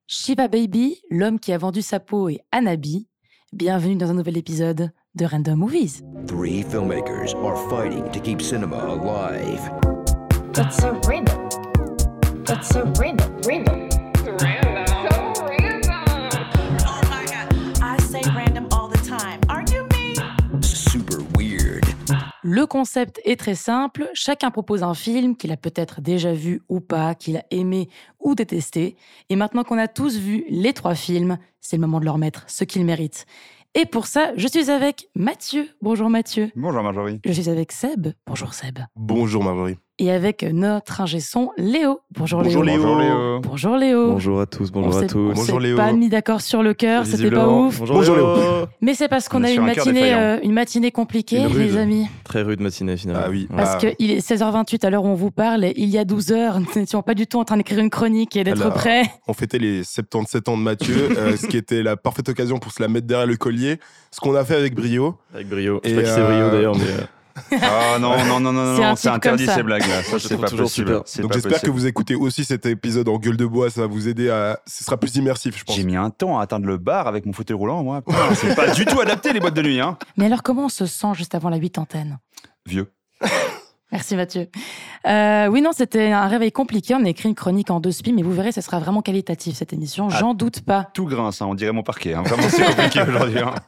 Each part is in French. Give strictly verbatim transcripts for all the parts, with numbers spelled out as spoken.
Shiva Baby, l'homme qui a vendu sa peau et Hanabi. Bienvenue dans un nouvel épisode de Random Movies. Three filmmakers are fighting to keep cinema alive. That's so random. That's so random. Random. Random. So random. Oh my god. I say random all the time. Are you me? Super weird. Le concept est très simple. Chacun propose un film qu'il a peut-être déjà vu ou pas, qu'il a aimé ou détesté. Et maintenant qu'on a tous vu les trois films, c'est le moment de leur mettre ce qu'ils méritent. Et pour ça, je suis avec Mathieu. Bonjour Mathieu. Bonjour Marjorie. Je suis avec Seb. Bonjour Seb. Bonjour Marjorie. Et avec notre ingé son Léo. Bonjour, Bonjour Léo. Léo. Bonjour Léo. Bonjour Léo. Bonjour à tous, bonjour on à s'est, tous. On Bonjour, s'est Léo. pas mis d'accord sur le cœur, c'était pas Visiblement. ouf. Bonjour, Bonjour, Léo. Mais c'est parce qu'on On a est eu sur une un cœur matinée, défaillant. euh, une matinée compliquée, Une rude. les amis. Très rude matinée finalement. Ah oui. Parce Ah. qu'il est seize heures vingt-huit à l'heure où on vous parle, et il y a douze heures, nous n'étions pas du tout en train d'écrire une chronique et d'être Alors, prêts. On fêtait les soixante-dix-sept ans de Mathieu, euh, ce qui était la parfaite occasion pour se la mettre derrière le collier. Ce qu'on a fait avec brio. Avec brio. Je Et sais pas qui c'est euh, brio d'ailleurs, mais euh, Ah non, non, non, non, C'est un non, c'est type interdit comme ça. ces blagues-là. Ça, Je c'est trouve pas toujours possible. super. C'est Donc pas j'espère que possible. vous écoutez aussi cet épisode en gueule de bois, ça va vous aider à... Ce sera plus immersif, je pense. J'ai mis un temps à atteindre le bar avec mon fauteuil roulant, moi. Putain, c'est pas du tout adapté, les boîtes de nuit, hein. Mais alors, comment on se sent juste avant la huitantaine ? Vieux. Merci Mathieu. Euh, oui, non, c'était un réveil compliqué. On a écrit une chronique en deux spi, mais vous verrez, ce sera vraiment qualitatif cette émission. Ah. J'en doute pas. Tout grince, hein, on dirait mon parquet. Hein. Vraiment, c'est compliqué aujourd'hui. Hein.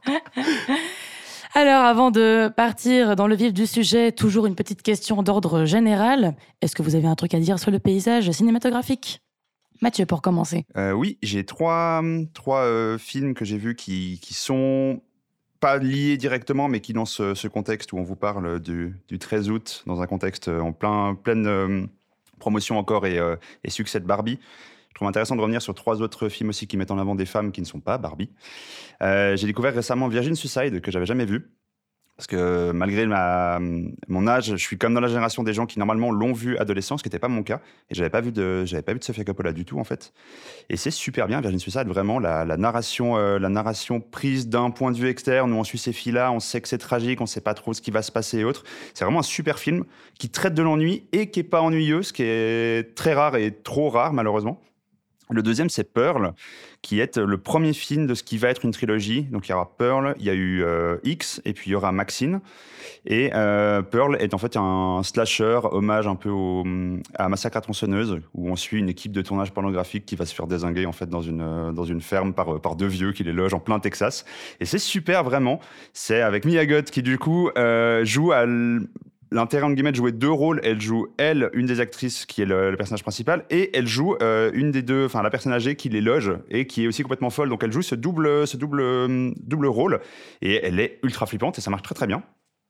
Alors, avant de partir dans le vif du sujet, toujours une petite question d'ordre général. Est-ce que vous avez un truc à dire sur le paysage cinématographique ? Mathieu, pour commencer. Euh, oui, j'ai trois, trois euh, films que j'ai vus qui, qui sont pas liés directement, mais qui dans ce, ce contexte où on vous parle du, du treize août, dans un contexte en plein, pleine euh, promotion encore et, euh, et succès de Barbie. Je trouve intéressant de revenir sur trois autres films aussi qui mettent en avant des femmes qui ne sont pas Barbie. Euh, j'ai découvert récemment Virgin Suicide, que j'avais jamais vu. Parce que malgré ma, mon âge, je suis comme dans la génération des gens qui normalement l'ont vu adolescent, ce qui n'était pas mon cas. Et j'avais pas vu de, j'avais pas vu de Sofia Coppola du tout en fait. Et c'est super bien, Virgin Suicide, vraiment la, la narration, euh, la narration prise d'un point de vue externe où on suit ces filles-là, on sait que c'est tragique, on sait pas trop ce qui va se passer et autres. C'est vraiment un super film qui traite de l'ennui et qui est pas ennuyeux, ce qui est très rare et trop rare malheureusement. Le deuxième, c'est Pearl, qui est le premier film de ce qui va être une trilogie. Donc, il y aura Pearl, il y a eu euh, X, et puis il y aura Maxine. Et euh, Pearl est en fait un slasher, hommage un peu au, à Massacre à tronçonneuse, où on suit une équipe de tournage pornographique qui va se faire dézinguer en fait dans une, euh, dans une ferme par, par deux vieux qui les logent en plein Texas. Et c'est super, vraiment. C'est avec Mia Goth qui, du coup, euh, joue à... L- L'intérêt, entre guillemets, de jouer deux rôles. Elle joue, elle, une des actrices qui est le, le personnage principal, et elle joue euh, une des deux, enfin la personne âgée qui les loge et qui est aussi complètement folle. Donc elle joue ce double, ce double, double rôle, et elle est ultra flippante et ça marche très très bien.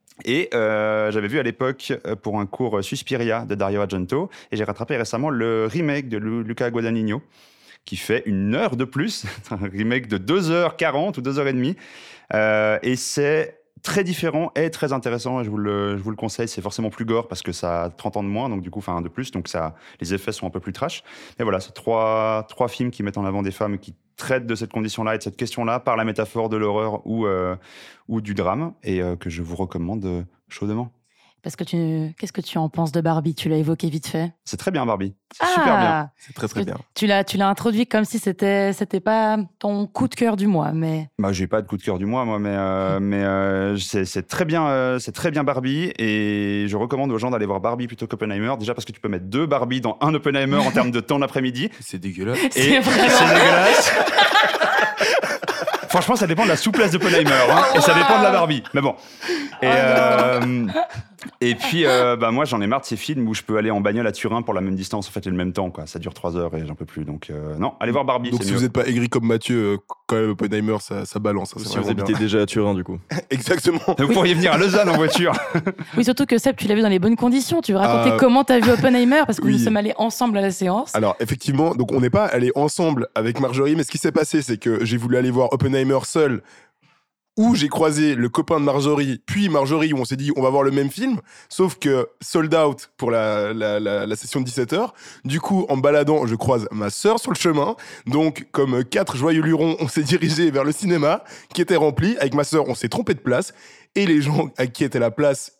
Et euh, j'avais vu à l'époque pour un cours Suspiria de Dario Argento, et j'ai rattrapé récemment le remake de Lu- Luca Guadagnino, qui fait une heure de plus, un remake de deux heures quarante ou deux heures trente, euh, et c'est très différent et très intéressant, je vous le, je vous le conseille. C'est forcément plus gore parce que ça a trente ans de moins, donc du coup, enfin, de plus, donc ça, les effets sont un peu plus trash. Mais voilà, c'est trois, trois films qui mettent en avant des femmes qui traitent de cette condition-là et de cette question-là par la métaphore de l'horreur ou, euh, ou du drame, et euh, que je vous recommande euh, chaudement. Parce que tu... Qu'est-ce que tu en penses de Barbie ? Tu l'as évoqué vite fait. C'est très bien, Barbie. C'est super bien. C'est très très bien. Tu l'as, tu l'as introduit comme si c'était, c'était pas ton coup de cœur du mois, mais... Bah, j'ai pas de coup de cœur du mois, moi, mais, euh, mais euh, c'est, c'est, très bien, euh, c'est très bien Barbie, et je recommande aux gens d'aller voir Barbie plutôt qu'Oppenheimer, déjà parce que tu peux mettre deux Barbie dans un Oppenheimer en termes de temps d'après-midi. C'est dégueulasse. Et C'est vraiment- c'est dégueulasse. Franchement, ça dépend de la souplesse d'Oppenheimer, hein, et ça dépend de la Barbie. Mais bon. Et, euh, et puis, euh, bah, moi, j'en ai marre de ces films où je peux aller en bagnole à Turin pour la même distance, en fait, et le même temps, quoi. Ça dure trois heures et j'en peux plus. Donc, euh, non, allez voir Barbie. Donc c'est si mieux. vous n'êtes pas aigri comme Mathieu, euh, quand même Oppenheimer, ça, ça balance. hein, c'est si vous vraiment habitez bien. déjà à Turin du coup. Exactement. Vous pourriez venir à Lausanne en voiture. Oui, surtout que Seb, tu l'as vu dans les bonnes conditions. Tu veux raconter Euh, comment t'as vu Oppenheimer, parce que oui. nous sommes allés ensemble à la séance. Alors effectivement, donc on n'est pas allés ensemble avec Marjorie, mais ce qui s'est passé, c'est que j'ai voulu aller voir Oppenheimer seul, où j'ai croisé le copain de Marjorie, puis Marjorie, où on s'est dit on va voir le même film, sauf que sold out pour la, la, la, la session de dix-sept heures. Du coup, en baladant, je croise ma sœur sur le chemin. Donc, comme quatre joyeux lurons, on s'est dirigé vers le cinéma, qui était rempli. Avec ma sœur, on s'est trompé de place. Et les gens à qui était la place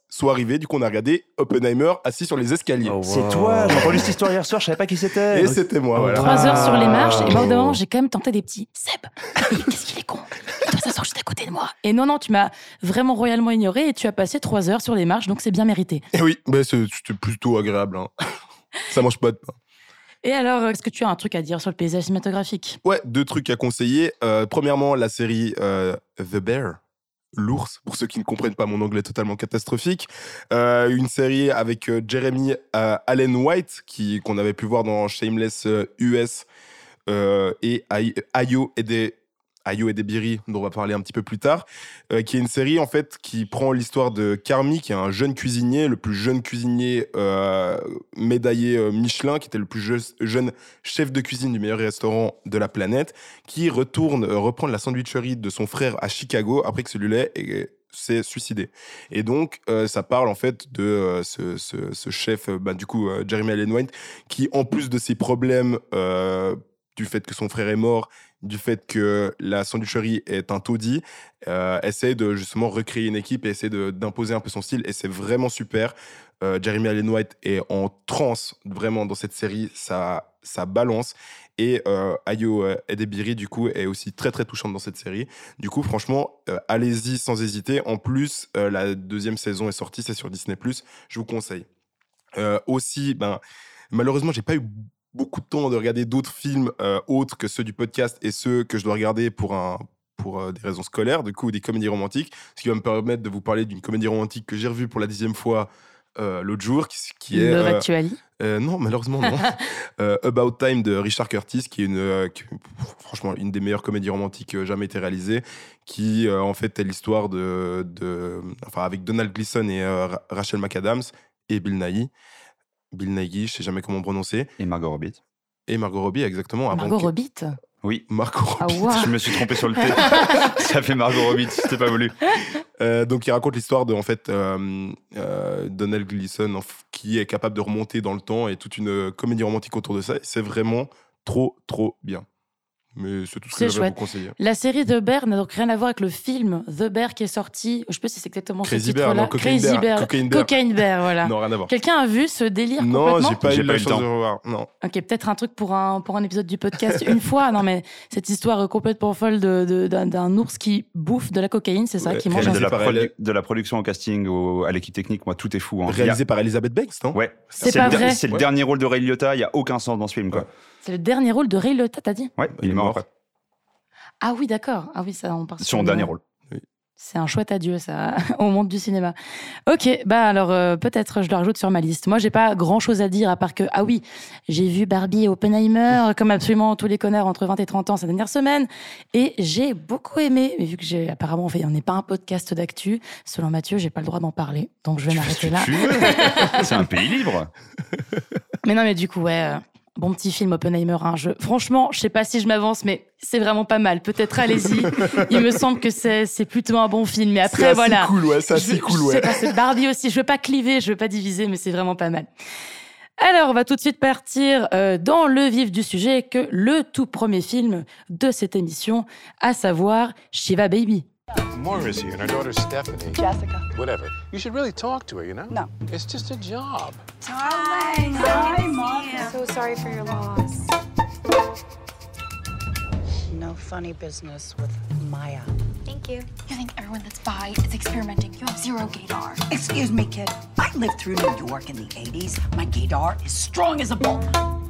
soit arrivée. Du coup, on a regardé Oppenheimer assis sur les escaliers. Oh, C'est wow. toi, j'ai entendu cette histoire hier soir, je savais pas qui c'était. Et c'était moi, voilà. Trois heures sur les marches, et moi, au bout d'un Oh. moment, j'ai quand même tenté des petits. Seb, qu'est-ce qu'il est con. Il doit s'asseoir juste à côté de moi. Et non, non, tu m'as vraiment royalement ignoré et tu as passé trois heures sur les marches, donc c'est bien mérité. Et oui, bah, c'est- c'était plutôt agréable. Hein. Ça mange pas de pain. Et alors, est-ce que tu as un truc à dire sur le paysage cinématographique ? Ouais, deux trucs à conseiller. Euh, premièrement, la série euh, The Bear, l'ours, pour ceux qui ne comprennent pas mon anglais totalement catastrophique. Euh, une série avec euh, Jeremy euh, Allen White, qui, qu'on avait pu voir dans Shameless euh, U S euh, et Ay- Ayo et des... Ayo et Debiri, dont on va parler un petit peu plus tard, euh, qui est une série en fait qui prend l'histoire de Carmi, qui est un jeune cuisinier, le plus jeune cuisinier euh, médaillé euh, Michelin, qui était le plus je- jeune chef de cuisine du meilleur restaurant de la planète, qui retourne euh, reprendre la sandwicherie de son frère à Chicago après que celui-là ait- s'est suicidé. Et donc, euh, ça parle en fait de euh, ce, ce- ce chef, euh, bah, du coup, euh, Jeremy Allen White, qui en plus de ses problèmes euh, du fait que son frère est mort, du fait que la sandwicherie est un taudis, euh, essaie de justement recréer une équipe et essaie de- d'imposer un peu son style. Et c'est vraiment super. Euh, Jeremy Allen White est en transe vraiment dans cette série. Ça, ça balance. Et euh, Ayo euh, Edebiri, du coup, est aussi très très touchante dans cette série. Du coup, franchement, euh, allez-y sans hésiter. En plus, euh, la deuxième saison est sortie, c'est sur Disney plus. Je vous conseille. Euh, aussi, ben, malheureusement, j'ai pas eu beaucoup de temps de regarder d'autres films euh, autres que ceux du podcast et ceux que je dois regarder pour, un, pour euh, des raisons scolaires, du coup, des comédies romantiques. Ce qui va me permettre de vous parler d'une comédie romantique que j'ai revue pour la dixième fois euh, l'autre jour, qui, qui est... Love euh, Actually. euh, non, malheureusement, non. Euh, About Time de Richard Curtis, qui est une, euh, qui- franchement une des meilleures comédies romantiques euh, jamais été réalisées, qui euh, en fait est l'histoire de, de, enfin avec Donald Gleason et euh, Ra- Rachel McAdams et Bill Nighy. Bill Nighy, je sais jamais comment prononcer, Et Margot Robbie. et Margot Robbie exactement. avant Margot que- Robbie. Oui. Margot Ah, Robbie. waouh. Je me suis trompé sur le T. Ça fait Margot Robbie, c'était pas voulu. Euh, donc il raconte l'histoire de en fait euh, euh, Donald Gleason en f- qui est capable de remonter dans le temps et toute une euh, comédie romantique autour de ça. Et c'est vraiment trop trop bien. Mais c'est tout ce que C'est j'avais à vous chouette. conseiller. La série The Bear n'a donc rien à voir avec le film The Bear qui est sorti. Je sais pas si c'est exactement Crazy ce Bear, titre-là. non, Cocaine Crazy Bear. Bear. Cocaine Bear. Cocaine Bear, voilà. Non, rien à voir. Quelqu'un a vu ce délire Non, complètement j'ai pas J'ai eu pas la eu le chance temps. de revoir. Non. Ok, peut-être un truc pour un, pour un épisode du podcast une fois. Non, mais cette histoire euh, complètement folle de, de- d'un, d'un ours qui bouffe de la cocaïne, c'est ça, Ouais, qui mange de, un... réalisé la par produ- elle. de la production au casting au- à l'équipe technique, moi, tout est fou. Hein. Réalisé Il y par Elizabeth Banks, non a- Ouais. C'est le pas der- vrai. C'est le Ouais. dernier rôle de Ray Liotta, il y a aucun sens dans ce film, quoi. C'est le dernier rôle de Ray Liotta, t'as dit? Ouais, il est mort après. Ah oui, d'accord. Ah oui, ça, on part sur Son une- dernier rôle. C'est un chouette adieu, ça, au monde du cinéma. Ok, bah alors euh, peut-être je le rajoute sur ma liste. Moi, j'ai pas grand-chose à dire à part que, ah oui, j'ai vu Barbie et Oppenheimer, comme absolument tous les connards entre vingt et trente ans ces dernières semaines, et j'ai beaucoup aimé, mais vu que j'ai apparemment, en fait, on n'est pas un podcast d'actu, selon Mathieu, j'ai pas le droit d'en parler, donc je vais Tu fais ce m'arrêter que là. tu veux. C'est un pays libre. Mais non, mais du coup, ouais, euh, bon petit film Oppenheimer. Hein, je... Franchement, je sais pas si je m'avance, mais c'est vraiment pas mal. Peut-être allez-y. Il me semble que c'est, c'est plutôt un bon film. Mais après, C'est assez voilà. cool, ouais, c'est Je assez veux- cool, je ouais. sais pas, c'est Barbie aussi. Je veux pas cliver, je veux pas diviser, mais c'est vraiment pas mal. Alors, on va tout de suite partir euh, dans le vif du sujet, que le tout premier film de cette émission, à savoir Shiva Baby. Morrissey and her daughter Stephanie. Jessica. Whatever. You should really talk to her, you know? No. It's just a job. Hi. Hi, Mom. So sorry for your loss. No funny business with Maya. Thank you. You think everyone that's bi is experimenting? You have zero gaydar. Excuse me, kid. I lived through New York in the eighties. My gaydar is strong as a bull.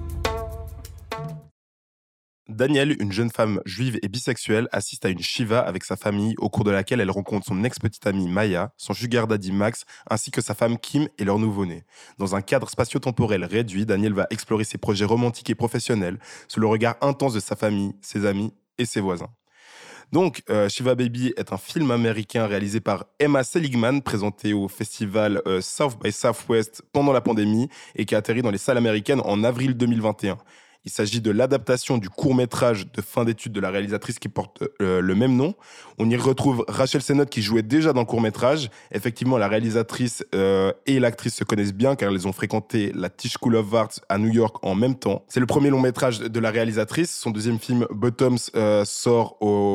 Danielle, une jeune femme juive et bisexuelle, assiste à une shiva avec sa famille au cours de laquelle elle rencontre son ex-petite amie Maya, son sugar daddy Max, ainsi que sa femme Kim et leur nouveau-né. Dans un cadre spatio-temporel réduit, Danielle va explorer ses projets romantiques et professionnels sous le regard intense de sa famille, ses amis et ses voisins. Donc, euh, Shiva Baby est un film américain réalisé par Emma Seligman, présenté au festival euh, South by Southwest pendant la pandémie et qui a atterri dans les salles américaines en avril deux mille vingt et un. Il s'agit de l'adaptation du court-métrage de fin d'études de la réalisatrice qui porte euh, le même nom. On y retrouve Rachel Sennott qui jouait déjà dans le court-métrage. Effectivement, la réalisatrice euh, et l'actrice se connaissent bien car elles ont fréquenté la Tisch School of Arts à New York en même temps. C'est le premier long-métrage de la réalisatrice. Son deuxième film, Bottoms, euh, sort au,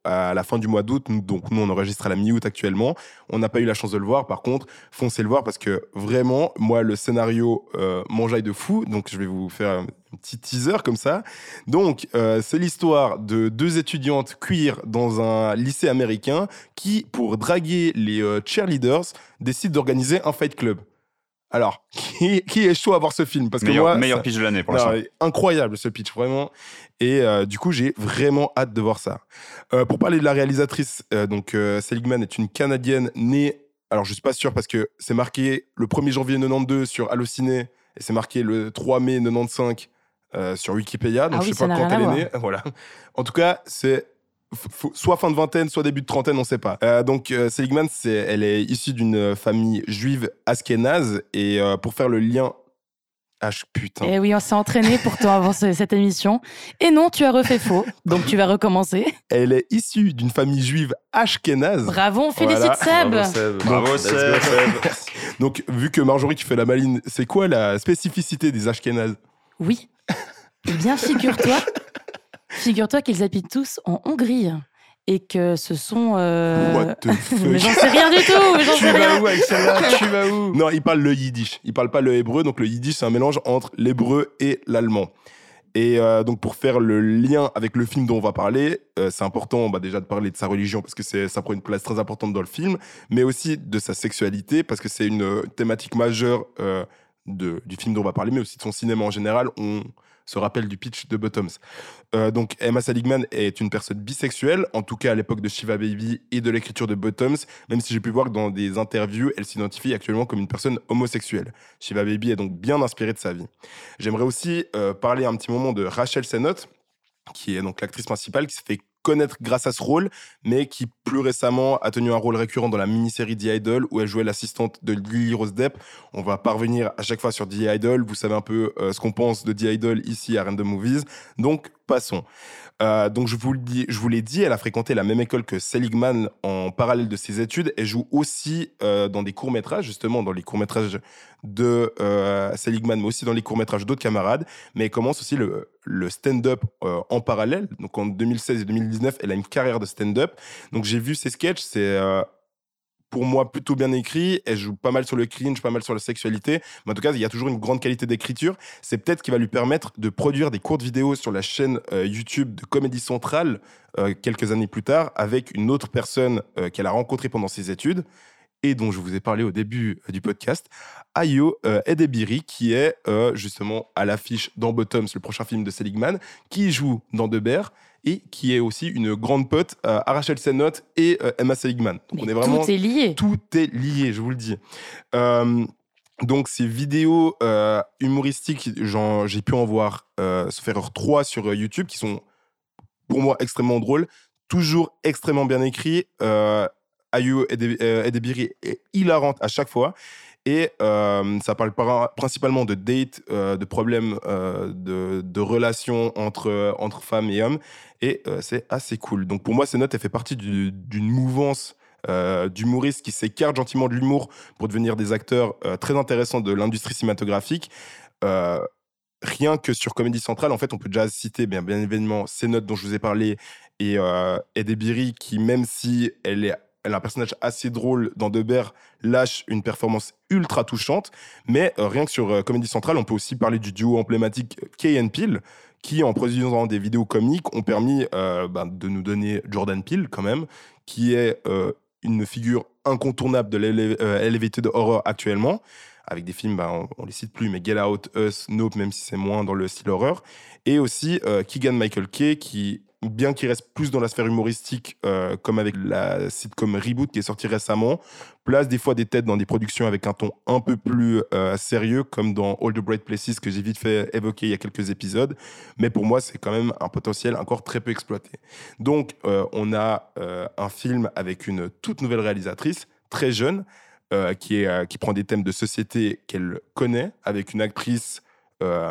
à la fin du mois d'août. Nous, donc nous, on enregistre à la mi-août actuellement. On n'a pas eu la chance de le voir. Par contre, foncez le voir parce que vraiment, moi, le scénario euh, m'enjaille de fou. Donc, je vais vous faire un petit teaser comme ça. Donc, euh, c'est l'histoire de deux étudiantes queer dans un lycée américain qui, pour draguer les euh, cheerleaders, décident d'organiser un fight club. Alors, qui, qui est chaud à voir ce film parce meilleur, que moi, meilleur ça... pitch de l'année pour non, l'instant. Incroyable ce pitch, vraiment. Et euh, du coup, j'ai vraiment hâte de voir ça. Euh, pour parler de la réalisatrice, euh, donc euh, Seligman est une Canadienne née. Alors, je suis pas sûr parce que c'est marqué le premier janvier quatre-vingt-douze sur Allociné et c'est marqué le trois mai quatre-vingt-quinze euh, sur Wikipédia. Donc, ah oui, je sais pas quand elle est née. Voilà. En tout cas, c'est F- soit fin de vingtaine, soit début de trentaine, on ne sait pas. Euh, donc euh, Seligman, c'est, elle est issue d'une famille juive ashkénaze et euh, pour faire le lien... Ah, putain. Eh oui, on s'est entraîné pourtant avant ce- cette émission. Et non, tu as refait faux, donc tu vas recommencer. Elle est issue d'une famille juive ashkénaze. Bravo, on félicite Voilà. Seb. Bravo Seb. Bravo, Let's go, Seb. Donc, vu que Marjorie qui fait la maline, c'est quoi la spécificité des ashkénazes? Oui. Eh bien, figure-toi, figure-toi qu'ils habitent tous en Hongrie. Et que ce sont... euh, What the fuck? Mais j'en sais rien du tout, mais j'en Tu sais rien. vas où avec celle-là? Tu vas où? Non, ils parlent le yiddish. Ils parlent pas le hébreu. Donc, le yiddish, c'est un mélange entre l'hébreu et l'allemand. Et euh, donc, pour faire le lien avec le film dont on va parler, euh, c'est important bah, déjà de parler de sa religion parce que c'est, ça prend une place très importante dans le film, mais aussi de sa sexualité parce que c'est une euh, thématique majeure euh, de, du film dont on va parler, mais aussi de son cinéma en général. On se rappelle du pitch de Bottoms. Euh, donc, Emma Seligman est une personne bisexuelle, en tout cas à l'époque de Shiva Baby et de l'écriture de Bottoms, même si j'ai pu voir que dans des interviews, elle s'identifie actuellement comme une personne homosexuelle. Shiva Baby est donc bien inspirée de sa vie. J'aimerais aussi euh, parler un petit moment de Rachel Sennott, qui est donc l'actrice principale, qui s'est fait connaître grâce à ce rôle, mais qui plus récemment a tenu un rôle récurrent dans la mini-série The Idol, où elle jouait l'assistante de Lily Rose Depp. On va pas revenir à chaque fois sur The Idol, vous savez un peu euh, ce qu'on pense de The Idol ici à Random Movies, donc passons. Euh, donc je vous, le dis, je vous l'ai dit, elle a fréquenté la même école que Seligman en parallèle de ses études. Elle joue aussi euh, dans des courts-métrages, justement dans les courts-métrages de euh, Seligman, mais aussi dans les courts-métrages d'autres camarades. Mais elle commence aussi le, le stand-up euh, en parallèle. Donc en deux mille seize et deux mille dix-neuf, elle a une carrière de stand-up. Donc j'ai vu ses sketchs, c'est... Euh, pour moi, plutôt bien écrit. Elle joue pas mal sur le cringe, pas mal sur la sexualité. Mais en tout cas, il y a toujours une grande qualité d'écriture. C'est peut-être qui va lui permettre de produire des courtes vidéos sur la chaîne euh, YouTube de Comédie Centrale euh, quelques années plus tard avec une autre personne euh, qu'elle a rencontrée pendant ses études et dont je vous ai parlé au début euh, du podcast, Ayo euh, Edebiri, qui est euh, justement à l'affiche dans Bottoms, le prochain film de Seligman, qui joue dans The Bear et qui est aussi une grande pote euh, à Rachel Sennott et euh, Emma Seligman. Donc Mais on est vraiment, tout est lié. Tout est lié, je vous le dis. Euh, donc ces vidéos euh, humoristiques, j'en, j'ai pu en voir, euh, sauf erreur, trois sur euh, YouTube, qui sont pour moi extrêmement drôles, toujours extrêmement bien écrits. Euh, Ayo Edebiri est hilarante à chaque fois. Et euh, ça parle par, principalement de dates, euh, de problèmes euh, de, de relations entre, entre femmes et hommes. Et euh, c'est assez cool. Donc pour moi, Sennott, elle fait partie du, d'une mouvance euh, d'humoristes qui s'écartent gentiment de l'humour pour devenir des acteurs euh, très intéressants de l'industrie cinématographique. Euh, rien que sur Comédie Centrale, en fait, on peut déjà citer bien, bien évidemment Sennott dont je vous ai parlé et euh, Edebiri qui, même si elle est Elle a un personnage assez drôle dans The Bear, lâche une performance ultra touchante. Mais euh, rien que sur euh, Comédie Centrale, on peut aussi parler du duo emblématique Key and Peele, qui, en produisant des vidéos comiques, ont permis euh, ben, de nous donner Jordan Peele, quand même, qui est euh, une figure incontournable de l'Elevated euh, Horror actuellement, avec des films, ben, on, on les cite plus, mais Get Out, Us, Nope, même si c'est moins dans le style horreur. Et aussi euh, Keegan-Michael Key, qui... bien qu'il reste plus dans la sphère humoristique, euh, comme avec la sitcom Reboot qui est sortie récemment, place des fois des têtes dans des productions avec un ton un peu plus euh, sérieux, comme dans All the Bright Places que j'ai vite fait évoquer il y a quelques épisodes. Mais pour moi, c'est quand même un potentiel encore très peu exploité. Donc, euh, on a euh, un film avec une toute nouvelle réalisatrice, très jeune, euh, qui, est, euh, qui prend des thèmes de société qu'elle connaît, avec une actrice... Euh,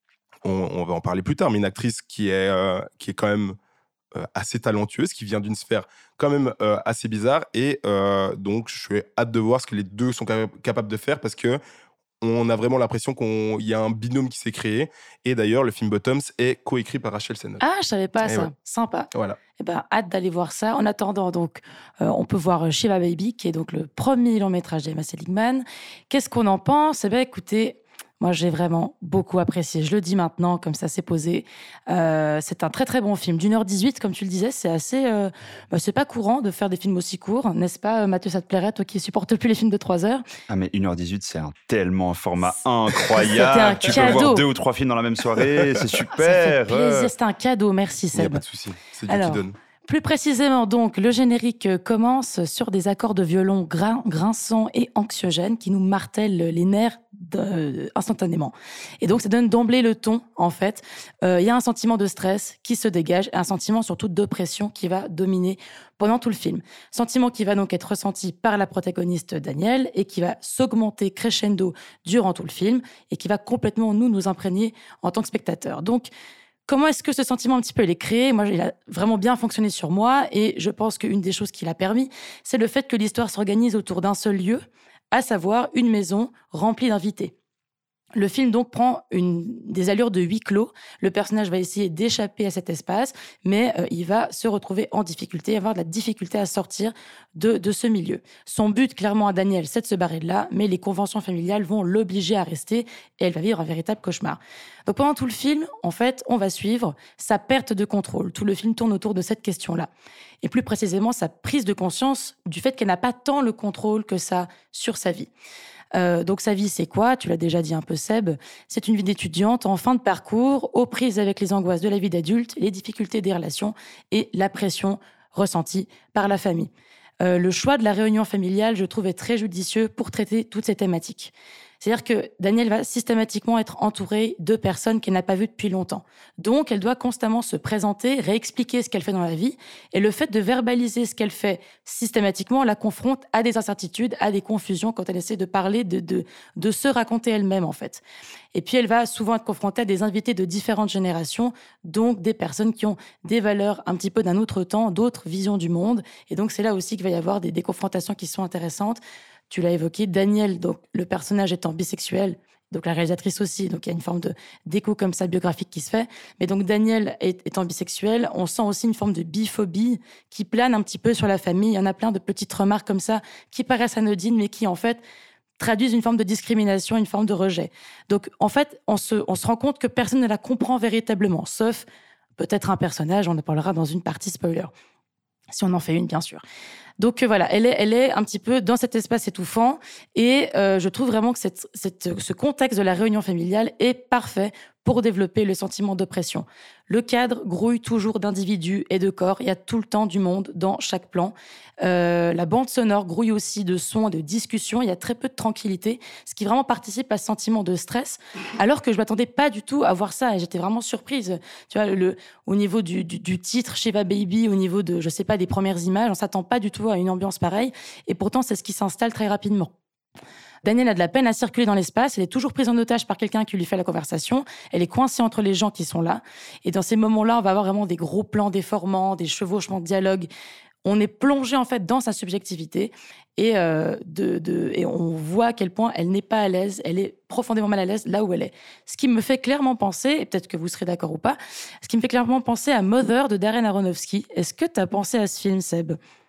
On, on va en parler plus tard, mais une actrice qui est, euh, qui est quand même euh, assez talentueuse, qui vient d'une sphère quand même euh, assez bizarre. Et euh, donc, je suis hâte de voir ce que les deux sont capables de faire parce que on a vraiment l'impression qu'il y a un binôme qui s'est créé. Et d'ailleurs, le film Bottoms est coécrit par Rachel Sennott. Ah, je savais pas Et ça. ouais. Sympa. Voilà. Eh ben, hâte d'aller voir ça. En attendant, donc, euh, on peut voir Shiva Baby, qui est donc le premier long métrage d'Emma Seligman. Qu'est-ce qu'on en pense ? Eh bien, écoutez, moi, j'ai vraiment beaucoup apprécié. Je le dis maintenant, comme ça, c'est posé. Euh, c'est un très, très bon film. D'une heure dix-huit, comme tu le disais, c'est assez... Euh, bah, c'est pas courant de faire des films aussi courts, n'est-ce pas, Mathieu, ça te plairait, toi qui supportes plus les films de trois heures ? Ah, mais une heure dix-huit, c'est un tellement un format incroyable. C'était un tu cadeau. peux voir deux ou trois films dans la même soirée, c'est super. Ça fait plaisir, ouais. c'était un cadeau. Merci, Il n'y a Seb. pas de souci. C'est Dieu Alors, qui donne. Plus précisément, donc, le générique commence sur des accords de violon grin- grinçants et anxiogènes qui nous martèlent les nerfs de- instantanément. Et donc, ça donne d'emblée le ton, en fait. Il euh, y a un sentiment de stress qui se dégage, et un sentiment surtout d'oppression qui va dominer pendant tout le film. Sentiment qui va donc être ressenti par la protagoniste Danielle et qui va s'augmenter crescendo durant tout le film et qui va complètement nous, nous imprégner en tant que spectateurs. Donc, comment est-ce que ce sentiment un petit peu il est créé ? Moi, il a vraiment bien fonctionné sur moi et je pense qu'une des choses qui l'a permis, c'est le fait que l'histoire s'organise autour d'un seul lieu, à savoir une maison remplie d'invités. Le film donc prend une, des allures de huis clos. Le personnage va essayer d'échapper à cet espace, mais euh, il va se retrouver en difficulté, avoir de la difficulté à sortir de, de ce milieu. Son but, clairement, à Danielle, c'est de se barrer de là, mais les conventions familiales vont l'obliger à rester et elle va vivre un véritable cauchemar. Donc pendant tout le film, en fait, on va suivre sa perte de contrôle. Tout le film tourne autour de cette question-là. Et plus précisément, sa prise de conscience du fait qu'elle n'a pas tant le contrôle que ça sur sa vie. Euh, donc sa vie, c'est quoi ? Tu l'as déjà dit un peu, Seb. C'est une vie d'étudiante en fin de parcours, aux prises avec les angoisses de la vie d'adulte, les difficultés des relations et la pression ressentie par la famille. Euh, le choix de la réunion familiale, je trouve, est très judicieux pour traiter toutes ces thématiques. C'est-à-dire que Danielle va systématiquement être entourée de personnes qu'elle n'a pas vues depuis longtemps. Donc, elle doit constamment se présenter, réexpliquer ce qu'elle fait dans la vie. Et le fait de verbaliser ce qu'elle fait systématiquement la confronte à des incertitudes, à des confusions quand elle essaie de parler, de, de, de se raconter elle-même, en fait. Et puis, elle va souvent être confrontée à des invités de différentes générations, donc des personnes qui ont des valeurs un petit peu d'un autre temps, d'autres visions du monde. Et donc, c'est là aussi qu'il va y avoir des, des confrontations qui sont intéressantes. Tu l'as évoqué, Danielle, donc le personnage étant bisexuel, donc la réalisatrice aussi, donc il y a une forme de d'écho comme ça biographique qui se fait. Mais donc Danielle est, étant bisexuelle, on sent aussi une forme de biphobie qui plane un petit peu sur la famille. Il y en a plein de petites remarques comme ça qui paraissent anodines, mais qui en fait traduisent une forme de discrimination, une forme de rejet. Donc en fait, on se, on se rend compte que personne ne la comprend véritablement, sauf peut-être un personnage, on en parlera dans une partie spoiler, si on en fait une bien sûr. Donc euh, voilà, elle est, elle est un petit peu dans cet espace étouffant et euh, je trouve vraiment que cette, cette, ce contexte de la réunion familiale est parfait pour développer le sentiment d'oppression. Le cadre grouille toujours d'individus et de corps. Il y a tout le temps du monde dans chaque plan. Euh, la bande sonore grouille aussi de sons et de discussions. Il y a très peu de tranquillité, ce qui vraiment participe à ce sentiment de stress, alors que je ne m'attendais pas du tout à voir ça et j'étais vraiment surprise. Tu vois, le, au niveau du, du, du titre Shiva Baby, au niveau de, je sais pas, des premières images, on ne s'attend pas du tout à une ambiance pareille et pourtant, c'est ce qui s'installe très rapidement. Danielle a de la peine à circuler dans l'espace. Elle est toujours prise en otage par quelqu'un qui lui fait la conversation. Elle est coincée entre les gens qui sont là. Et dans ces moments-là, on va avoir vraiment des gros plans déformants, des chevauchements de dialogue. On est plongé en fait dans sa subjectivité et, euh, de, de, et on voit à quel point elle n'est pas à l'aise. Elle est profondément mal à l'aise là où elle est. Ce qui me fait clairement penser, et peut-être que vous serez d'accord ou pas, ce qui me fait clairement penser à Mother de Darren Aronofsky. Est-ce que tu as pensé à ce film, Seb ?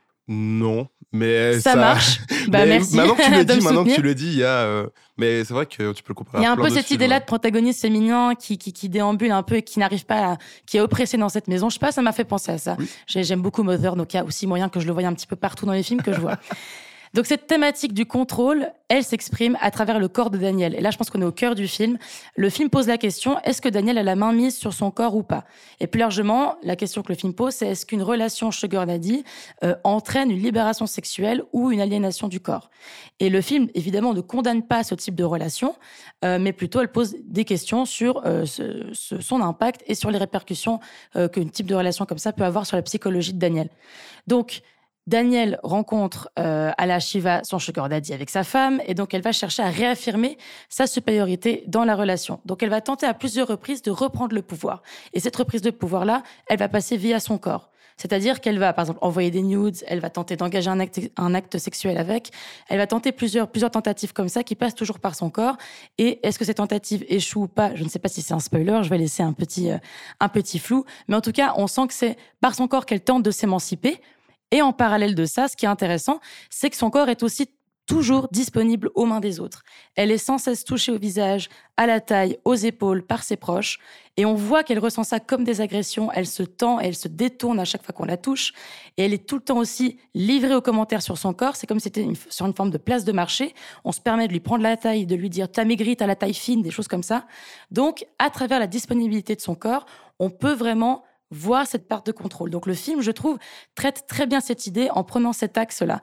Non, mais ça, ça marche. Bah mais merci. Maintenant que tu le de dis, me maintenant que soutenir. tu le dis, il y a. Euh... Mais c'est vrai que tu peux le comparer. Il y a à un plein peu d'autres cette films, idée-là ouais. de protagoniste féminin qui, qui, qui déambule un peu et qui n'arrive pas à, qui est oppressé dans cette maison. Je sais pas, ça m'a fait penser à ça. Oui. J'ai, j'aime beaucoup Mother, donc il y a aussi moyen que je le voie un petit peu partout dans les films que je vois. Donc cette thématique du contrôle, elle s'exprime à travers le corps de Danielle. Et là, je pense qu'on est au cœur du film. Le film pose la question, est-ce que Danielle a la main mise sur son corps ou pas ? Et plus largement, la question que le film pose, c'est est-ce qu'une relation sugar daddy euh, entraîne une libération sexuelle ou une aliénation du corps ? Et le film, évidemment, ne condamne pas ce type de relation, euh, mais plutôt elle pose des questions sur euh, ce, ce, son impact et sur les répercussions euh, qu'un type de relation comme ça peut avoir sur la psychologie de Danielle. Donc, Danielle rencontre euh, à la Shiva son sugar daddy avec sa femme et donc elle va chercher à réaffirmer sa supériorité dans la relation. Donc elle va tenter à plusieurs reprises de reprendre le pouvoir. Et cette reprise de pouvoir-là, elle va passer via son corps. C'est-à-dire qu'elle va, par exemple, envoyer des nudes, elle va tenter d'engager un acte, un acte sexuel avec, elle va tenter plusieurs, plusieurs tentatives comme ça qui passent toujours par son corps. Et est-ce que ces tentatives échouent ou pas ? Je ne sais pas si c'est un spoiler, je vais laisser un petit, euh, un petit flou. Mais en tout cas, on sent que c'est par son corps qu'elle tente de s'émanciper. Et en parallèle de ça, ce qui est intéressant, c'est que son corps est aussi toujours disponible aux mains des autres. Elle est sans cesse touchée au visage, à la taille, aux épaules, par ses proches. Et on voit qu'elle ressent ça comme des agressions. Elle se tend, elle se détourne à chaque fois qu'on la touche. Et elle est tout le temps aussi livrée aux commentaires sur son corps. C'est comme si c'était une, sur une forme de place de marché. On se permet de lui prendre la taille, de lui dire « t'as maigri, t'as la taille fine », des choses comme ça. Donc, à travers la disponibilité de son corps, on peut vraiment voir cette part de contrôle. Donc, le film, je trouve, traite très bien cette idée en prenant cet axe-là.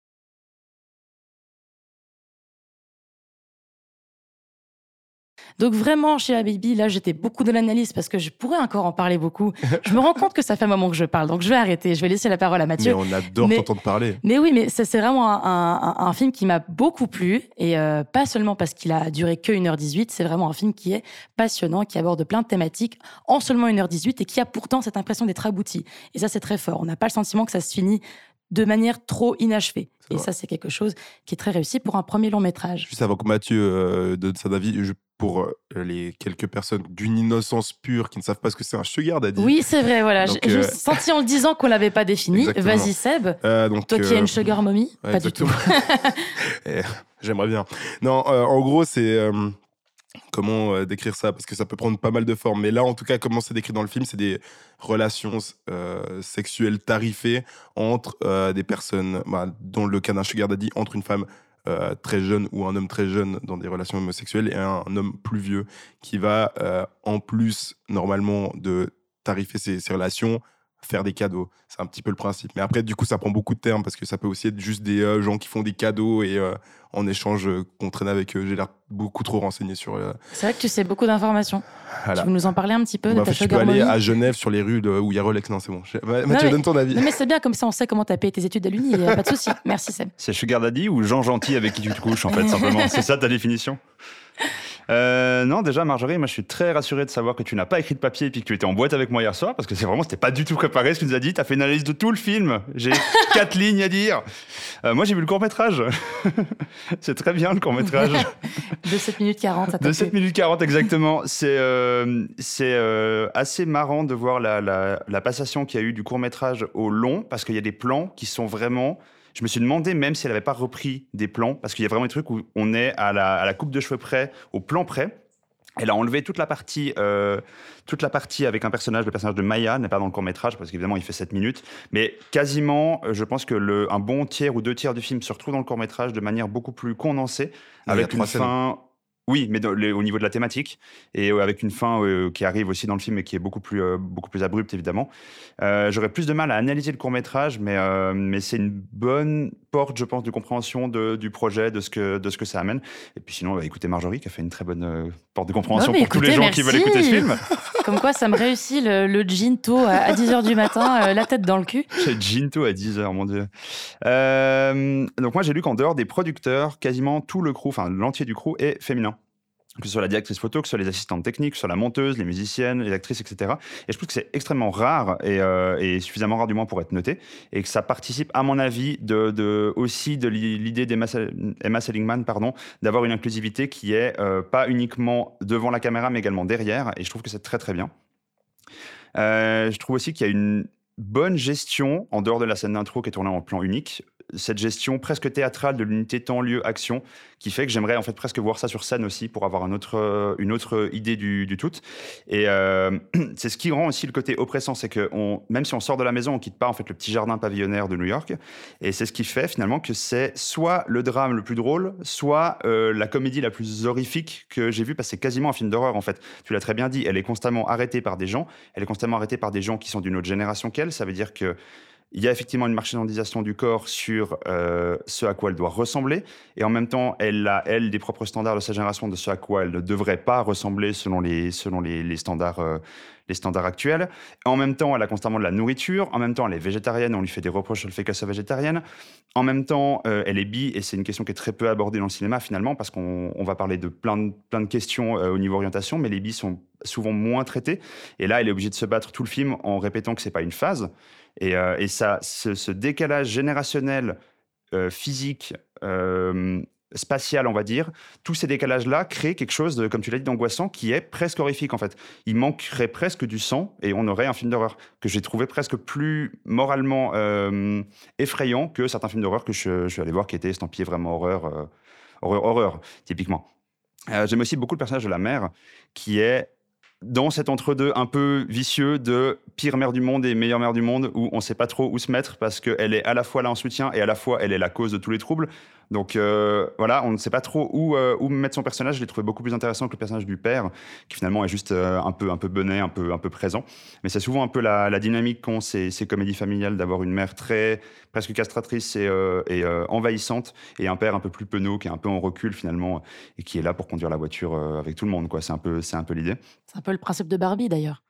Donc vraiment, chez la Baby, là, j'étais beaucoup dans l'analyse parce que je pourrais encore en parler beaucoup. Je me rends compte que ça fait un moment que je parle, donc je vais arrêter. Je vais laisser la parole à Mathieu. Mais on adore mais, t'entendre parler. Mais oui, mais ça, c'est vraiment un, un, un film qui m'a beaucoup plu. Et euh, pas seulement parce qu'il a duré que une heure dix-huit, c'est vraiment un film qui est passionnant, qui aborde plein de thématiques en seulement une heure dix-huit et qui a pourtant cette impression d'être abouti. Et ça, c'est très fort. On n'a pas le sentiment que ça se finit de manière trop inachevée. C'est et vrai. Ça, c'est quelque chose qui est très réussi pour un premier long métrage. Juste avant que Mathieu euh, donne son avis, je, pour euh, les quelques personnes d'une innocence pure qui ne savent pas ce que c'est un sugar daddy. Oui, c'est vrai, voilà. Donc, je, euh... je me suis senti en le disant qu'on ne l'avait pas défini. Exactement. Vas-y, Seb. Euh, donc, toi qui euh... as une sugar mommy, ouais, pas exactement. Du tout. et, j'aimerais bien. Non, euh, en gros, c'est... Euh, comment euh, décrire ça ? Parce que ça peut prendre pas mal de formes. Mais là, en tout cas, comment c'est décrit dans le film, c'est des relations euh, sexuelles tarifées entre euh, des personnes, bah, dans le cas d'un sugar daddy, entre une femme euh, très jeune ou un homme très jeune dans des relations homosexuelles et un, un homme plus vieux qui va, euh, en plus, normalement, de tarifer ces, ces relations, faire des cadeaux. C'est un petit peu le principe. Mais après, du coup, ça prend beaucoup de termes parce que ça peut aussi être juste des euh, gens qui font des cadeaux et euh, en échange euh, qu'on traîne avec eux. J'ai l'air beaucoup trop renseigné sur... Euh... C'est vrai que tu sais beaucoup d'informations. Voilà. Tu veux nous en parler un petit peu bah, de en ta fait, sugar tu peux aller mommy à Genève sur les rues de, où il y a Rolex. Non, c'est bon. Mathieu, non, mais, donne ton avis. Non, mais c'est bien, comme ça, on sait comment t'as payé tes études à l'Uni. Il n'y a pas de souci. Merci, Seb. C'est sugar daddy ou Jean Gentil avec qui tu te couches, en fait, simplement. C'est ça ta définition ? Euh, non, déjà, Marjorie, moi je suis très rassuré de savoir que tu n'as pas écrit de papier et puis que tu étais en boîte avec moi hier soir parce que c'est vraiment, c'était pas du tout préparé ce que tu nous as dit. Tu as fait une analyse de tout le film. J'ai quatre lignes à dire. Euh, moi j'ai vu le court-métrage. C'est très bien le court-métrage. De sept minutes quarante. Ça de sept minutes quarante, exactement. C'est, euh, c'est euh, assez marrant de voir la, la, la passation qu'il y a eu du court-métrage au long parce qu'il y a des plans qui sont vraiment. Je me suis demandé même si elle n'avait pas repris des plans, parce qu'il y a vraiment des trucs où on est à la, à la coupe de cheveux près, au plan près. Elle a enlevé toute la partie, euh, toute la partie avec un personnage, le personnage de Maya, n'est pas dans le court-métrage, parce qu'évidemment, il fait sept minutes. Mais quasiment, je pense que le, un bon tiers ou deux tiers du film se retrouve dans le court-métrage de manière beaucoup plus condensée, oui, avec une fin... Oui, mais dans, les, au niveau de la thématique, et euh, avec une fin euh, qui arrive aussi dans le film et qui est beaucoup plus, euh, beaucoup plus abrupte, évidemment. Euh, j'aurais plus de mal à analyser le court-métrage, mais, euh, mais c'est une bonne porte, je pense, de compréhension de, du projet, de ce, que, de ce que ça amène. Et puis sinon, bah, écoutez Marjorie, qui a fait une très bonne euh, porte de compréhension non, pour écoutez, tous les gens merci. qui veulent écouter ce film. Comme quoi, ça me réussit le, le ginto à, à dix heures du matin, euh, la tête dans le cul. Le ginto à dix heures, mon Dieu. Euh, donc moi, j'ai lu qu'en dehors des producteurs, quasiment tout le crew, enfin l'entier du crew est féminin. Que ce soit la directrice photo, que ce soit les assistantes techniques, que ce soit la monteuse, les musiciennes, les actrices, et cetera. Et je trouve que c'est extrêmement rare et, euh, et suffisamment rare du moins pour être noté, et que ça participe, à mon avis, de, de, aussi de l'idée d'Emma Emma Seligman, pardon, d'avoir une inclusivité qui est euh, pas uniquement devant la caméra, mais également derrière, et je trouve que c'est très très bien. Euh, je trouve aussi qu'il y a une bonne gestion, en dehors de la scène d'intro qui est tournée en plan unique, cette gestion presque théâtrale de l'unité temps, lieu, action, qui fait que j'aimerais en fait presque voir ça sur scène aussi pour avoir un autre, une autre idée du, du tout. Et euh, c'est ce qui rend aussi le côté oppressant, c'est que on, même si on sort de la maison, on quitte pas en fait le petit jardin pavillonnaire de New York. Et c'est ce qui fait finalement que c'est soit le drame le plus drôle, soit euh, la comédie la plus horrifique que j'ai vue, parce que c'est quasiment un film d'horreur en fait. Tu l'as très bien dit, elle est constamment arrêtée par des gens, elle est constamment arrêtée par des gens qui sont d'une autre génération qu'elle. Ça veut dire que il y a effectivement une marchandisation du corps sur euh, ce à quoi elle doit ressembler, et en même temps, elle a, elle, des propres standards de sa génération de ce à quoi elle ne devrait pas ressembler selon les, selon les, les standards, euh, les standards actuels. En même temps, elle a constamment de la nourriture. En même temps, elle est végétarienne. On lui fait des reproches sur le fait qu'elle soit végétarienne. En même temps, euh, elle est bi, et c'est une question qui est très peu abordée dans le cinéma finalement, parce qu'on on va parler de plein de, plein de questions euh, au niveau orientation, mais les bis sont souvent moins traitées. Et là, elle est obligée de se battre tout le film en répétant que c'est pas une phase. Et, euh, et ça, ce, ce décalage générationnel, euh, physique, euh, spatial, on va dire, tous ces décalages-là créent quelque chose, de, comme tu l'as dit, d'angoissant, qui est presque horrifique, en fait. Il manquerait presque du sang, et on aurait un film d'horreur que j'ai trouvé presque plus moralement euh, effrayant que certains films d'horreur que je, je suis allé voir, qui étaient estampillés vraiment horreur, euh, horreur, horreur, typiquement. Euh, j'aime aussi beaucoup le personnage de la mère, qui est dans cet entre-deux un peu vicieux de pire mère du monde et meilleure mère du monde, où on ne sait pas trop où se mettre, parce qu'elle est à la fois là en soutien et à la fois elle est la cause de tous les troubles. Donc euh, voilà, on ne sait pas trop où, euh, où mettre son personnage. Je l'ai trouvé beaucoup plus intéressant que le personnage du père, qui finalement est juste euh, un peu, un peu benet, un peu, un peu présent. Mais c'est souvent un peu la, la dynamique qu'ont ces, ces comédies familiales, d'avoir une mère très, presque castratrice et, euh, et euh, envahissante, et un père un peu plus penaud, qui est un peu en recul finalement, et qui est là pour conduire la voiture euh, avec tout le monde, quoi. C'est un peu, c'est un peu l'idée. C'est un peu le principe de Barbie, d'ailleurs.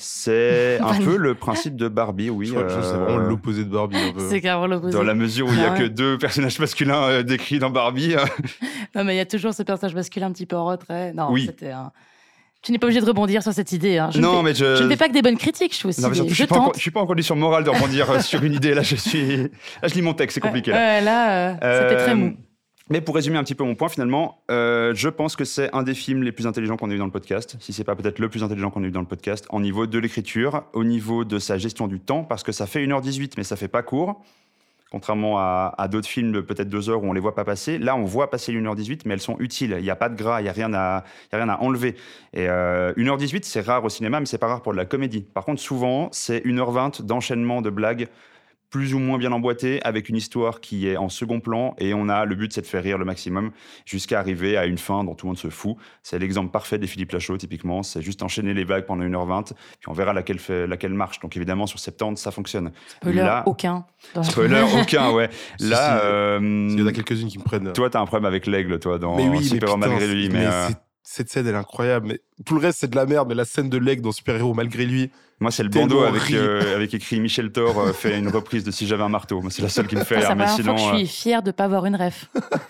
C'est un peu le principe de Barbie, oui. Je crois que c'est euh, vraiment l'opposé de Barbie. Un peu. C'est carrément l'opposé. Dans la mesure où il n'y a Ah que ouais. deux personnages masculins euh, décrits dans Barbie. euh. Non, mais il y a toujours ce personnage masculin un petit peu en retrait. Non, Oui. c'était un... Tu n'es pas obligé de rebondir sur cette idée. Hein. Je Non, ne fais... mais je- je ne fais pas que des bonnes critiques, je fais aussi Non, mais des... surtout, je Je suis pas encore- tente. je suis pas en condition morale de rebondir euh, sur une idée. Là, je suis. Là, je lis mon texte, c'est compliqué. Ouais, là. ouais, là, euh, c'était très Euh, mou. Mais pour résumer un petit peu mon point, finalement, euh, je pense que c'est un des films les plus intelligents qu'on ait eu dans le podcast, si c'est pas peut-être le plus intelligent qu'on ait eu dans le podcast, en niveau de l'écriture, au niveau de sa gestion du temps, parce que ça fait une heure dix-huit, mais ça fait pas court. Contrairement à, à d'autres films de peut-être deux heures où on les voit pas passer, là on voit passer une heure dix-huit, mais elles sont utiles. Il n'y a pas de gras, il n'y a, rien à- il y a rien à enlever. Et euh, une heure dix-huit, c'est rare au cinéma, mais c'est pas rare pour de la comédie. Par contre, souvent, c'est une heure vingt d'enchaînement de blagues plus ou moins bien emboîtées, avec une histoire qui est en second plan, et on a le but, c'est de faire rire le maximum, jusqu'à arriver à une fin dont tout le monde se fout. C'est l'exemple parfait des Philippe Lachaud, typiquement. C'est juste enchaîner les blagues pendant une heure vingt, puis on verra laquelle, fait, laquelle marche. Donc évidemment, sur soixante-dix, ça fonctionne. Spoiler, Là- aucun. Dans- Spoiler, aucun, ouais. Si, Là, si. euh, Il y en a quelques-unes qui me prennent. toi, t'as un problème avec l'aigle, toi, dans mais oui, mais Super-héros putain, malgré lui. c'est- Mais, mais euh, c'est- cette scène, elle est incroyable. Mais tout le reste, c'est de la merde. Mais la scène de Leg dans Super Héros malgré lui. moi, c'est le tellement bandeau avec, ri. euh, avec écrit Michel Thor euh, fait une reprise de Si j'avais un marteau. Moi, c'est la seule qui me fait Ah, c'est rire. la Mais première fois sinon, que je euh, suis fière de ne pas avoir une ref.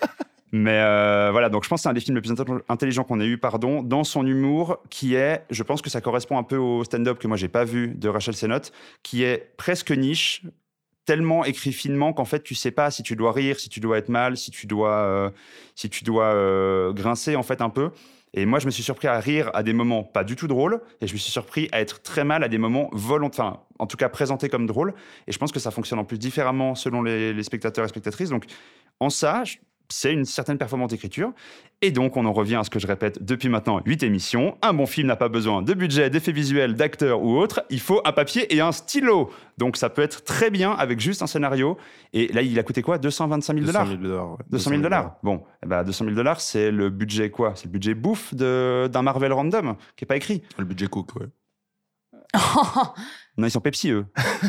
Mais euh, voilà, donc je pense que c'est un des films les plus intelli- intelligents qu'on ait eu, pardon, dans son humour, qui est, je pense que ça correspond un peu au stand-up que moi j'ai pas vu de Rachel Sennott, qui est presque niche, tellement écrit finement qu'en fait tu sais pas si tu dois rire, si tu dois être mal, si tu dois, euh, si tu dois euh, grincer en fait un peu. Et moi, je me suis surpris à rire à des moments pas du tout drôles, et je me suis surpris à être très mal à des moments volontaires, enfin, en tout cas présentés comme drôles. Et je pense que ça fonctionne en plus différemment selon les, les spectateurs et spectatrices. Donc, en ça, je- c'est une certaine performance d'écriture. Et donc, on en revient à ce que je répète depuis maintenant huit émissions. Un bon film n'a pas besoin de budget, d'effets visuels, d'acteurs ou autre. Il faut un papier et un stylo. Donc, ça peut être très bien avec juste un scénario. Et là, il a coûté quoi deux cent vingt-cinq mille dollars deux cent mille dollars. ouais. deux cent mille dollars. Bon, eh ben, deux cent mille dollars, c'est le budget quoi? C'est le budget bouffe de, d'un Marvel random qui n'est pas écrit. Le budget Coke, ouais. Non, ils sont Pepsi, eux.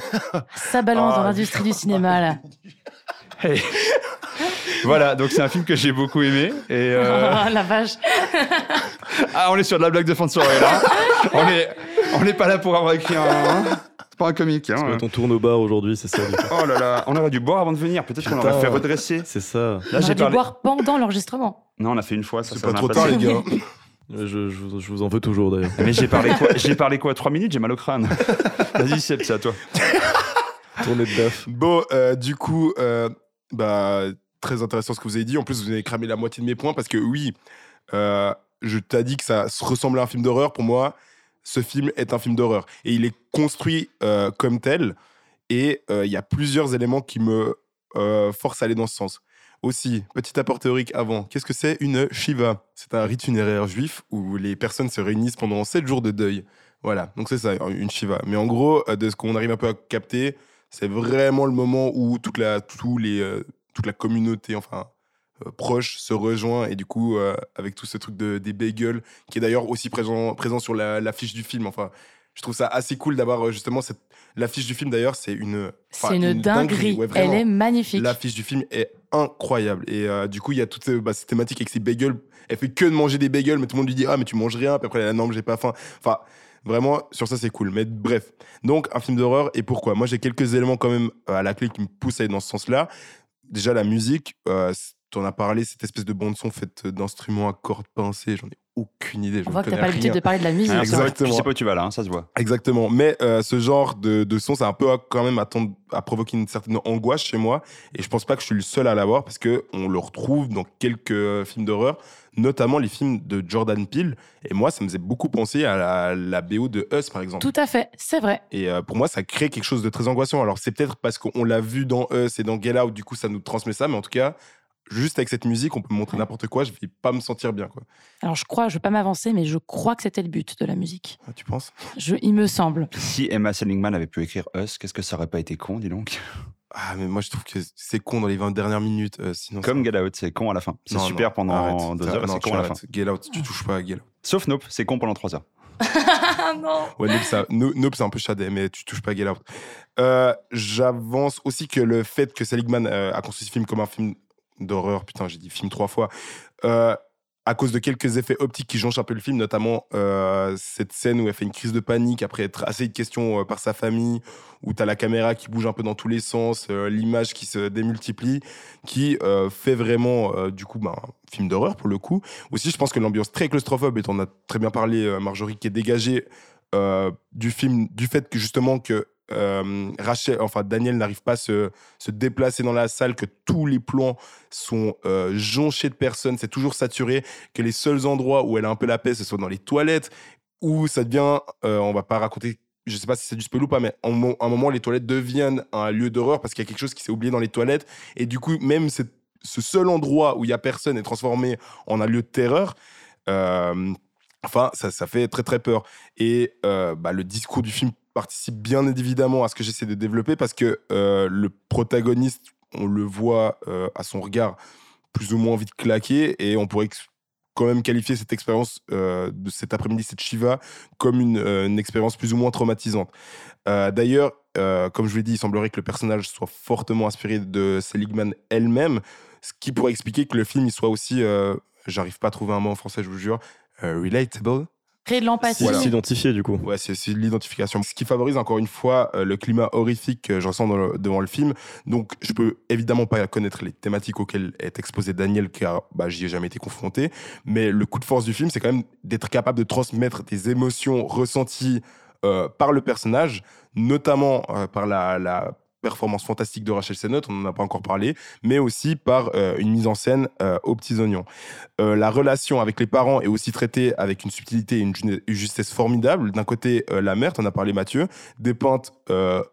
Ça balance Ah, dans l'industrie du cinéma, là. Hey. Voilà, donc c'est un film que j'ai beaucoup aimé. Et euh, Oh, la vache. ah, on est sur de la blague de fin de soirée, là. On est, on n'est pas là pour avoir écrit un... C'est pas un comique. Hein. Parce que on tourne au bar aujourd'hui, c'est ça. du coup. Oh là là, on aurait dû boire avant de venir. Peut-être qu'on Putain. aurait fait redresser. C'est ça. Là, On j'ai aurait dû parlé... boire pendant l'enregistrement. Non, on a fait une fois. Ça, C'est ça pas m'a trop passé. tard, les gars. Je, je vous- je vous en veux toujours d'ailleurs. Mais j'ai parlé quoi J'ai parlé quoi Trois minutes, j'ai mal au crâne. Vas-y, Seb, c'est à toi. Tournée de daf. Bon, euh, du coup, euh, bah, très intéressant ce que vous avez dit. En plus, vous avez cramé la moitié de mes points parce que oui, euh, je t'ai dit que ça se ressemblait à un film d'horreur. Pour moi, ce film est un film d'horreur. Et il est construit euh, comme tel. Et euh, il y a plusieurs éléments qui me euh, forcent à aller dans ce sens. Aussi, petit apport théorique avant, qu'est-ce que c'est une Shiva? C'est un rite funéraire juif où les personnes se réunissent pendant sept jours de deuil. Voilà, donc c'est ça, une Shiva. Mais en gros, euh, de ce qu'on arrive un peu à capter, c'est vraiment le moment où toute la, tous les, euh, toute la communauté, enfin, euh, proche, se rejoint. Et du coup, euh, avec tout ce truc de, des bagels, qui est d'ailleurs aussi présent, présent sur la- l'affiche du film. Enfin, je trouve ça assez cool d'avoir euh, justement cette... L'affiche du film, d'ailleurs, c'est une... enfin, C'est une, dinguerie. ouais, Elle vraiment. est magnifique. L'affiche du film est incroyable. Et euh, du coup, il y a toute euh, bah, cette thématique avec ses bagels. Elle fait que de manger des bagels, mais tout le monde lui dit « Ah, mais tu manges rien ». Puis après, elle a « Non, mais j'ai pas faim ». Enfin, Vraiment, sur ça, c'est cool. Mais bref, donc un film d'horreur, et pourquoi ? Moi, j'ai quelques éléments quand même euh, à la clé qui me poussent à aller dans ce sens-là. Déjà, la musique, euh, tu en as parlé, cette espèce de bande-son faite d'instruments à cordes pincées, j'en ai aucune idée. Je On voit que connais t'as pas l'habitude rien. de parler de la musique. Ah, Exactement. Je sais pas où tu vas là, hein, ça se voit. Exactement. Mais euh, ce genre de, de son, ça a un peu à- quand même à, tendre- à provoquer une certaine angoisse chez moi. Et je pense pas que je suis le seul à l'avoir parce qu'on le retrouve dans quelques euh, films d'horreur, notamment les films de Jordan Peele. Et moi, ça me faisait beaucoup penser à la, la B O de Us, par exemple. Tout à fait, c'est vrai. Et euh, pour moi, ça crée quelque chose de très angoissant. Alors, c'est peut-être parce qu'on l'a vu dans Us et dans Get Out, du coup, ça nous transmet ça. Mais en tout cas, juste avec cette musique, on peut me montrer n'importe quoi, je vais pas me sentir bien, quoi. Alors je crois, je vais pas m'avancer, mais je crois que c'était le but de la musique. Ah, tu penses ? Je, il me semble. Si Emma Seligman avait pu écrire Us, qu'est-ce que ça aurait pas été con, dis donc. Ah, mais moi, je trouve que c'est con dans les vingt dernières minutes. euh, sinon, Comme ça... Get Out, c'est con à la fin. C'est Non, super non, pendant arrête. deux T'as- heures, non, c'est tu con à la fin. arrêtes. Get Out, tu touches pas à Get Out. Sauf Nope, c'est con pendant trois heures. Ah non. Ouais, Nope, ça, No- Nope, c'est un peu shadé, mais tu touches pas à Get Out. Euh, J'avance aussi que le fait que Seligman euh, a construit ce film comme un film d'horreur, putain, j'ai dit film trois fois, euh, à cause de quelques effets optiques qui jonchent un peu le film, notamment euh, cette scène où elle fait une crise de panique après être assaillie de questions euh, par sa famille, où t'as la caméra qui bouge un peu dans tous les sens, euh, l'image qui se démultiplie, qui euh, fait vraiment, euh, du coup, ben, un film d'horreur pour le coup. Aussi, je pense que l'ambiance très claustrophobe, et t'en as très bien parlé, euh, Marjorie, qui est dégagée euh, du film, du fait que justement que euh, Rachel, enfin Daniel n'arrive pas à se, se déplacer dans la salle, que tous les plans sont euh, jonchés de personnes, c'est toujours saturé, que les seuls endroits où elle a un peu la paix, ce soit dans les toilettes, où ça devient, euh, on va pas raconter, je sais pas si c'est du spoil ou pas, mais à un moment, à un moment, les toilettes deviennent un lieu d'horreur parce qu'il y a quelque chose qui s'est oublié dans les toilettes, et du coup même cette- ce seul endroit où il y a personne est transformé en un lieu de terreur. Euh, Enfin, ça, ça fait très très peur. Et euh, bah, le discours du film participe bien évidemment à ce que j'essaie de développer parce que euh, le protagoniste, on le voit euh, à son regard plus ou moins envie de claquer, et on pourrait ex- quand même qualifier cette expérience euh, de cet après-midi, cette Shiva, comme une, euh, une expérience plus ou moins traumatisante. Euh, D'ailleurs, euh, comme je l'ai dit, il semblerait que le personnage soit fortement inspiré de Seligman elle-même, ce qui pourrait expliquer que le film il soit aussi, euh, j'arrive pas à trouver un mot en français, je vous jure, euh, relatable. Créer de l'empathie. Voilà. S'identifier, du coup. Ouais, c'est c'est l'identification. Ce qui favorise encore une fois euh, le climat horrifique que je ressens dans le- devant le film. Donc, je peux évidemment pas connaître les thématiques auxquelles est exposé Daniel, car bah, j'y ai jamais été confronté. Mais le coup de force du film, c'est quand même d'être capable de transmettre des émotions ressenties euh, par le personnage, notamment euh, par la, la performance fantastique de Rachel Sennott, on n'en a pas encore parlé, mais aussi par euh, une mise en scène euh, aux petits oignons. Euh, la relation avec les parents est aussi traitée avec une subtilité et une, ju- une justesse formidable. D'un côté, euh, la mère, t'en as parlé Mathieu, dépeinte... Euh,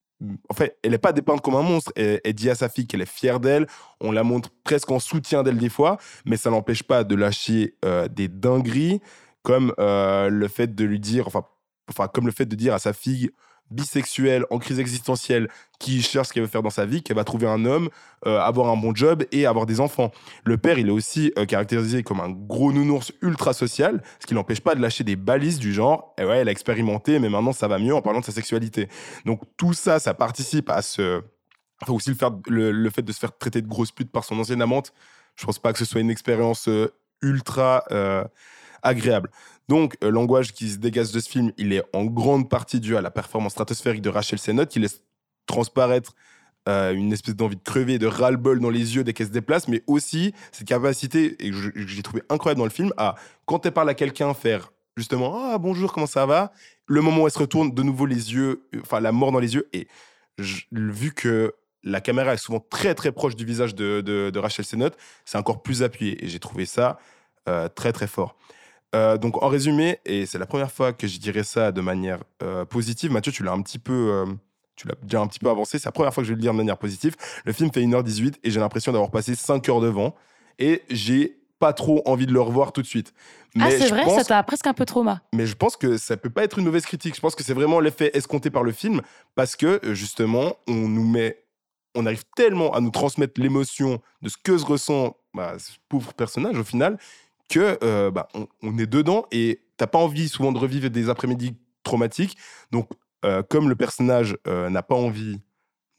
en fait, elle n'est pas dépeinte comme un monstre. Elle, elle dit à sa fille qu'elle est fière d'elle. On la montre presque en soutien d'elle des fois, mais ça n'empêche pas de lâcher euh, des dingueries, comme euh, le fait de lui dire, enfin, enfin, comme le fait de dire à sa fille bisexuelle, en crise existentielle, qui cherche ce qu'elle veut faire dans sa vie, qu'elle va trouver un homme, euh, avoir un bon job et avoir des enfants. Le père, il est aussi euh, caractérisé comme un gros nounours ultra social, ce qui l'empêche pas de lâcher des balises du genre eh « ouais, elle a expérimenté, mais maintenant ça va mieux en parlant de sa sexualité ». Donc tout ça, ça participe à ce... Enfin aussi le, faire, le, le fait de se faire traiter de grosse pute par son ancienne amante, je pense pas que ce soit une expérience euh, ultra euh, agréable. Donc, euh, l'angoisse qui se dégage de ce film, il est en grande partie dû à la performance stratosphérique de Rachel Sennott, qui laisse transparaître euh, une espèce d'envie de crever, de ras-le-bol dans les yeux dès qu'elle se déplace, mais aussi cette capacité, et que je- que j'ai trouvé incroyable dans le film, à, quand elle parle à quelqu'un, faire justement « Ah, bonjour, comment ça va ?» Le moment où elle se retourne, de nouveau les yeux, enfin la mort dans les yeux, et je- vu que la caméra est souvent très très proche du visage de, de, de Rachel Sennott, c'est encore plus appuyé, et j'ai trouvé ça euh, très très fort. Euh, donc en résumé, et c'est la première fois que je dirais ça de manière euh, positive, Mathieu, tu l'as un petit peu, euh, tu l'as déjà un petit peu avancé, c'est la première fois que je vais le dire de manière positive. Le film fait une heure dix-huit et j'ai l'impression d'avoir passé cinq heures devant, et j'ai pas trop envie de le revoir tout de suite. Mais Ah, c'est je vrai, pense- ça t'a presque un peu trauma. mais je pense que ça peut pas être une mauvaise critique. Je pense que c'est vraiment l'effet escompté par le film, parce que euh, justement, on nous met, on arrive tellement à nous transmettre l'émotion de ce que se ressent bah, ce pauvre personnage au final, que euh, bah, on, on est dedans et t'as pas envie souvent de revivre des après-midi traumatiques. Donc, euh, comme le personnage euh, n'a pas envie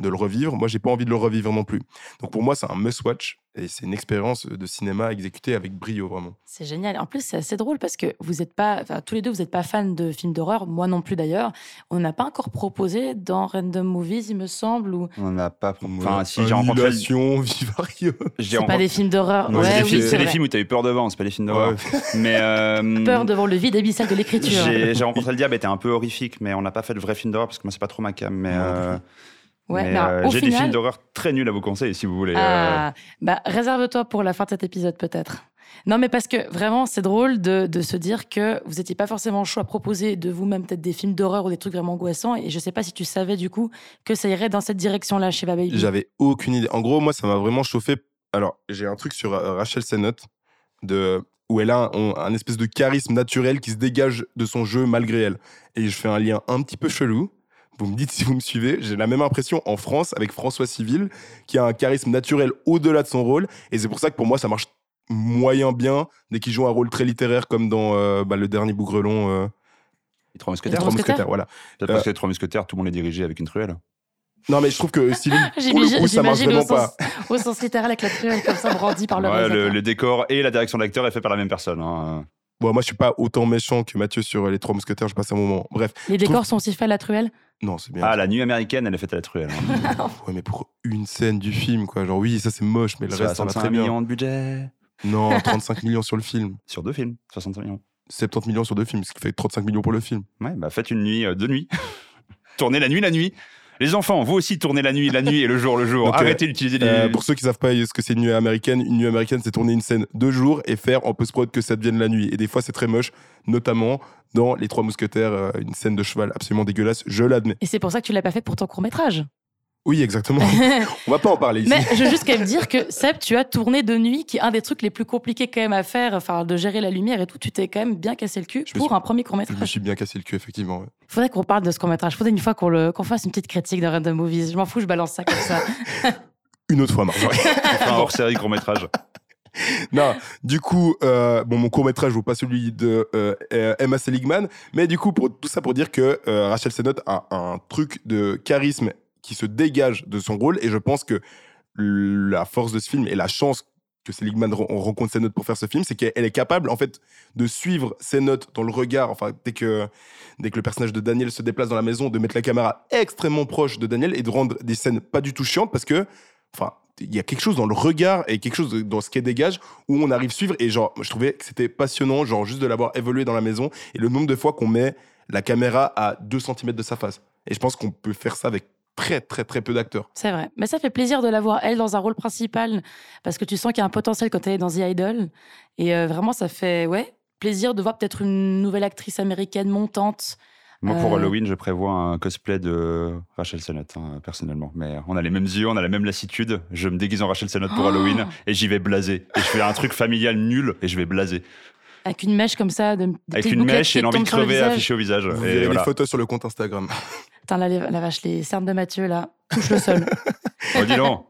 de le revivre. Moi, j'ai pas envie de le revivre non plus. Donc pour moi, c'est un must-watch et c'est une expérience de cinéma exécutée avec brio, vraiment. C'est génial. En plus, c'est assez drôle parce que vous êtes pas, enfin, tous les deux, vous n'êtes pas fans de films d'horreur. Moi non plus d'ailleurs. On n'a pas encore proposé dans Random Movies, il me semble. Ou... On n'a pas. Enfin, si j'ai rencontré. Annihilation, Vivarium. C'est rencontré... pas des films d'horreur. Non, ouais, c'est des, oui, films, c'est c'est des films où tu as eu peur devant, c'est pas des films d'horreur. Ouais. Mais euh... peur devant le vide abyssal de l'écriture. J'ai, j'ai rencontré le diable, était un peu horrifique, mais on n'a pas fait de vrai film d'horreur parce que moi, c'est pas trop ma cam. Mais. Euh... Ouais, mais bah, euh, j'ai final... des films d'horreur très nuls à vous conseiller si vous voulez. Ah, euh... bah, réserve-toi pour la fin de cet épisode peut-être. Non, mais parce que vraiment, c'est drôle de, de se dire que vous n'étiez pas forcément chaud à proposer de vous-même peut-être des films d'horreur ou des trucs vraiment angoissants. Et je sais pas si tu savais du coup que ça irait dans cette direction-là chez Baby. J'avais aucune idée. En gros, moi, ça m'a vraiment chauffé. Alors, j'ai un truc sur euh, Rachel Sennott de... où elle a un, un espèce de charisme naturel qui se dégage de son jeu malgré elle. Et je fais un lien un petit peu chelou. Vous me dites si vous me suivez. J'ai la même impression en France avec François Civil, qui a un charisme naturel au-delà de son rôle. Et c'est pour ça que pour moi, ça marche moyen bien dès qu'il joue un rôle très littéraire comme dans euh, bah, le dernier Bougrelon. Euh... Les Trois Mousquetaires. Les Trois Mousquetaires, voilà. Peut-être parce que les Trois Mousquetaires, tout le monde est dirigé avec une truelle. Non, mais je trouve que Civil, pour le coup, ça marche vraiment au pas. Sens, au sens littéral, avec la truelle comme ça brandie par le ouais, réalisateur. Le, le décor et la direction d'acteur est fait par la même personne. Hein. Bon, moi, je suis pas autant méchant que Mathieu sur les Trois Mousquetaires. Je passe un moment. Bref. Les décors trouve... sont aussi faits à la truelle. Non, c'est bien. Ah, la nuit américaine, elle est faite à la truelle. Hein. Ouais, mais pour une scène du film, quoi. Genre, oui, ça c'est moche, mais le reste, ça va très bien. millions de budget. Non, trente-cinq millions sur le film. Sur deux films, soixante-cinq millions. soixante-dix millions sur deux films, ce qui fait trente-cinq millions pour le film. Ouais, bah faites une nuit, euh, deux nuits. Tournez la nuit, la nuit. Les enfants, vous aussi tournez la nuit, la nuit et le jour, le jour. Donc, arrêtez euh, d'utiliser des... Euh, pour ceux qui savent pas ce que c'est une nuit américaine, une nuit américaine, c'est tourner une scène deux jours et faire en post-prod que ça devienne la nuit. Et des fois, c'est très moche, notamment dans Les Trois Mousquetaires, euh, une scène de cheval absolument dégueulasse, je l'admets. Et c'est pour ça que tu l'as pas fait pour ton court-métrage. Oui, exactement. On va pas en parler ici. Mais je veux juste quand même dire que, Seb, tu as tourné de nuit, qui est un des trucs les plus compliqués quand même à faire, enfin, de gérer la lumière et tout. Tu t'es quand même bien cassé le cul je pour suis... un premier court-métrage. Je me suis bien cassé le cul, effectivement. Ouais. Faudrait qu'on parle de ce court-métrage. Faudrait une fois qu'on, le... qu'on fasse une petite critique de Random Movies. Je m'en fous, je balance ça comme ça. Une autre fois, Marjorie. On fera un hors-série court-métrage. Non, du coup, euh, bon, mon court-métrage vaut pas celui de euh, Emma Seligman, mais du coup, pour, tout ça pour dire que euh, Rachel Sennott a un truc de charisme qui se dégage de son rôle, et je pense que la force de ce film et la chance que Seligman rencontre Sennott pour faire ce film, c'est qu'elle est capable, en fait, de suivre Sennott dans le regard, enfin, dès que, dès que le personnage de Daniel se déplace dans la maison, de mettre la caméra extrêmement proche de Daniel et de rendre des scènes pas du tout chiantes, parce que, enfin, il y a quelque chose dans le regard et quelque chose dans ce qu'elle dégage où on arrive à suivre, et genre, je trouvais que c'était passionnant, genre, juste de l'avoir évolué dans la maison, et le nombre de fois qu'on met la caméra à deux centimètres de sa face. Et je pense qu'on peut faire ça avec très, très, très peu d'acteurs. C'est vrai. Mais ça fait plaisir de la voir, elle, dans un rôle principal, parce que tu sens qu'il y a un potentiel quand elle est dans The Idol. Et euh, vraiment, ça fait ouais, plaisir de voir peut-être une nouvelle actrice américaine montante. Moi, pour euh... Halloween, je prévois un cosplay de Rachel Sennott, hein, personnellement. Mais on a les mêmes yeux, on a la même lassitude. Je me déguise en Rachel Sennott pour oh Halloween et j'y vais blaser. Et je fais un truc familial nul et je vais blaser. Avec une mèche comme ça, de, avec une mèche et l'envie de crever affichée au visage. Vous et verrez voilà. les photos sur le compte Instagram. Putain, là, la vache, les cernes de Mathieu, là, touche le sol. Oh, dis donc.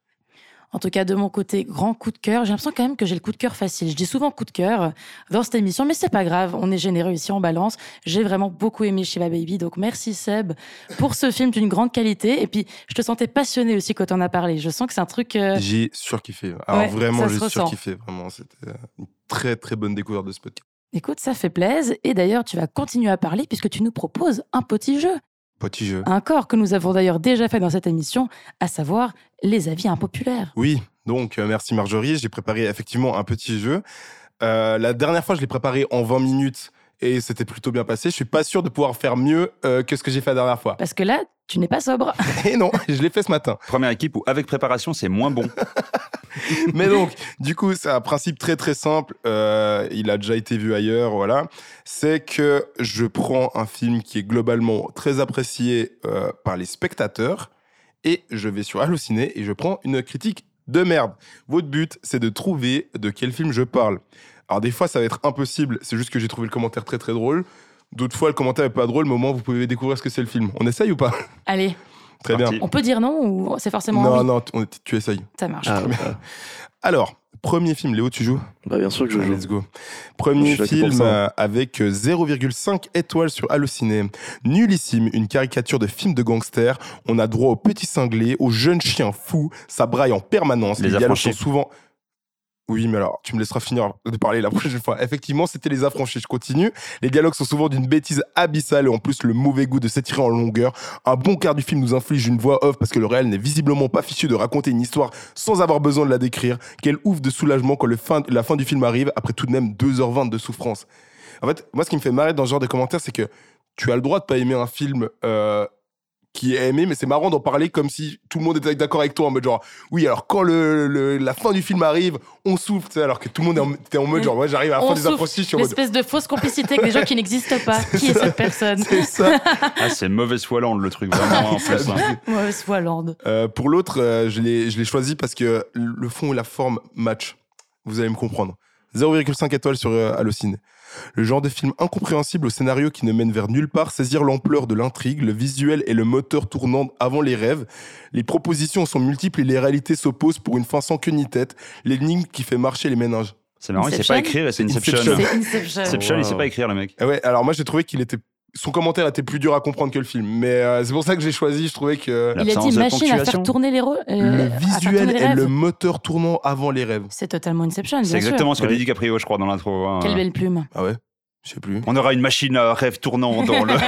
En tout cas, de mon côté, grand coup de cœur. J'ai l'impression quand même que j'ai le coup de cœur facile. Je dis souvent coup de cœur dans cette émission, mais c'est pas grave. On est généreux ici, on balance. J'ai vraiment beaucoup aimé Shiva Baby. Donc, merci Seb pour ce film d'une grande qualité. Et puis, je te sentais passionné aussi quand on a parlé. Je sens que c'est un truc... Euh... J'ai surkiffé. Alors, ouais, vraiment, j'ai surkiffé. Vraiment, c'était une très, très bonne découverte de ce podcast. Écoute, ça fait plaisir. Et d'ailleurs, tu vas continuer à parler puisque tu nous proposes un petit jeu. Petit jeu. Un corps que nous avons d'ailleurs déjà fait dans cette émission, à savoir les avis impopulaires. Oui, donc euh, merci Marjorie. J'ai préparé effectivement un petit jeu. Euh, la dernière fois, je l'ai préparé en vingt minutes et c'était plutôt bien passé. Je suis pas sûr de pouvoir faire mieux euh, que ce que j'ai fait la dernière fois. Parce que là, tu n'es pas sobre. Et non, je l'ai fait ce matin. Première équipe où avec préparation, c'est moins bon. Mais donc, du coup, c'est un principe très très simple. Euh, il a déjà été vu ailleurs, voilà. C'est que je prends un film qui est globalement très apprécié euh, par les spectateurs et je vais sur Allociné et je prends une critique de merde. Votre but, c'est de trouver de quel film je parle. Alors des fois, ça va être impossible. C'est juste que j'ai trouvé le commentaire très très drôle. D'autres fois, le commentaire est pas drôle, mais au moins vous pouvez découvrir ce que c'est le film. On essaye ou pas ? Allez. Très bien. On peut dire non ou c'est forcément non, oui ? Non, non, tu essayes. Ça marche. Ah, très bien. Alors, Premier film, Léo, tu joues? Bah, bien sûr que je Ah, joue. let's go. Premier Je suis là que pour film ça. euh, avec euh, zéro virgule cinq étoiles sur Allociné. Nullissime, une caricature de film de gangster. On a droit au petit cinglé, au jeune chien fou. Ça braille en permanence. Les Les dialogues sont Affranchis. souvent... Oui, mais alors, tu me laisseras finir de parler la prochaine fois. Effectivement, c'était Les Affranchis. Je continue. Les dialogues sont souvent d'une bêtise abyssale et en plus, le mauvais goût de s'étirer en longueur. Un bon quart du film nous inflige une voix off parce que le réel n'est visiblement pas fichu de raconter une histoire sans avoir besoin de la décrire. Quel ouf de soulagement quand le fin, la fin du film arrive après tout de même deux heures vingt de souffrance. En fait, moi, ce qui me fait marrer dans ce genre de commentaires, c'est que tu as le droit de pas aimer un film euh, qui est aimé, mais c'est marrant d'en parler comme si tout le monde était d'accord avec toi, en mode genre, oui, alors quand le, le- la fin du film arrive, on souffle, tu sais, alors que tout le monde est en, était en mode genre, ouais, j'arrive à la On fin des souffle. Affranchis, je suis en mode, L'espèce de fausse complicité avec des gens qui n'existent pas. Qui est cette personne? c'est ça. Ah, c'est mauvaise foi lande, le truc, vraiment, en plus. hein. Mauvaise foi, Lord. Euh, pour l'autre, euh, je l'ai je l'ai choisi parce que le fond et la forme match. Vous allez me comprendre. zéro virgule cinq étoiles sur euh, Allociné. Le genre de film incompréhensible au scénario qui ne mène vers nulle part, saisir l'ampleur de l'intrigue, le visuel et le moteur tournant avant les rêves. Les propositions sont multiples et les réalités s'opposent pour une fin sans queue ni tête. L'énigme qui fait marcher les méninges. C'est marrant, il sait Inception pas écrire et c'est Inception. Inception. C'est Inception. Inception, il sait Wow. pas écrire, le mec. Ah ouais, alors moi j'ai trouvé qu'il était... Son commentaire était plus dur à comprendre que le film. Mais euh, c'est pour ça que j'ai choisi, je trouvais que... Il a L'absence dit de machine à ponctuation. faire tourner les rôles. Le visuel et le moteur tournant avant les rêves. C'est totalement Inception, bien C'est sûr. exactement ce que Ouais. dit DiCaprio, je crois, dans l'intro. hein. Quelle belle plume. Ah ouais? Je sais plus. On aura une machine à rêve tournant dans le.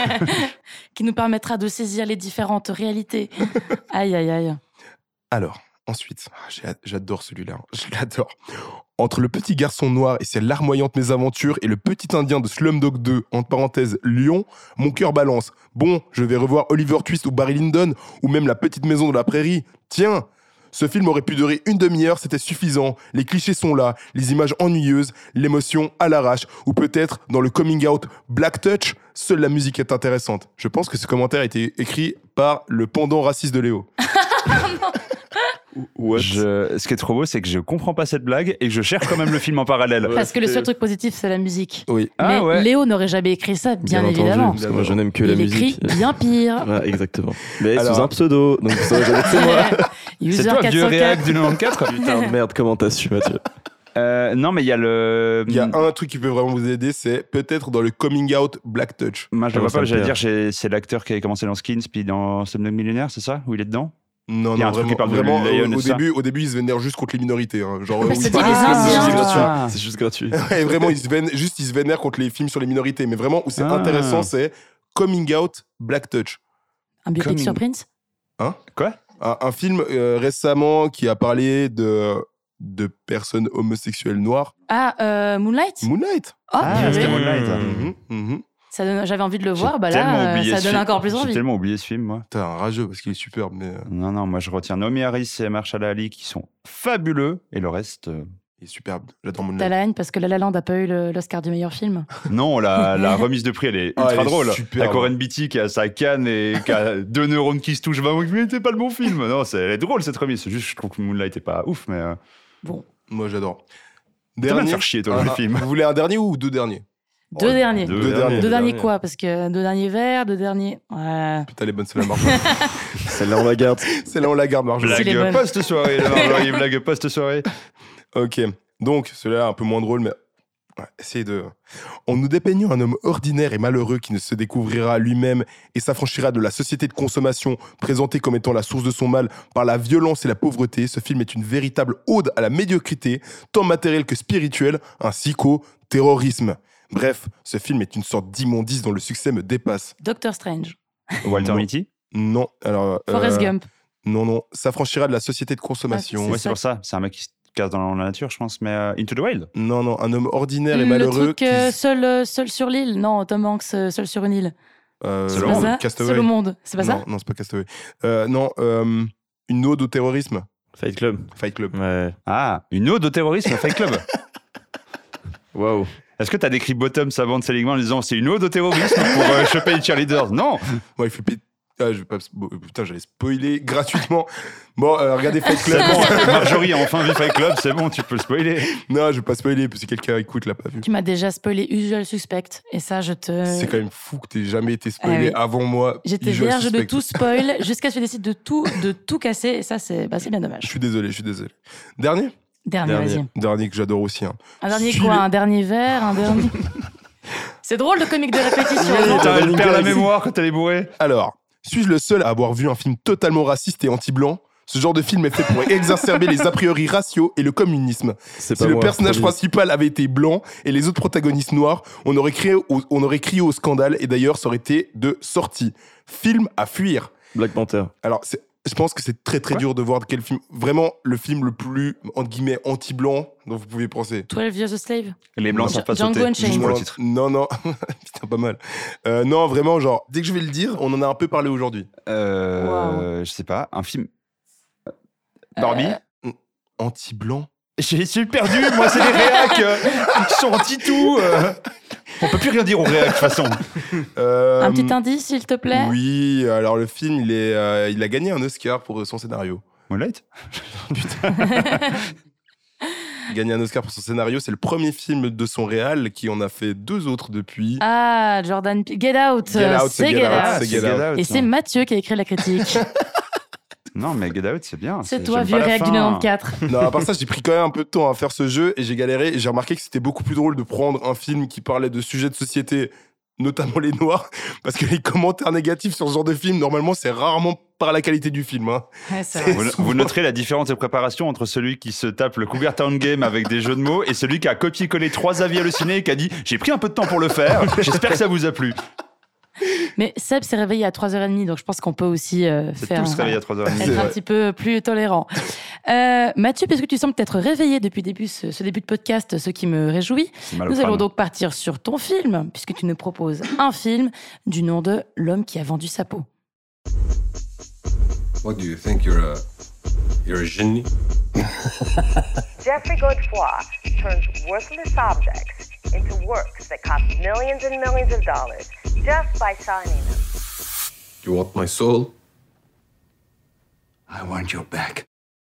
Qui nous permettra de saisir les différentes réalités. Aïe, aïe, aïe. Alors, ensuite, ah, j'ai- j'adore celui-là, je l'adore. Entre le petit garçon noir et ses larmoyantes mésaventures et le petit indien de Slumdog deux, entre parenthèses Lyon, mon cœur balance. Bon, je vais revoir Oliver Twist ou Barry Lyndon, ou même La petite maison de la prairie. Tiens, ce film aurait pu durer une demi-heure, c'était suffisant. Les clichés sont là, les images ennuyeuses, l'émotion à l'arrache, ou peut-être dans le coming out Black Touch, seule la musique est intéressante. Je pense que ce commentaire a été écrit par le pendant raciste de Léo. What? Je- Ce qui est trop beau, c'est que je comprends pas cette blague et que je cherche quand même le film en parallèle. Parce que le seul truc positif, c'est la musique. Oui. Ah Mais ouais. Léo n'aurait jamais écrit ça, bien, entendu, évidemment. parce que moi, je n'aime que la Il musique. écrit bien pire. Ouais, exactement. Mais Alors- sous un pseudo, donc vous saurez jamais que c'est moi. C'est User toi, vieux réac quatre cent quatre. du quatre-vingt-quatorze. Putain de merde, comment t'as su, Mathieu? Euh, non, mais il y a le. Il y a un truc qui peut vraiment vous aider, c'est peut-être dans le coming out Black Touch. Moi, je le Ah, vois ça pas, me j'allais perd. dire, j'ai- c'est l'acteur qui avait commencé dans Skins, puis dans Slumdog Millionnaire, c'est ça? Où il est dedans? Non, Il y a non, un truc vraiment, qui parle de vraiment, Lion au, et au tout ça. début, au début, ils se vénèrent juste contre les minorités. Hein. Genre, Mais où c'est ils des parlent- Indiens. C'est juste gratuit. Ah. C'est juste gratuit. Ouais, vraiment, ils se vénèrent, juste ils se vénèrent contre les films sur les minorités. Mais vraiment, où c'est Ah. intéressant, c'est coming out Black Touch. Un biopic Coming. sur Prince. Quoi? Un, un film euh, récemment qui a parlé de, de personnes homosexuelles noires. Ah, euh, Moonlight. Moonlight. Oh, Ah, purée. c'était Moonlight. Mhm, mhm. Ça donne- J'avais envie de le J'ai voir, bah tellement là, euh, oublié ça ce donne film. encore plus J'ai envie. tellement oublié ce film, moi. T'es un rageux parce qu'il est superbe, mais euh, Non, non, moi je retiens Naomi Harris et Mahershala Ali qui sont fabuleux, et le reste. euh, il est superbe. J'adore T'as Moonlight. la haine parce que La La Land n'a pas eu le- l'Oscar du meilleur film. Non, la, la remise de prix, elle est Ah, ultra elle est drôle. superbe. Avec Warren Beatty qui a sa canne et qui a deux neurones qui se touchent. Bah, mais c'était pas le bon film. Non, c'est, elle est drôle cette remise. C'est juste, je trouve que Moonlight est pas ouf, mais. euh, Bon, Moi, j'adore. T'as bien de faire chier, toi, Ah, le ah, film. Vous voulez un dernier ou deux derniers? deux derniers. deux Deux derniers. Deux derniers quoi? Parce que deux derniers verts, deux derniers. Ouais. Putain, les bonnes, c'est la marche. Celle-là, on la garde. Celle-là, on la garde, Marjorie. C'est les Blague bonnes. post-soirée, la Marjorie, blague post-soirée. Ok, donc celui-là un peu moins drôle, mais ouais, essayez de. En nous dépeignant un homme ordinaire et malheureux qui ne se découvrira lui-même et s'affranchira de la société de consommation présentée comme étant la source de son mal par la violence et la pauvreté, ce film est une véritable ode à la médiocrité, tant matérielle que spirituelle, ainsi qu'au terrorisme. Bref, ce film est une sorte d'immondice dont le succès me dépasse. Doctor Strange. Walter Non. Mitty. Non, alors. euh, Forrest Gump. Non, non, s'affranchira de la société de consommation. Ah, Ouais, c'est pour ça. C'est un mec qui se casse dans la nature, je pense. Mais euh, Into the Wild. Non, non, un homme ordinaire et Le malheureux. truc euh, qui... seul, euh, seul sur l'île. Non, Tom Hanks, euh, seul sur une île. euh, C'est C'est le pas monde. ça. Castaway. Seul au monde. C'est pas non, ça? non, c'est pas Castaway. Euh, non, euh, une ode au terrorisme. Fight Club. Fight Club. Ouais. Ah, une ode au terrorisme, Fight Club. Waouh. Est-ce que t'as décrit Bottom avant de Seligman en disant c'est une ode au terrorisme pour euh, choper les cheerleaders? Non. Moi, il fait pét- ah, je vais pas... bon, putain, j'allais spoiler gratuitement. Bon, euh, regardez Fight Club. C'est bon, Marjorie a enfin vu Fight Club, c'est bon, tu peux le spoiler. Non, je vais pas spoiler parce que quelqu'un écoute l'a pas vu. Tu m'as déjà spoilé Usual Suspect. Et ça, je te. C'est quand même fou que t'aies jamais été spoilé Ah oui. avant moi. J'étais Usual vierge de Suspect. tout spoil jusqu'à ce que je décide de tout, de tout casser. Et ça, c'est bah, c'est bien Je dommage. suis désolé, je suis désolé. Dernier Dernier, vas-y. Dernier que j'adore aussi. Hein. Un dernier Suis quoi le- Un dernier verre Un dernier... C'est drôle le comique de répétition. non Putain, elle perd la Vas-y. mémoire quand elle est bourrée. Alors, suis-je le seul à avoir vu un film totalement raciste et anti-blanc ? Ce genre de film est fait pour exacerber les a priori raciaux et le communisme. C'est Si pas le moi, personnage promis. principal avait été blanc et les autres protagonistes noirs, on aurait, créé au- on aurait crié au scandale et d'ailleurs ça aurait été de sortie. Film à fuir. Black Panther. Alors, c'est- je pense que c'est très très Quoi dur de voir quel film, vraiment le film le plus, entre guillemets, anti-blanc dont vous pouvez penser. twelve Years a Slave. Les blancs Django savent pas sauter. Unchained. Juste pour le non, titre. non, non. Putain, pas mal. Euh, non, vraiment, genre, dès que je vais le dire, on en a un peu parlé aujourd'hui. Euh, Je sais pas, un film. Barbie. Euh, Anti-blanc. J'ai suis perdu, moi c'est les réacs. euh, Ils sont anti-tout. euh. On peut plus rien dire aux réacs de toute façon. Euh, Un petit indice, s'il te plaît. Oui, alors le film, il, est, euh, il a gagné un Oscar pour son scénario. Moonlight. Il a gagné un Oscar pour son scénario. C'est le premier film de son réal qui en a fait deux autres depuis. Ah, Jordan P- Get Out. Get Out, c'est c'est Get, Get Out. Out, c'est Get Out. Et c'est Mathieu qui a écrit la critique. Non, mais Get Out, c'est bien. C'est toi, j'aime vieux pas la réac du fin. quatre-vingt-quatorze. Non, à part ça, j'ai pris quand même un peu de temps à faire ce jeu et j'ai galéré. Et j'ai remarqué que c'était beaucoup plus drôle de prendre un film qui parlait de sujets de société, notamment les Noirs, parce que les commentaires négatifs sur ce genre de film, normalement, c'est rarement par la qualité du film. Hein. Ouais, c'est C'est- vrai. Vous, vous noterez la différence de préparation entre celui qui se tape le Cougar Town Game avec des jeux de mots et celui qui a copié-collé trois avis hallucinés et qui a dit « J'ai pris un peu de temps pour le faire, j'espère que ça vous a plu. Mais Seb s'est réveillé à trois heures trente, donc je pense qu'on peut aussi euh, » C'est faire tous réveillés à trois heures trente. C'est être un vrai. petit peu plus tolérant. Euh, Mathieu, puisque tu sembles t'être réveillé depuis le début, ce, ce début de podcast, ce qui me réjouit, C'est mal au nous allons crâne. donc partir sur ton film, puisque tu nous proposes un film du nom de L'homme qui a vendu sa peau. What do you think? You're a you're a genie? Jeffrey Godefroy turns worthless objects into works that cost millions and millions of dollars just by signing them. You want my soul? I want your back.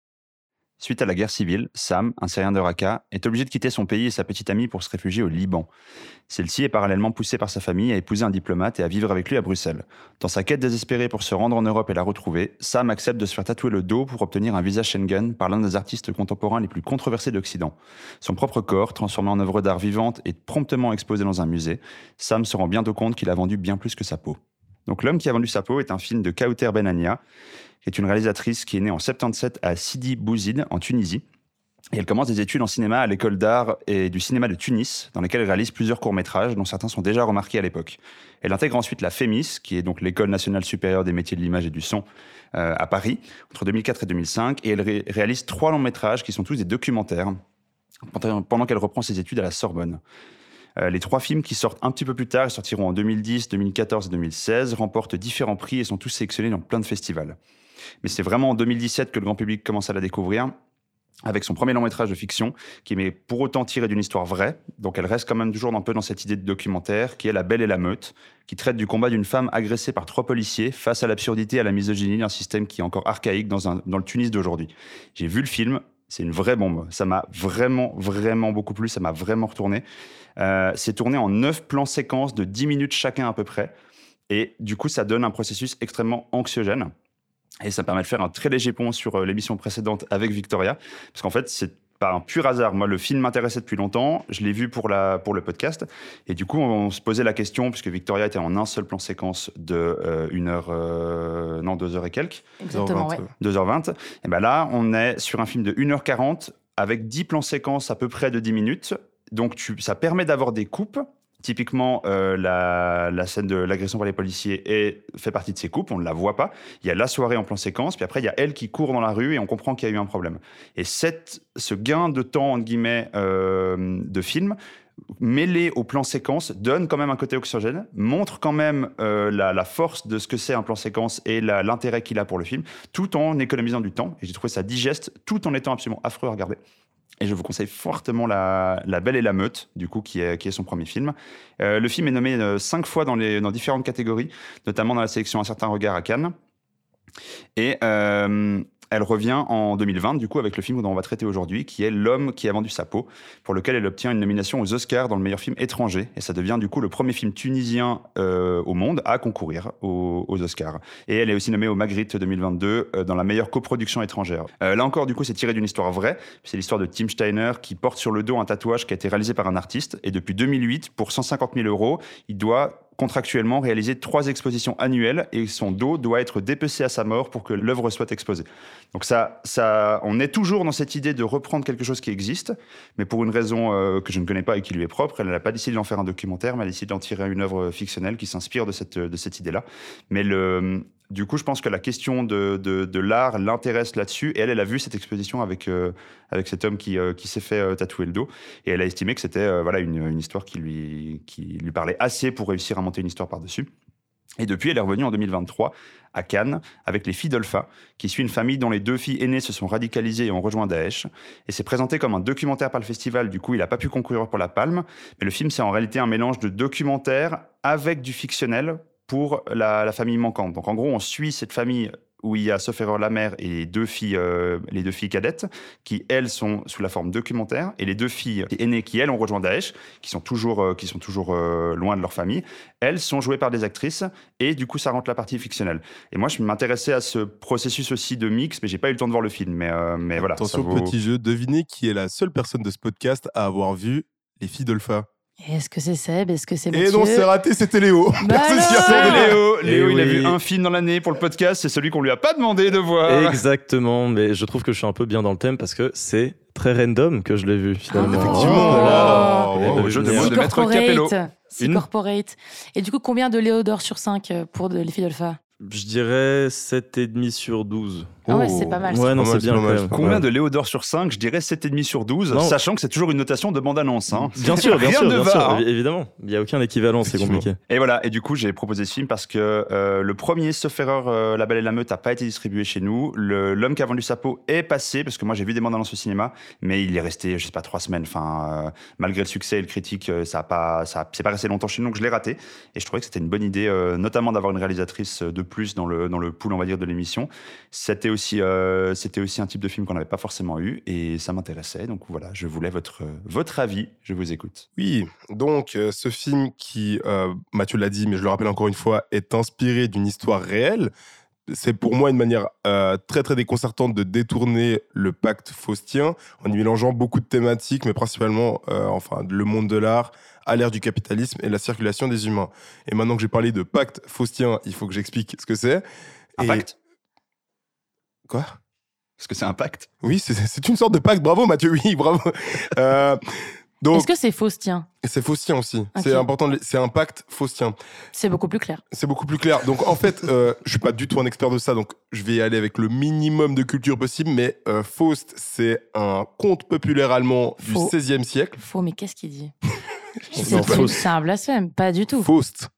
Suite à la guerre civile, Sam, un Syrien de Raqqa, est obligé de quitter son pays et sa petite amie pour se réfugier au Liban. Celle-ci est parallèlement poussée par sa famille à épouser un diplomate et à vivre avec lui à Bruxelles. Dans sa quête désespérée pour se rendre en Europe et la retrouver, Sam accepte de se faire tatouer le dos pour obtenir un visa Schengen par l'un des artistes contemporains les plus controversés d'Occident. Son propre corps, transformé en œuvre d'art vivante et promptement exposé dans un musée, Sam se rend bientôt compte qu'il a vendu bien plus que sa peau. Donc L'homme qui a vendu sa peau est un film de Kauter Benania, qui est une réalisatrice qui est née en soixante-dix-sept à Sidi Bouzid, en Tunisie. Et elle commence des études en cinéma à l'école d'art et du cinéma de Tunis, dans lesquelles elle réalise plusieurs courts-métrages, dont certains sont déjà remarqués à l'époque. Elle intègre ensuite la FEMIS, qui est donc l'École nationale supérieure des métiers de l'image et du son, euh, à Paris, entre deux mille quatre et deux mille cinq, et elle ré- réalise trois longs-métrages qui sont tous des documentaires, pendant pendant qu'elle reprend ses études à la Sorbonne. Euh, les trois films qui sortent un petit peu plus tard, ils sortiront en deux mille dix, deux mille quatorze et deux mille seize, remportent différents prix et sont tous sélectionnés dans plein de festivals. Mais c'est vraiment en deux mille dix-sept que le grand public commence à la découvrir, avec son premier long-métrage de fiction, qui est pour autant tiré d'une histoire vraie. Donc elle reste quand même toujours un peu dans cette idée de documentaire, qui est La Belle et la Meute, qui traite du combat d'une femme agressée par trois policiers face à l'absurdité et à la misogynie d'un système qui est encore archaïque dans, un, dans le Tunis d'aujourd'hui. J'ai vu le film, c'est une vraie bombe. Ça m'a vraiment, vraiment beaucoup plu, ça m'a vraiment retourné. Euh, c'est tourné en neuf plans séquences de dix minutes chacun à peu près. Et du coup, ça donne un processus extrêmement anxiogène. Et ça permet de faire un très léger pont sur l'émission précédente avec Victoria. Parce qu'en fait, c'est pas un pur hasard. Moi, le film m'intéressait depuis longtemps. Je l'ai vu pour, la, pour le podcast. Et du coup, on se posait la question, puisque Victoria était en un seul plan séquence de euh, une heure, euh, non, deux heures et quelques. Exactement, ouais. deux heures vingt. Et ben là, on est sur un film de une heure quarante avec dix plans séquences à peu près de dix minutes. Donc, tu, ça permet d'avoir des coupes. Typiquement, euh, la, la scène de l'agression par les policiers est, fait partie de ces coupes, on ne la voit pas. Il y a la soirée en plan séquence, puis après, il y a elle qui court dans la rue et on comprend qu'il y a eu un problème. Et cette, ce gain de temps, entre guillemets, euh, de film, mêlé au plan séquence, donne quand même un côté oxygène, montre quand même euh, la, la force de ce que c'est un plan séquence et la, l'intérêt qu'il a pour le film, tout en économisant du temps. Et j'ai trouvé ça digeste, tout en étant absolument affreux à regarder. Et je vous conseille fortement la, la Belle et la Meute, du coup, qui est, qui est son premier film. Euh, le film est nommé euh, cinq fois dans, les, dans différentes catégories, notamment dans la sélection Un certain regard à Cannes. Et euh, elle revient en deux mille vingt, du coup, avec le film dont on va traiter aujourd'hui, qui est L'homme qui a vendu sa peau, pour lequel elle obtient une nomination aux Oscars dans le meilleur film étranger. Et ça devient, du coup, le premier film tunisien euh, au monde à concourir aux, aux Oscars. Et elle est aussi nommée au Magritte deux mille vingt-deux euh, dans la meilleure coproduction étrangère. Euh, là encore, du coup, c'est tiré d'une histoire vraie. C'est l'histoire de Tim Steiner qui porte sur le dos un tatouage qui a été réalisé par un artiste. Et depuis deux mille huit, pour cent cinquante mille euros, il doit contractuellement réaliser trois expositions annuelles et son dos doit être dépecé à sa mort pour que l'œuvre soit exposée. Donc ça, ça, on est toujours dans cette idée de reprendre quelque chose qui existe, mais pour une raison euh, que je ne connais pas et qui lui est propre, elle n'a pas décidé d'en faire un documentaire, mais elle a décidé d'en tirer une œuvre fictionnelle qui s'inspire de cette, de cette idée-là. Mais le... Du coup, je pense que la question de, de, de l'art l'intéresse là-dessus. Et elle, elle a vu cette exposition avec, euh, avec cet homme qui, euh, qui s'est fait euh, tatouer le dos. Et elle a estimé que c'était euh, voilà, une, une histoire qui lui, qui lui parlait assez pour réussir à monter une histoire par-dessus. Et depuis, elle est revenue en deux mille vingt-trois à Cannes avec Les Filles d'Olpha, qui suit une famille dont les deux filles aînées se sont radicalisées et ont rejoint Daesh. Et c'est présenté comme un documentaire par le festival. Du coup, il n'a pas pu concourir pour la Palme. Mais le film, c'est en réalité un mélange de documentaire avec du fictionnel pour la, la famille manquante. Donc en gros, on suit cette famille où il y a sauf erreur la mère et les deux filles, euh, les deux filles cadettes, qui elles sont sous la forme documentaire, et les deux filles aînées qui elles ont rejoint Daesh, qui sont toujours, euh, qui sont toujours euh, loin de leur famille, elles sont jouées par des actrices, et du coup ça rentre la partie fictionnelle. Et moi je m'intéressais à ce processus aussi de mix, mais j'ai pas eu le temps de voir le film. Mais, euh, mais voilà. Attention, ça vaut... petit jeu, devinez qui est la seule personne de ce podcast à avoir vu Les Filles d'Olpha. Est-ce que c'est Seb? Est-ce que c'est Mathieu? Et non, c'est raté, c'était Léo. Bah Personne s'y alors attendait. Léo, Léo Eh il a oui. vu un film dans l'année pour le podcast, c'est celui qu'on lui a pas demandé de voir. Exactement, mais je trouve que je suis un peu bien dans le thème parce que c'est très random que je l'ai vu finalement. Ah, effectivement. Voilà. Oh, Et oh, je devenir- demande Si de mettre Capello. corporate. Si Une corporate. Et du coup, combien de Léo d'or sur cinq pour de- Les Filles d'Olpha? Je dirais sept virgule cinq sur douze. Ah ouais, c'est pas mal. ça. Ouais, non, Pas c'est mal, bien c'est pas quand mal, même. c'est pas Combien Ouais. de Léo d'or sur cinq? Je dirais sept virgule cinq sur douze, Non. sachant que c'est toujours une notation de bande-annonce. Hein. Bien sûr, bien Rien sûr, ne bien va, sûr, hein. évi- évidemment. Il n'y a aucun équivalent, c'est Effectivement. compliqué. Et voilà, et du coup, j'ai proposé ce film parce que euh, le premier, sauf erreur, euh, La Belle et la Meute n'a pas été distribué chez nous. Le- L'homme qui a vendu sa peau est passé, parce que moi j'ai vu des bandes annonces au cinéma, mais il est resté, je sais pas, trois semaines. Enfin, euh, malgré le succès et le critique, euh, ça a pas, ça a- c'est pas resté longtemps chez nous, donc je l'ai raté. Et je trouvais que c'était une bonne idée, euh, notamment d'avoir une réalisatrice de plus dans le, dans le pool, on va dire, de l'émission. C'était aussi, euh, c'était aussi un type de film qu'on n'avait pas forcément eu, et ça m'intéressait. Donc voilà, je voulais votre, votre avis, je vous écoute. Oui, donc euh, ce film qui, euh, Mathieu l'a dit, mais je le rappelle encore une fois, est inspiré d'une histoire réelle. C'est pour moi une manière euh, très très déconcertante de détourner le pacte faustien en y mélangeant beaucoup de thématiques, mais principalement euh, enfin, le monde de l'art à l'ère du capitalisme et la circulation des humains. Et maintenant que j'ai parlé de pacte faustien, il faut que j'explique ce que c'est. Un Et- pacte? Quoi? Parce que c'est un pacte. Oui, c'est- c'est une sorte de pacte. Bravo Mathieu, oui, bravo. Euh, donc, Est-ce que c'est Faustien? c'est faustien aussi. Ok. C'est important, de le- c'est un pacte faustien. C'est beaucoup plus clair. C'est beaucoup plus clair. Donc en fait, euh, je suis pas du tout un expert de ça, donc je vais y aller avec le minimum de culture possible. Mais euh, Faust, c'est un conte populaire allemand du Faux. seizième siècle. Faux, mais qu'est-ce qu'il dit? Non, C'est Faust. c'est un blasphème, pas du tout. Faust.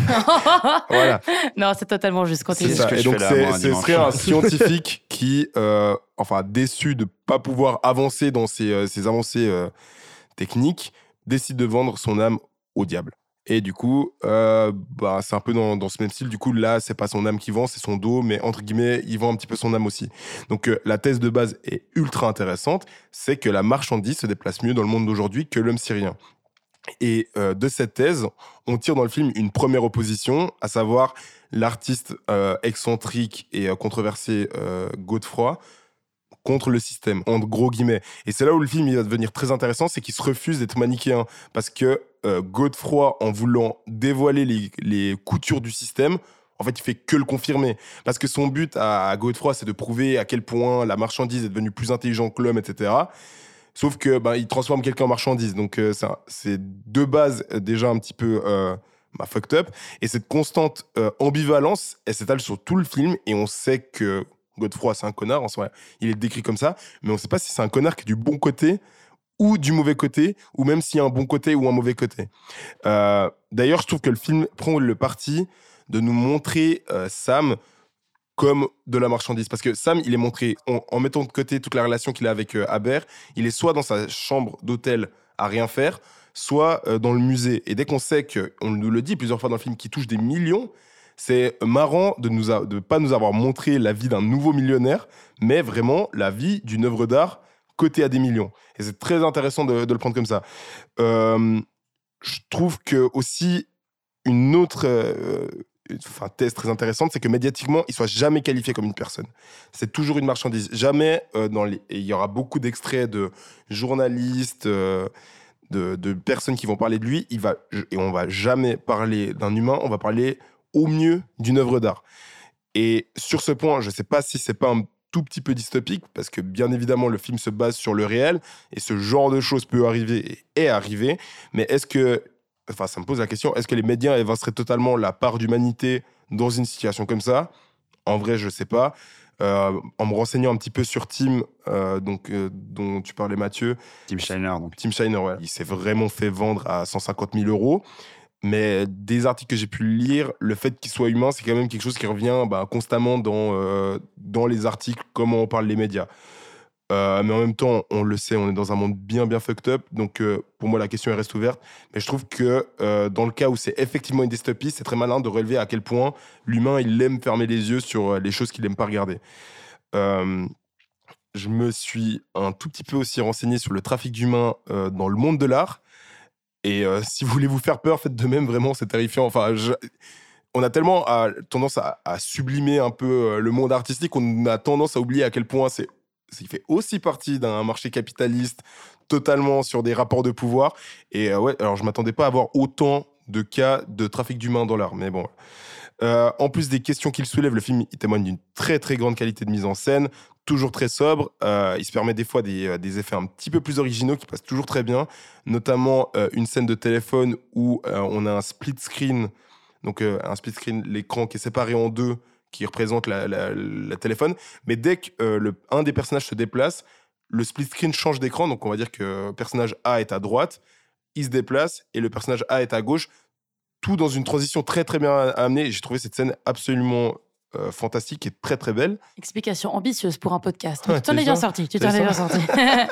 Voilà. Non, c'est totalement juste. C'est Continue. ce ça. que Et je donc fais là, c'est- moi, un ce dimanche. serait un scientifique qui, euh, enfin déçu de pas pouvoir avancer dans ses, euh, ses avancées euh, techniques, décide de vendre son âme au diable. Et du coup, euh, bah, c'est un peu dans, dans ce même style. Du coup, là, c'est pas son âme qui vend, c'est son dos, mais entre guillemets, il vend un petit peu son âme aussi. Donc, euh, la thèse de base est ultra intéressante, c'est que la marchandise se déplace mieux dans le monde d'aujourd'hui que l'homme syrien. Et euh, de cette thèse, on tire dans le film une première opposition, à savoir l'artiste euh, excentrique et euh, controversé euh, Godefroy contre le système, en gros guillemets. Et c'est là où le film il va devenir très intéressant, c'est qu'il se refuse d'être manichéen. Parce que euh, Godefroy, en voulant dévoiler les, les coutures du système, en fait, il fait que le confirmer. Parce que son but à, à Godefroy, c'est de prouver à quel point la marchandise est devenue plus intelligente que l'homme, et cetera. Sauf que ben, il transforme quelqu'un en marchandise. Donc, euh, c'est un- c'est de base euh, déjà un petit peu euh, bah, fucked up. Et cette constante euh, ambivalence, elle s'étale sur tout le film. Et on sait que Godefroy, c'est un connard. En soi, il est décrit comme ça. Mais on ne sait pas si c'est un connard qui est du bon côté ou du mauvais côté, ou même s'il y a un bon côté ou un mauvais côté. Euh, D'ailleurs, je trouve que le film prend le parti de nous montrer euh, Sam comme de la marchandise. Parce que Sam, il est montré, en, en mettant de côté toute la relation qu'il a avec euh, Aber, il est soit dans sa chambre d'hôtel à rien faire, soit euh, dans le musée. Et dès qu'on sait, que, on nous le dit plusieurs fois dans le film, qu'il touche des millions, C'est marrant de ne de pas nous avoir montré la vie d'un nouveau millionnaire, mais vraiment la vie d'une œuvre d'art cotée à des millions. Et c'est très intéressant de, de le prendre comme ça. Euh, je trouve que aussi une autre euh, enfin, thèse très intéressante, c'est que médiatiquement, il ne soit jamais qualifié comme une personne. C'est toujours une marchandise. Jamais, euh, dans les... et il y aura beaucoup d'extraits de journalistes, euh, de, de personnes qui vont parler de lui, il va... et on ne va jamais parler d'un humain, on va parler au mieux d'une œuvre d'art. Et sur ce point, je ne sais pas si ce n'est pas un tout petit peu dystopique, parce que bien évidemment, le film se base sur le réel, et ce genre de choses peut arriver et est arrivé, mais est-ce que, enfin, ça me pose la question, est-ce que les médias évinceraient totalement la part d'humanité dans une situation comme ça ? En vrai, je ne sais pas. Euh, en me renseignant un petit peu sur Tim, euh, donc, euh, dont tu parlais, Mathieu. Tim Shiner, donc. Tim Shiner, ouais. Il s'est vraiment fait vendre à cent cinquante mille euros. Mais des articles que j'ai pu lire, le fait qu'il soit humain, c'est quand même quelque chose qui revient bah, constamment dans, euh, dans les articles, comment on parle les médias. Euh, mais en même temps, on le sait, on est dans un monde bien, bien fucked up. Donc, euh, pour moi, la question elle reste ouverte. Mais je trouve que euh, dans le cas où c'est effectivement une dystopie, c'est très malin de relever à quel point l'humain, il aime fermer les yeux sur les choses qu'il n'aime pas regarder. Euh, je me suis un tout petit peu aussi renseigné sur le trafic d'humains euh, dans le monde de l'art. Et euh, si vous voulez vous faire peur, faites de même, vraiment, c'est terrifiant. Enfin, je... on a tellement à, tendance à, à sublimer un peu euh, le monde artistique, on a tendance à oublier à quel point c'est, il fait aussi partie d'un marché capitaliste, totalement sur des rapports de pouvoir. Et euh, ouais, alors je ne m'attendais pas à avoir autant de cas de trafic d'humains dans l'art, mais bon. Euh, en plus des questions qu'il soulève, le film il témoigne d'une très très grande qualité de mise en scène, toujours très sobre. Euh, il se permet des fois des, des effets un petit peu plus originaux qui passent toujours très bien, notamment euh, une scène de téléphone où euh, on a un split screen, donc euh, un split screen, l'écran qui est séparé en deux, qui représente la, la, la téléphone, mais dès qu'un euh, le, un des personnages se déplace, le split screen change d'écran, donc on va dire que le personnage A est à droite, il se déplace, et le personnage A est à gauche, tout dans une transition très très bien amenée. J'ai trouvé cette scène absolument euh, fantastique et très très belle. Explication ambitieuse pour un podcast. Ouais, tu t'en es bien sorti. Tu t'en es bien sorti. Ah,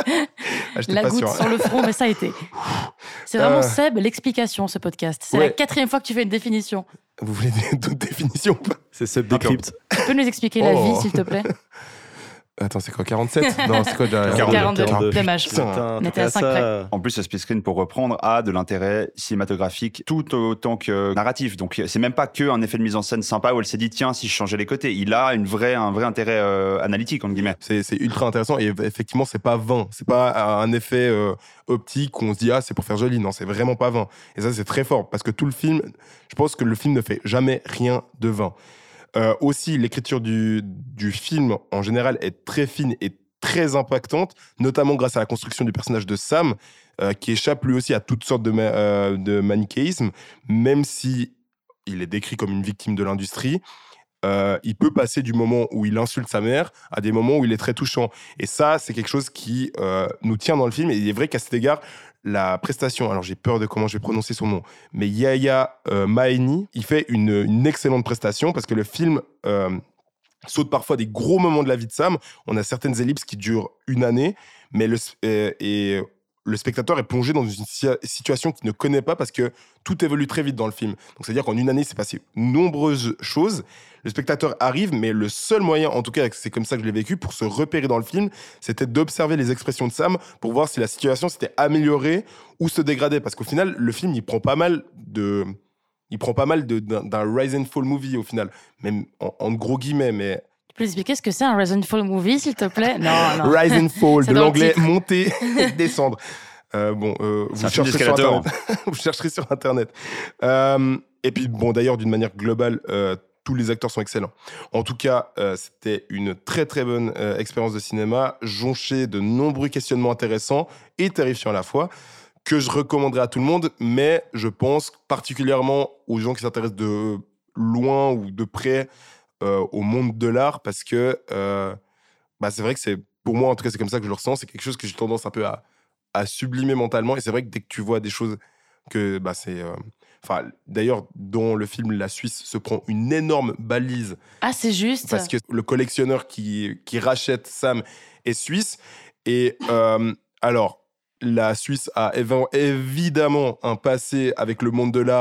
la goutte sûr. sur le front, mais ça a été. C'est vraiment Euh... Seb, l'explication, ce podcast. C'est ouais. la quatrième fois que tu fais une définition. Vous voulez d'autres définitions ? C'est Seb Décrypte. Tu peux nous expliquer la oh. vie, s'il te plaît ? Attends, c'est quoi, quarante-sept ? Non, c'est quoi déjà quarante-deux, quarante-deux. dommage. On était à cinq près. En plus, ce split screen, pour reprendre, a de l'intérêt cinématographique tout autant que narratif. Donc, c'est même pas qu'un effet de mise en scène sympa où elle s'est dit, tiens, si je changeais les côtés. Il a une vraie, un vrai intérêt euh, analytique, entre guillemets. C'est, c'est ultra intéressant et effectivement, c'est pas vain. C'est pas un effet euh, optique où on se dit, ah, c'est pour faire joli. Non, c'est vraiment pas vain. Et ça, c'est très fort parce que tout le film, je pense que le film ne fait jamais rien de vain. Euh, aussi, l'écriture du, du film, en général, est très fine et très impactante, notamment grâce à la construction du personnage de Sam, euh, qui échappe lui aussi à toutes sortes de, ma- euh, de manichéisme, même si il est décrit comme une victime de l'industrie. Euh, il peut passer du moment où il insulte sa mère à des moments où il est très touchant. Et ça, c'est quelque chose qui euh, nous tient dans le film. Et il est vrai qu'à cet égard, la prestation, alors j'ai peur de comment je vais prononcer son nom, mais Yahya euh, Maeni, il fait une, une excellente prestation parce que le film euh, saute parfois des gros moments de la vie de Sam. On a certaines ellipses qui durent une année, mais le, euh, et le spectateur est plongé dans une situation qu'il ne connaît pas parce que tout évolue très vite dans le film. Donc c'est-à-dire qu'en une année, c'est passé nombreuses choses. Le spectateur arrive, mais le seul moyen, en tout cas, c'est comme ça que je l'ai vécu, pour se repérer dans le film, c'était d'observer les expressions de Sam pour voir si la situation s'était améliorée ou se dégradait. Parce qu'au final, le film, il prend pas mal de... Il prend pas mal de, d'un, d'un rise and fall movie, au final. Même en, en gros guillemets, mais... Tu peux expliquer ce que c'est un rise and fall movie, s'il te plaît ? Non, non. Rise and fall, C'est de dans le l'anglais titre. monter et descendre. Euh, bon, euh, vous, chercherez sur Internet. vous chercherez sur Internet. Euh, et puis, bon, d'ailleurs, d'une manière globale, euh, tous les acteurs sont excellents. En tout cas, euh, c'était une très très bonne euh, expérience de cinéma, jonchée de nombreux questionnements intéressants et terrifiants à la fois, que je recommanderais à tout le monde, mais je pense particulièrement aux gens qui s'intéressent de loin ou de près euh, au monde de l'art, parce que euh, bah, c'est vrai que c'est, pour moi en tout cas, c'est comme ça que je le ressens, c'est quelque chose que j'ai tendance un peu à, à sublimer mentalement, et c'est vrai que dès que tu vois des choses que bah, c'est... Euh, Enfin, d'ailleurs, dans le film, la Suisse se prend une énorme balise. Ah, c'est juste. Parce que le collectionneur qui, qui rachète Sam est suisse. Et euh, alors, la Suisse a év- évidemment un passé avec le monde de l'art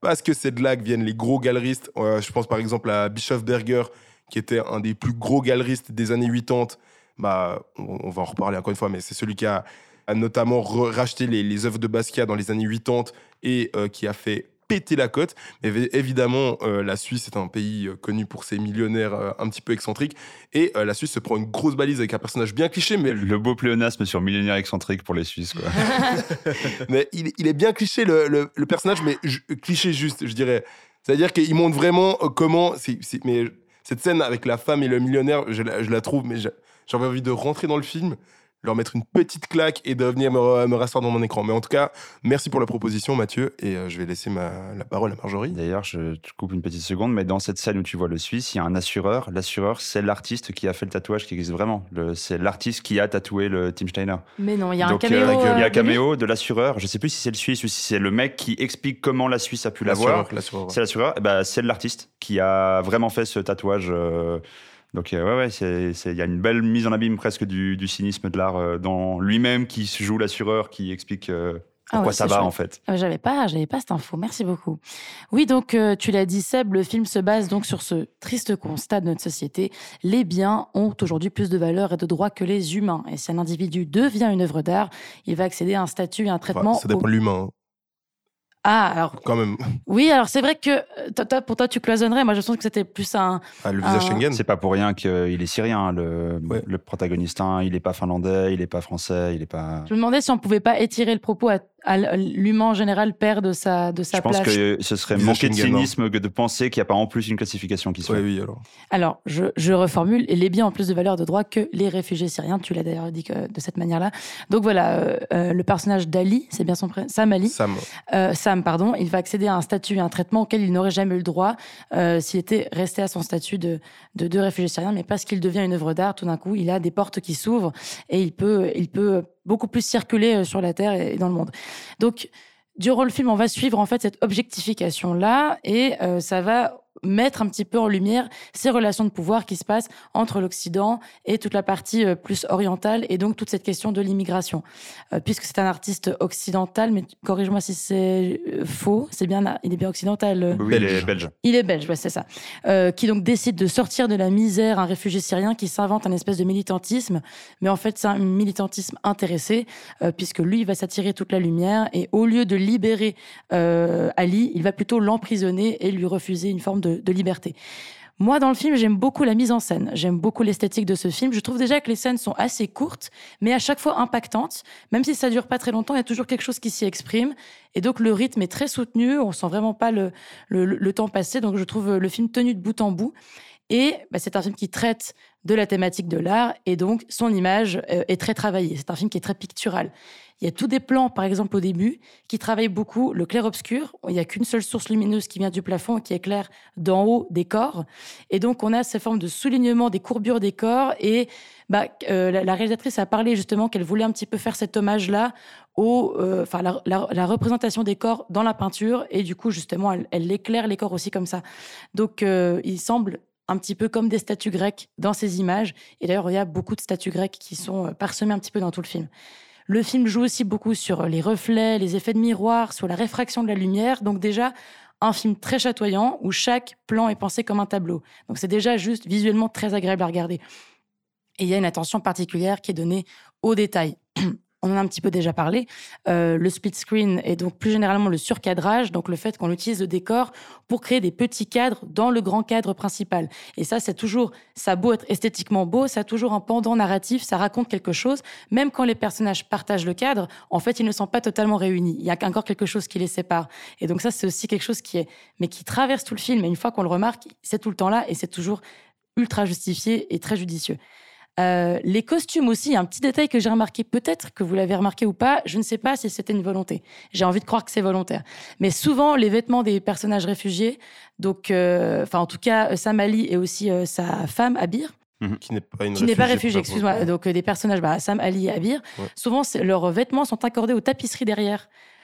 parce que c'est de là que viennent les gros galeristes. Euh, je pense par exemple à Bischofberger, qui était un des plus gros galeristes des années quatre-vingt-dix. Bah, on, on va en reparler encore une fois, mais c'est celui qui a, a notamment re- racheté les, les œuvres de Basquiat dans les années quatre-vingt-dix et euh, qui a fait péter la cote. Mais évidemment, euh, la Suisse est un pays euh, connu pour ses millionnaires euh, un petit peu excentriques. Et euh, la Suisse se prend une grosse balise avec un personnage bien cliché. Mais le beau pléonasme sur millionnaire excentrique pour les Suisses, quoi. mais il, il est bien cliché, le, le, le personnage, mais ju- cliché juste, je dirais. C'est-à-dire qu'il montre vraiment euh, comment... C'est, c'est, mais cette scène avec la femme et le millionnaire, je la, je la trouve... mais j'avais envie de rentrer dans le film, leur mettre une petite claque et de venir me, me rasseoir dans mon écran. Mais en tout cas, merci pour la proposition, Mathieu, et euh, je vais laisser ma, la parole à Marjorie. D'ailleurs, je te coupe une petite seconde, mais dans cette scène où tu vois le Suisse, il y a un assureur. L'assureur, c'est l'artiste qui a fait le tatouage qui existe vraiment. Le, c'est l'artiste qui a tatoué le Tim Steiner. Mais non, il y a Donc, un caméo. Euh, il y a un euh, caméo de l'assureur. Je sais plus si c'est le Suisse ou si c'est le mec qui explique comment la Suisse a pu L'assureur, l'avoir. l'assureur. C'est l'assureur. Et ben, c'est l'artiste qui a vraiment fait ce tatouage. Euh, Donc, euh, ouais, ouais, c'est, c'est, il y a une belle mise en abîme presque du, du cynisme de l'art euh, dans lui-même qui se joue l'assureur, qui explique euh, pourquoi Ah ouais, ça c'est va, chouette. en fait. Ah, j'avais pas, j'avais pas cette info. Merci beaucoup. Oui, donc euh, tu l'as dit, Seb, le film se base donc sur ce triste constat de notre société. Les biens ont aujourd'hui plus de valeur et de droits que les humains. Et si un individu devient une œuvre d'art, il va accéder à un statut et un traitement. Enfin, ça dépend au... de l'humain. Hein. Ah, alors. Quand même. Oui, alors c'est vrai que euh, toi, toi, pour toi, tu cloisonnerais. Moi, je pense que c'était plus un. Ah, le visage un... Schengen. C'est pas pour rien qu'il est syrien, le, Ouais. le protagoniste. Hein. Il est pas finlandais, il est pas français, il est pas. Je me demandais si on pouvait pas étirer le propos à, à l'humain en général perd de sa, de sa Je pense place. que ce serait Visage manquer de Schengen, cynisme que de penser qu'il n'y a pas en plus une classification qui se Ouais, fait. oui, alors. Alors, je, je reformule, et les biens ont plus de valeur de droit que les réfugiés syriens. Tu l'as d'ailleurs dit que, de cette manière-là. Donc voilà, euh, euh, le personnage d'Ali, c'est bien son prénom, Sam Ali. Sam. Euh, Sam, pardon, il va accéder à un statut et un traitement auquel il n'aurait jamais eu le droit euh, s'il était resté à son statut de, de, de réfugié syrien. Mais parce qu'il devient une œuvre d'art, tout d'un coup, il a des portes qui s'ouvrent et il peut, il peut beaucoup plus circuler sur la Terre et dans le monde. Donc, durant le film, on va suivre en fait cette objectification-là et euh, ça va mettre un petit peu en lumière ces relations de pouvoir qui se passent entre l'Occident et toute la partie euh, plus orientale et donc toute cette question de l'immigration. Euh, puisque c'est un artiste occidental, mais corrige-moi si c'est euh, faux, c'est bien, il est bien occidental. euh. Oui, il est belge. Il est belge, ouais, c'est ça. Euh, qui donc décide de sortir de la misère, un réfugié syrien qui s'invente un espèce de militantisme, mais en fait c'est un militantisme intéressé, euh, puisque lui il va s'attirer toute la lumière et au lieu de libérer euh, Ali, il va plutôt l'emprisonner et lui refuser une forme de, de liberté. Moi, dans le film, j'aime beaucoup la mise en scène. J'aime beaucoup l'esthétique de ce film. Je trouve déjà que les scènes sont assez courtes, mais à chaque fois impactantes. Même si ça dure pas très longtemps, il y a toujours quelque chose qui s'y exprime. Et donc, le rythme est très soutenu. On sent vraiment pas le, le, le temps passer. Donc, je trouve le film tenu de bout en bout. Et bah, c'est un film qui traite de la thématique de l'art. Et donc, son image euh, est très travaillée. C'est un film qui est très pictural. Il y a tous des plans, par exemple, au début, qui travaillent beaucoup le clair-obscur. Il n'y a qu'une seule source lumineuse qui vient du plafond et qui éclaire d'en haut des corps. Et donc, on a ces formes de soulignement des courbures des corps. Et bah, euh, la, la réalisatrice a parlé justement qu'elle voulait un petit peu faire cet hommage-là au, euh, enfin, la, la, la représentation des corps dans la peinture. Et du coup, justement, elle, elle éclaire les corps aussi comme ça. Donc, euh, il semble un petit peu comme des statues grecques dans ces images. Et d'ailleurs, il y a beaucoup de statues grecques qui sont parsemées un petit peu dans tout le film. Le film joue aussi beaucoup sur les reflets, les effets de miroir, sur la réfraction de la lumière. Donc déjà, un film très chatoyant où chaque plan est pensé comme un tableau. Donc c'est déjà juste visuellement très agréable à regarder. Et il y a une attention particulière qui est donnée aux détails. On en a un petit peu déjà parlé. Euh, le split screen et donc plus généralement le surcadrage, donc le fait qu'on utilise le décor pour créer des petits cadres dans le grand cadre principal. Et ça, c'est toujours, ça a beau être esthétiquement beau, ça a toujours un pendant narratif, ça raconte quelque chose. Même quand les personnages partagent le cadre, en fait, ils ne sont pas totalement réunis. Il y a encore quelque chose qui les sépare. Et donc ça, c'est aussi quelque chose qui est, mais qui traverse tout le film. Et une fois qu'on le remarque, c'est tout le temps là et c'est toujours ultra justifié et très judicieux. Euh, les costumes aussi, il y a un petit détail que j'ai remarqué, peut-être que vous l'avez remarqué ou pas, je ne sais pas si c'était une volonté. J'ai envie de croire que c'est volontaire. Mais souvent, les vêtements des personnages réfugiés, donc, euh, enfin, en tout cas, Sam Ali et aussi euh, sa femme, Abir, Mmh. Qui n'est pas une qui n'est pas réfugié, réfugiée, excuse-moi. ouais. Donc, euh, des personnages, bah, Sam Ali et Abir, Ouais. souvent, c'est- leurs vêtements sont accordés aux tapisseries derrière.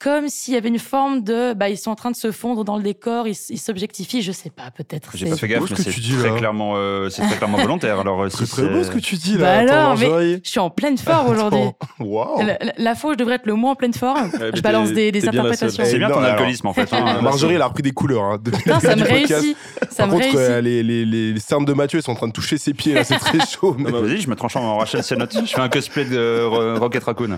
comme s'il y avait une forme de, bah, ils sont en train de se fondre dans le décor, ils, ils s'objectifient, je sais pas, peut-être. J'ai c'est... pas fait gaffe, mais c'est très, clairement, euh, c'est très clairement volontaire. Alors, C'est si très beau ce que tu dis Bah là. alors, Attends, mais Marjorie. je suis en pleine forme aujourd'hui. Waouh. La, la, la fois où je devrais être le moins en pleine forme, mais je balance t'es- des, des t'es bien la seule. interprétations. C'est bien non, ton alors- alcoolisme, en fait. hein. Marjorie, elle a repris des couleurs. Hein, depuis Putain, le ça début me du podcast. réussit. Ça Par me contre, réussit. euh, les, les, les, les cernes de Mathieu, elles sont en train de toucher ses pieds. Là, c'est très chaud. Non, mais vas-y, je me transforme en Rachel Sennott. Je fais un cosplay de Ro- Rocket Raccoon.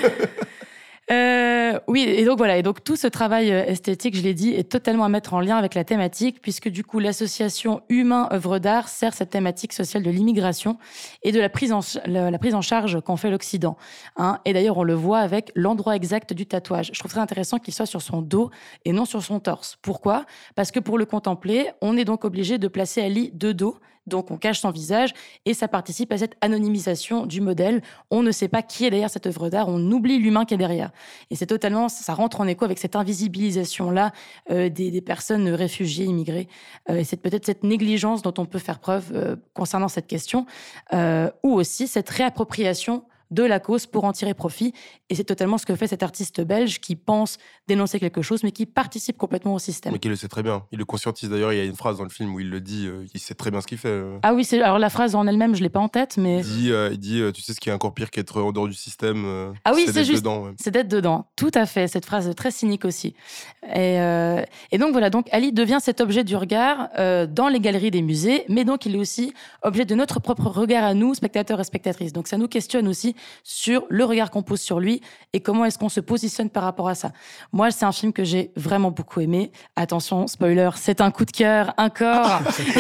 Euh, oui, et donc voilà, et donc tout ce travail euh, esthétique, je l'ai dit, est totalement à mettre en lien avec la thématique, puisque du coup l'association Humain-œuvre d'art sert cette thématique sociale de l'immigration et de la prise en, ch- la, la prise en charge qu'en fait l'Occident. Hein. Et d'ailleurs, on le voit avec l'endroit exact du tatouage. Je trouve très intéressant qu'il soit sur son dos et non sur son torse. Pourquoi ? Parce que pour le contempler, on est donc obligé de placer Ali de dos. Donc, on cache son visage et ça participe à cette anonymisation du modèle. On ne sait pas qui est derrière cette œuvre d'art, on oublie l'humain qui est derrière. Et c'est totalement, ça rentre en écho avec cette invisibilisation-là euh, des, des personnes réfugiées, immigrées. Euh, et c'est peut-être cette négligence dont on peut faire preuve euh, concernant cette question, euh, ou aussi cette réappropriation de la cause pour en tirer profit. Et c'est totalement ce que fait cet artiste belge qui pense dénoncer quelque chose, mais qui participe complètement au système. Mais qui le sait très bien. Il le conscientise. D'ailleurs, il y a une phrase dans le film où il le dit. euh, il sait très bien ce qu'il fait. euh. Ah oui, c'est, alors la phrase en elle-même, je l'ai pas en tête, mais... Il dit, euh, il dit euh, tu sais ce qui est encore pire qu'être en dehors du système. euh, Ah oui, c'est d'être juste. dedans, ouais. C'est d'être dedans. Tout à fait. Cette phrase très cynique aussi. Et, euh, et donc voilà. Donc Ali devient cet objet du regard euh, dans les galeries des musées, mais donc il est aussi objet de notre propre regard à nous, spectateurs et spectatrices. Donc ça nous questionne aussi sur le regard qu'on pose sur lui et comment est-ce qu'on se positionne par rapport à ça. Moi, c'est un film que j'ai vraiment beaucoup aimé. Attention, spoiler, c'est un coup de cœur, un corps.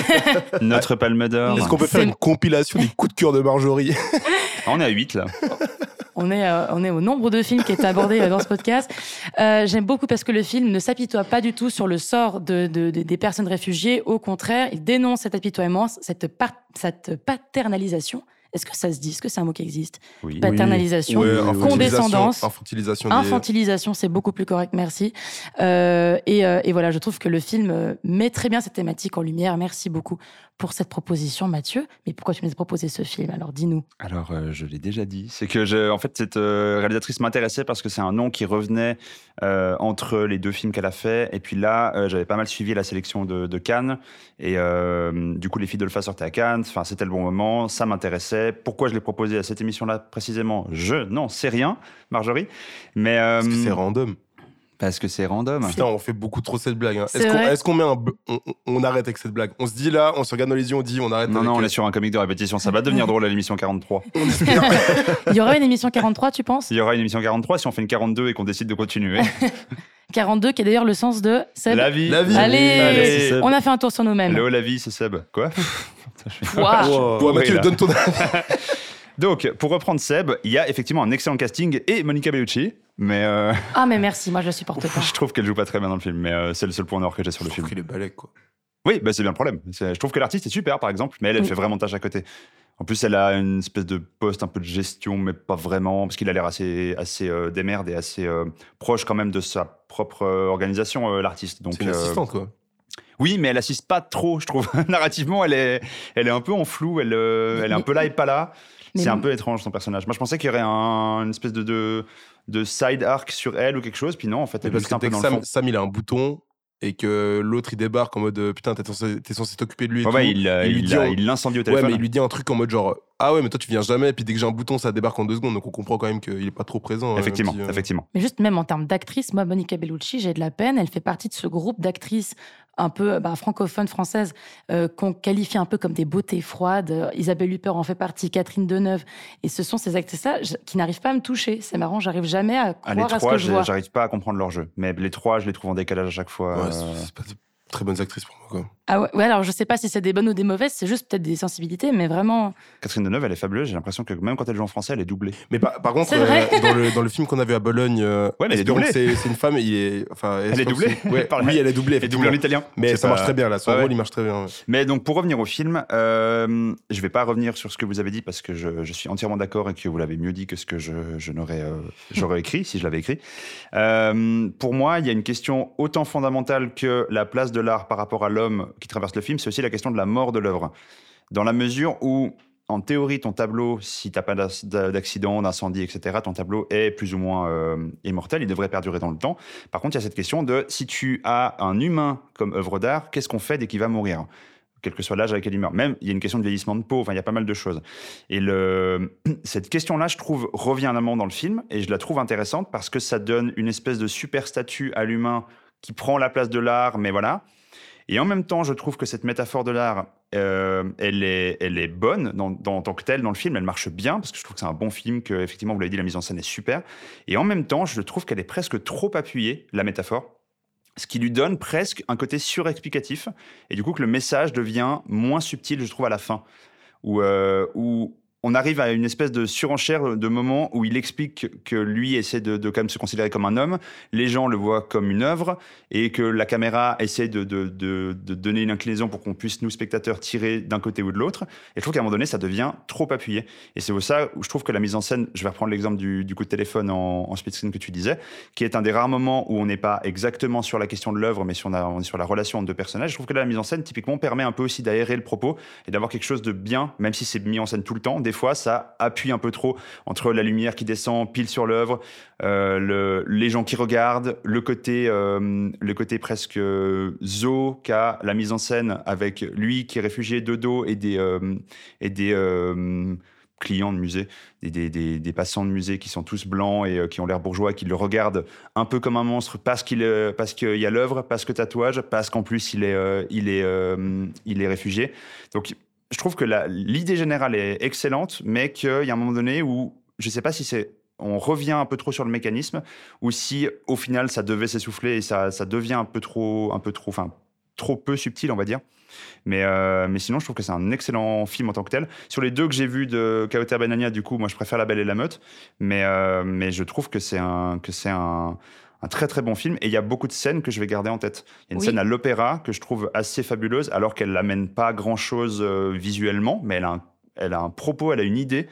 Notre palme d'or. Est-ce qu'on peut faire C'est- une compilation des coups de cœur de Marjorie? Ah, on est à huit, là. On est, euh, on est au nombre de films qui étaient abordés euh, dans ce podcast. Euh, j'aime beaucoup parce que le film ne s'apitoie pas du tout sur le sort de, de- de- des personnes réfugiées. Au contraire, il dénonce cet apitoiement, cette, par- cette paternalisation. Est-ce que ça se dit ? Est-ce que c'est un mot qui existe ? Oui. Paternalisation, Ouais, infantilisation- condescendance. Infantilisation. des- Infantilisation, c'est beaucoup plus correct, merci. Euh, et, euh, et voilà, je trouve que le film euh, met très bien cette thématique en lumière. Merci beaucoup pour cette proposition, Mathieu. Mais pourquoi tu nous as proposé ce film ? Alors, dis-nous. Alors, euh, je l'ai déjà dit. C'est que, je, en fait, cette euh, réalisatrice m'intéressait parce que c'est un nom qui revenait euh, entre les deux films qu'elle a fait. Et puis là, euh, j'avais pas mal suivi la sélection de, de Cannes. Et euh, du coup, Les Filles de l'Olfa sortaient à Cannes. Enfin, c'était le bon moment. Ça m'intéressait. Pourquoi je l'ai proposé à cette émission-là précisément ? Je n'en sais rien, Marjorie. Mais, euh, Parce que c'est random. Parce que c'est random. Putain, on fait beaucoup trop cette blague. hein. C'est Est-ce qu'on, vrai. est-ce qu'on met un. bl- On, on- on arrête avec cette blague. On se dit là, on se regarde dans les yeux, on dit on arrête. Non, avec, non, on euh, est sur un comique de répétition. Ça va devenir drôle à l'émission quarante-trois. Il y aura une émission quarante-trois, tu penses ? Il y aura une émission quarante-trois si on fait une quarante-deux et qu'on décide de continuer. quarante-deux, qui est d'ailleurs le sens de Seb. La vie. La vie. Allez, Allez. on a fait un tour sur nous-mêmes. Hello, la vie, c'est Seb. Quoi Ouah. Bon, Mathieu, Oui, là. donne ton. Donc, pour reprendre Seb, il y a effectivement un excellent casting et Monica Bellucci, mais euh, Ah, mais merci, moi je la supporte pas. je trouve qu'elle joue pas très bien dans le film, mais euh, c'est le seul point noir que j'ai sur le film. Il est balèque, quoi. Oui, bah, c'est bien le problème. C'est- Je trouve que l'artiste est super, par exemple, mais elle, elle Oui. fait vraiment tâche à côté. En plus, elle a une espèce de poste un peu de gestion, mais pas vraiment, parce qu'il a l'air assez, assez euh, démerde et assez euh, proche quand même de sa propre euh, organisation, euh, l'artiste. Donc, C'est une euh, assistante, quoi. Oui, mais elle assiste pas trop, je trouve. Narrativement, elle est, elle est un peu en flou, elle, euh, elle est un peu là et pas là. Mais- C'est un peu étrange, son personnage. Moi, je pensais qu'il y aurait un- une espèce de, de, de side arc sur elle ou quelque chose, puis non, en fait, Mais elle est parce juste que un peu dès que dans le Sam, fond. Sam, il a un bouton et que l'autre, il débarque en mode euh, putain, t'es censé, t'es censé t'occuper de lui. Et Ouais, tout. ouais, il, euh, lui il, dit a- en- il l'incendie au Ouais, téléphone. mais il lui dit un truc en mode genre ah ouais, mais toi, tu viens jamais. Et puis dès que j'ai un bouton, ça débarque en deux secondes. Donc on comprend quand même qu'il est pas trop présent. euh, Effectivement, petit, euh, effectivement. Mais juste même en termes d'actrice, moi, Monica Bellucci, j'ai de la peine. Elle fait partie de ce groupe d'actrices un peu bah, francophones françaises euh, qu'on qualifie un peu comme des beautés froides. Euh, Isabelle Huppert en fait partie, Catherine Deneuve. Et ce sont ces actrices-là je- qui n'arrivent pas à me toucher. C'est marrant, j'arrive jamais à Ah, croire les à ce trois, que je j'ai- vois. j'arrive pas à comprendre leur jeu. Mais les trois, je les trouve en décalage à chaque fois. Ouais, euh, c'est, c'est pas des très bonnes actrices pour moi, quoi. Ah ouais, ouais, alors je sais pas si c'est des bonnes ou des mauvaises, c'est juste peut-être des sensibilités, mais vraiment. Catherine Deneuve, elle est fabuleuse. J'ai l'impression que même quand elle joue en français, elle est doublée. Mais par, par contre, C'est vrai. euh, dans, le, dans le film qu'on a vu à Bologne, euh, Ouais, mais elle est Espérons doublée. que c'est, c'est une femme, il est, enfin, Elle est Espérons que doublée. c'est- ouais, Par- oui, elle est doublée. Elle est doublée en effectivement. italien. Mais C'est ça pas- marche très bien là. Son Ouais, rôle, ouais. il marche très bien. ouais. Mais donc, pour revenir au film, euh, je vais pas revenir sur ce que vous avez dit parce que je, je suis entièrement d'accord et que vous l'avez mieux dit que ce que je, je n'aurais, euh, j'aurais écrit si je l'avais écrit. Euh, pour moi, il y a une question autant fondamentale que la place de l'art par rapport à l'homme qui traverse le film, c'est aussi la question de la mort de l'œuvre. Dans la mesure où en théorie, ton tableau, si tu n'as pas d'accident, d'incendie, et cetera, ton tableau est plus ou moins euh, immortel, il devrait perdurer dans le temps. Par contre, il y a cette question de si tu as un humain comme œuvre d'art, qu'est-ce qu'on fait dès qu'il va mourir ? Quel que soit l'âge avec lequel il meurt. Même, il y a une question de vieillissement de peau, enfin, il y a pas mal de choses. Et le... cette question-là, je trouve, revient un moment dans le film, et je la trouve intéressante parce que ça donne une espèce de super statut à l'humain qui prend la place de l'art, mais voilà. Et en même temps, je trouve que cette métaphore de l'art, euh, elle, est, elle est bonne dans, dans, en tant que telle dans le film, elle marche bien, parce que je trouve que c'est un bon film, que, effectivement, vous l'avez dit, la mise en scène est super. Et en même temps, je trouve qu'elle est presque trop appuyée, la métaphore, ce qui lui donne presque un côté surexplicatif, et du coup que le message devient moins subtil, je trouve, à la fin, où, euh, où on arrive à une espèce de surenchère de moments où il explique que lui essaie de, de quand même se considérer comme un homme, les gens le voient comme une œuvre, et que la caméra essaie de, de, de, de donner une inclinaison pour qu'on puisse, nous, spectateurs, tirer d'un côté ou de l'autre. Et je trouve qu'à un moment donné, ça devient trop appuyé. Et c'est pour ça où je trouve que la mise en scène, je vais reprendre l'exemple du, du coup de téléphone en, en split screen que tu disais, qui est un des rares moments où on n'est pas exactement sur la question de l'œuvre, mais sur la, on est sur la relation entre deux personnages. Je trouve que là, la mise en scène, typiquement, permet un peu aussi d'aérer le propos et d'avoir quelque chose de bien, même si c'est mis en scène tout le temps. Des fois, ça appuie un peu trop entre la lumière qui descend pile sur l'œuvre, euh, le, les gens qui regardent, le côté, euh, le côté presque euh, zoo qu'a la mise en scène avec lui qui est réfugié de dos et des, euh, et des euh, clients de musée, des, des, des, des passants de musée qui sont tous blancs et euh, qui ont l'air bourgeois, qui le regardent un peu comme un monstre parce qu'il, euh, parce qu'il y a l'œuvre, parce que tatouage, parce qu'en plus il est, euh, il est, euh, il est réfugié. Donc je trouve que la, l'idée générale est excellente, mais qu'il y a un moment donné où, je ne sais pas si c'est, on revient un peu trop sur le mécanisme, ou si au final ça devait s'essouffler et ça, ça devient un peu trop, un peu trop, enfin trop peu subtil, on va dire. Mais, euh, mais sinon, je trouve que c'est un excellent film en tant que tel. Sur les deux que j'ai vus de Kawete Benania, du coup, moi je préfère La Belle et la Meute, mais, euh, mais je trouve que c'est un, que c'est un, un très très bon film, et il y a beaucoup de scènes que je vais garder en tête. Il y a une oui. scène à l'opéra que je trouve assez fabuleuse, alors qu'elle n'amène pas grand-chose euh, visuellement, mais elle a, un, elle a un propos, elle a une idée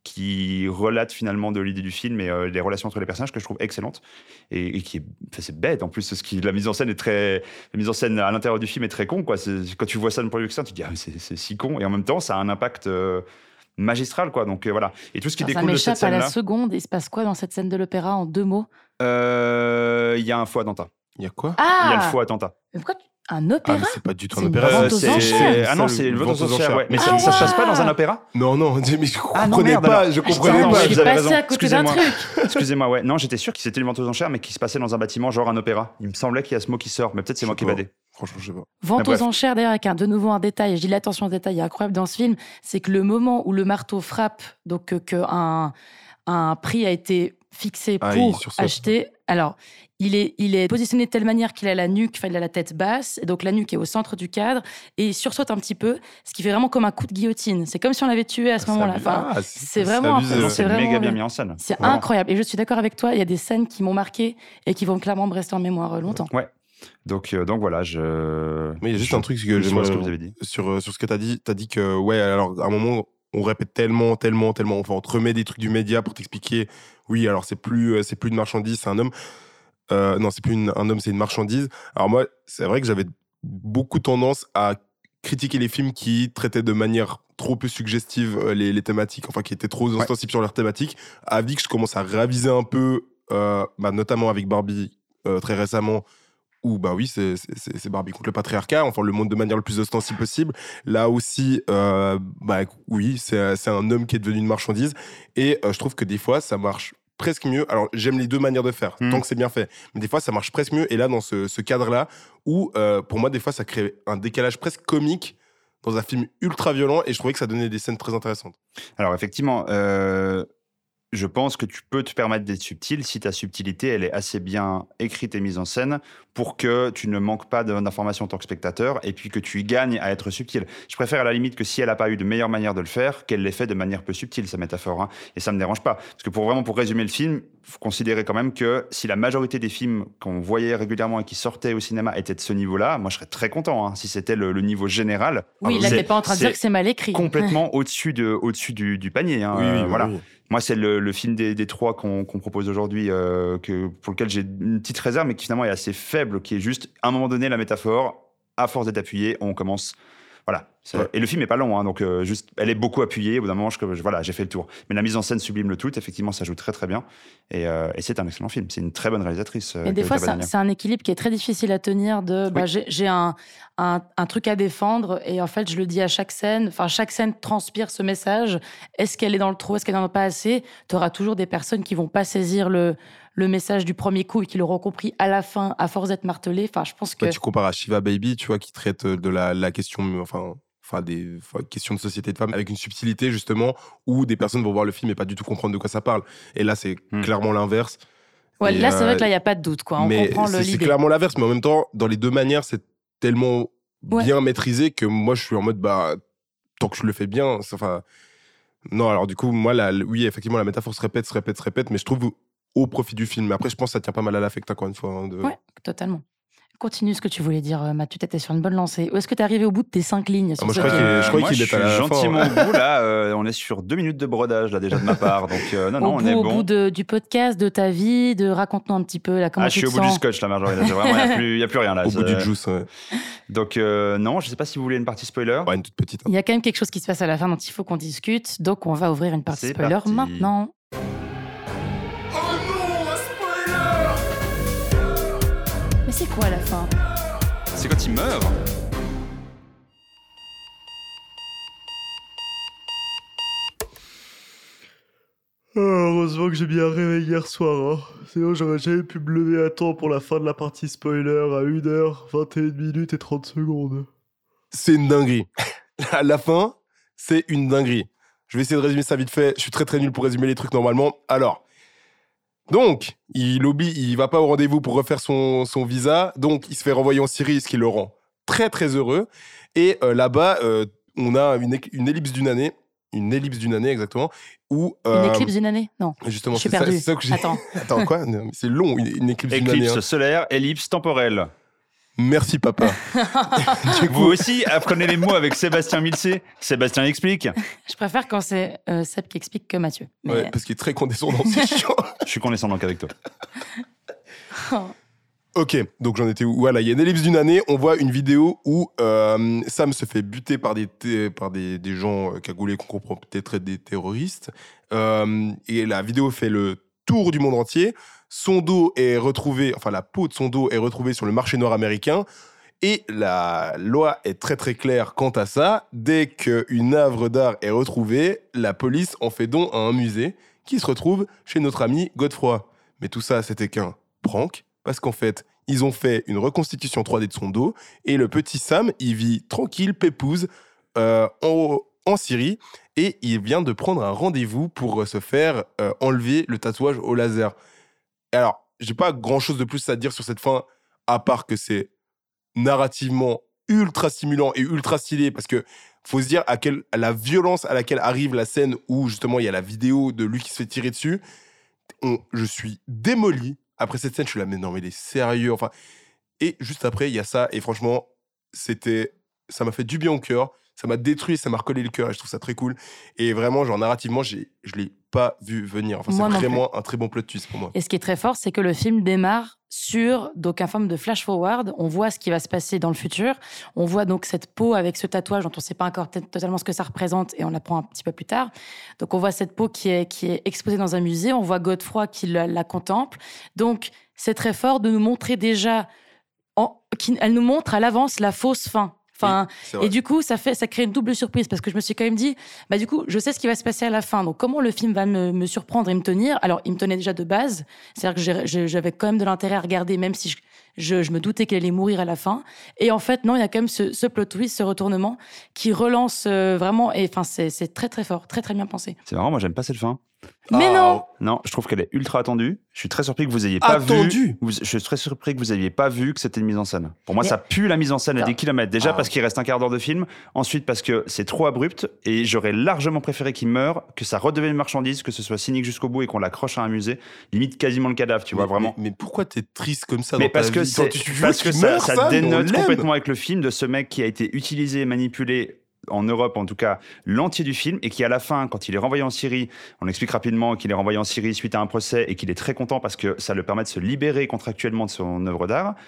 qui relate finalement de l'idée du film et euh, les relations entre les personnages que je trouve excellentes, et, et qui est, enfin, c'est bête en plus, ce qui, la mise en scène est très, la mise en scène à l'intérieur du film est très con, quoi. C'est, quand tu vois ça de point de vue externe, tu te dis ah, c'est, c'est si con, et en même temps ça a un impact euh, magistral, quoi. Donc euh, voilà. Et tout ce qui Alors, découle de cette scène-là. Ça m'échappe à la seconde. Il se passe quoi dans cette scène de l'opéra en deux mots ? Il euh, y a un faux attentat. Il y a quoi ? Ah, il y a le faux attentat. Mais pourquoi tu... Un opéra ? Ah, c'est pas du tout un c'est opéra. Une vente aux c'est... enchères. Ah non, c'est une vente aux enchères. Ouais. Mais ah, ça, ça se passe pas dans un opéra ? Non, non, mais je ah, non, comprenais merde, pas. alors. Je comprenais Attends, pas. Je suis passé à côté d'un truc. Excusez-moi, ouais. Non, j'étais sûr que c'était une vente aux enchères, mais qui se passait dans un bâtiment, genre un opéra. Il me semblait qu'il y a ce mot qui sort, mais peut-être c'est moi qui ai badé. Franchement, je sais pas. Vente aux enchères, d'ailleurs, avec un, de nouveau un détail. Je dis l'attention au détail incroyable dans ce film, c'est que le moment où le marteau frappe, donc euh, qu'un un prix a été fixé ah, pour acheter. Alors, il est, il est positionné de telle manière qu'il a la nuque, enfin, il a la tête basse, et donc la nuque est au centre du cadre, et il sursaute un petit peu, ce qui fait vraiment comme un coup de guillotine. C'est comme si on l'avait tué à ce ah, moment-là. Enfin, ah, c'est, c'est vraiment, c'est, c'est c'est vraiment méga bien mis en scène. C'est vraiment. incroyable. Et je suis d'accord avec toi, il y a des scènes qui m'ont marqué et qui vont clairement me rester en mémoire longtemps. Ouais. Donc, euh, donc voilà, je. Mais il y a juste je... un truc que j'aimerais ce que vous avez dit. Sur, sur ce que tu as dit. Tu as dit que, ouais, alors à un moment, on répète tellement, tellement, tellement. Enfin, on te remet des trucs du média pour t'expliquer. Oui, alors c'est plus, c'est plus une marchandise, c'est un homme. Euh, non, c'est plus une, un homme, c'est une marchandise. Alors moi, c'est vrai que j'avais beaucoup tendance à critiquer les films qui traitaient de manière trop peu suggestive euh, les, les thématiques, enfin qui étaient trop ouais. ostensibles sur leurs thématiques. Avec que je commence à réviser un peu, euh, bah, notamment avec Barbie euh, très récemment, où bah oui, c'est, c'est, c'est Barbie contre le patriarcat, enfin le monde de manière le plus ostensible possible. Là aussi, euh, bah oui, c'est, c'est un homme qui est devenu une marchandise, et euh, je trouve que des fois ça marche presque mieux. Alors, j'aime les deux manières de faire, mmh. tant que c'est bien fait. Mais des fois, ça marche presque mieux. Et là, dans ce, ce cadre-là, où, euh, pour moi, des fois, ça crée un décalage presque comique dans un film ultra violent. Et je trouvais que ça donnait des scènes très intéressantes. Alors, effectivement, euh, je pense que tu peux te permettre d'être subtil si ta subtilité, elle est assez bien écrite et mise en scène pour que tu ne manques pas d'informations en tant que spectateur et puis que tu y gagnes à être subtil. Je préfère à la limite que si elle n'a pas eu de meilleure manière de le faire, qu'elle l'ait fait de manière peu subtile, sa métaphore. Hein. Et ça ne me dérange pas. Parce que pour vraiment, pour résumer le film, il faut considérer quand même que si la majorité des films qu'on voyait régulièrement et qui sortaient au cinéma étaient de ce niveau-là, moi je serais très content hein, si c'était le, le niveau général. Oui, là, t'es pas en train de dire que c'est mal écrit. Complètement au-dessus, de, au-dessus du, du panier. Hein. Oui, oui, euh, oui, voilà. oui. Moi, c'est le, le film des, des trois qu'on, qu'on propose aujourd'hui, euh, que, pour lequel j'ai une petite réserve, mais qui finalement est assez faible, qui est juste, à un moment donné, la métaphore, à force d'être appuyée, on commence... Voilà, C'est... Ouais. Et le film est pas long, hein, donc euh, juste, elle est beaucoup appuyée. Au bout d'un moment, je, je, voilà, j'ai fait le tour. Mais la mise en scène sublime le tout. Effectivement, ça joue très très bien. Et, euh, et c'est un excellent film. C'est une très bonne réalisatrice. Mais euh, des fois, c'est, c'est un équilibre qui est très difficile à tenir. De, bah, oui. j'ai, j'ai un, un, un truc à défendre et en fait, je le dis à chaque scène. Enfin, chaque scène transpire ce message. Est-ce qu'elle est dans le trop? Est-ce qu'elle n'en a pas assez? Tu auras toujours des personnes qui vont pas saisir le le message du premier coup et qui l'auront compris à la fin, à force d'être martelé. Enfin, je pense que... Bah, tu compares à Shiva Baby, tu vois, qui traite de la, la question, enfin, enfin, des enfin, questions de société de femmes avec une subtilité, justement, où des personnes vont voir le film et pas du tout comprendre de quoi ça parle. Et là, c'est mmh. clairement l'inverse. Ouais, et là, c'est euh, vrai que là, il n'y a pas de doute, quoi. On mais comprend c'est, le, c'est l'idée. clairement l'inverse, mais en même temps, dans les deux manières, c'est tellement ouais. bien maîtrisé que moi, je suis en mode, bah, tant que je le fais bien, enfin... Non, alors du coup, moi, la, oui, effectivement, la métaphore se répète, se répète, se répète, mais je trouve... au profit du film. Mais après, je pense que ça tient pas mal à l'affect, encore une fois. Hein, de... Ouais, totalement. Continue ce que tu voulais dire, Mathieu. T'étais sur une bonne lancée. Où est-ce que t'es arrivé au bout de tes cinq lignes ah, Moi, je crois crois qu'il, euh, je crois moi, qu'il je est à la suis gentiment fin. au bout, là. Euh, on est sur deux minutes de brodage, là, déjà, de ma part. Donc, euh, non, non, au on bout, est au bon. bout de, du podcast, de ta vie, de raconte-nous un petit peu, là, comment ah, tu je te suis au bout sens. du scotch, là, Marjorie. Là, c'est vraiment, il n'y a, plus, y a plus rien, là. Au c'est... bout du juice, ouais. Donc, euh, non, je sais pas si vous voulez une partie spoiler. Ouais, une toute petite. Hein. Il y a quand même quelque chose qui se passe à la fin dont il faut qu'on discute. Donc, on va ouvrir une partie c'est spoiler parti. maintenant. Mais c'est quoi la fin? C'est quand il meurt. Oh, heureusement que j'ai bien réveillé hier soir. Hein. Sinon, j'aurais jamais pu me lever à temps pour la fin de la partie spoiler à une heure, vingt et une minutes et trente secondes. C'est une dinguerie. À la fin, c'est une dinguerie. Je vais essayer de résumer ça vite fait. Je suis très très nul pour résumer les trucs normalement. Alors, donc, il oblige, il va pas au rendez-vous pour refaire son, son visa. Donc, il se fait renvoyer en Syrie, ce qui le rend très très heureux. Et euh, là-bas, euh, on a une, une ellipse d'une année. Une ellipse d'une année, exactement. Où, euh, une éclipse d'une année? Non. Justement, je suis c'est, perdu. ça, c'est ça que j'ai... Attends. Attends, quoi? C'est long, une, une éclipse, d'une année. Éclipse hein. solaire, ellipse temporelle. Merci, papa. Vous aussi, apprenez les mots avec Sébastien Milcé. Sébastien explique. Je préfère quand c'est euh, Seb qui explique que Mathieu. Mais... Ouais, parce qu'il est très condescendant, c'est chiant. Je suis condescendant qu'avec toi. Oh. Ok, donc j'en étais où? Voilà, il y a une ellipse d'une année, on voit une vidéo où euh, Sam se fait buter par des, t- par des, des gens cagoulés qu'on comprend peut-être être des terroristes. Euh, et la vidéo fait le tour du monde entier. Son dos est retrouvé, enfin la peau de son dos est retrouvée sur le marché noir américain. Et la loi est très très claire quant à ça. Dès qu'une œuvre d'art est retrouvée, la police en fait don à un musée qui se retrouve chez notre ami Godefroy. Mais tout ça, c'était qu'un prank. Parce qu'en fait, ils ont fait une reconstitution trois D de son dos et le petit Sam, il vit tranquille, pépouze, euh, en, en Syrie et il vient de prendre un rendez-vous pour se faire euh, enlever le tatouage au laser. Et alors, j'ai pas grand-chose de plus à dire sur cette fin, à part que c'est narrativement ultra stimulant et ultra stylé parce que faut se dire à, quelle, à la violence à laquelle arrive la scène où justement il y a la vidéo de lui qui se fait tirer dessus. On, je suis démoli. Après cette scène, je suis là, mais non, mais il est sérieux. Enfin, et juste après, il y a ça. Et franchement, c'était, ça m'a fait du bien au cœur. Ça m'a détruit, ça m'a recollé le cœur. Et je trouve ça très cool. Et vraiment, genre, narrativement, j'ai, je l'ai pas vu venir. Enfin, Moi c'est non vraiment plus. un très bon plot twist pour moi. Et ce qui est très fort, c'est que le film démarre sur donc un forme de flash forward. On voit ce qui va se passer dans le futur. On voit donc cette peau avec ce tatouage dont on ne sait pas encore t- totalement ce que ça représente et on l'apprend un petit peu plus tard. Donc on voit cette peau qui est, qui est exposée dans un musée. On voit Godefroy qui la, la contemple. Donc c'est très fort de nous montrer déjà, en, qui, elle nous montre à l'avance la fausse fin. Enfin, oui, et du coup, ça fait, ça crée une double surprise parce que je me suis quand même dit, bah du coup, je sais ce qui va se passer à la fin. Donc, comment le film va me, me surprendre et me tenir? Alors, il me tenait déjà de base. C'est-à-dire que j'ai, j'ai, j'avais quand même de l'intérêt à regarder, même si je, je, je me doutais qu'elle allait mourir à la fin. Et en fait, non, il y a quand même ce, ce plot twist, ce retournement qui relance euh, vraiment. Et enfin, c'est, c'est très très fort, très très bien pensé. C'est marrant, moi j'aime pas cette fin. Mais oh. non. Non, je trouve qu'elle est ultra attendue. Je suis très surpris que vous ayez pas Attendu. vu. Vous, je suis très surpris que vous ayez pas vu que c'était une mise en scène. Pour moi, Mais... ça pue la mise en scène à des kilomètres. Déjà Ah. parce qu'il reste un quart d'heure de film. Ensuite parce que c'est trop abrupt et j'aurais largement préféré qu'il meure, que ça redevienne une marchandise, que ce soit cynique jusqu'au bout et qu'on l'accroche à un musée, limite quasiment le cadavre, tu mais, vois vraiment. Mais, mais pourquoi t'es triste comme ça Mais dans parce ta que vie c'est, Quand tu, tu parce veux que qu'il ça, meure, ça Sam, dénote on l'aime. complètement avec le film de ce mec qui a été utilisé et manipulé en Europe, en tout cas, l'entier du film, et qui, à la fin, quand il est renvoyé en Syrie, on explique rapidement qu'il est renvoyé en Syrie suite à un procès et qu'il est très content parce que ça le permet de se libérer contractuellement de son œuvre d'art.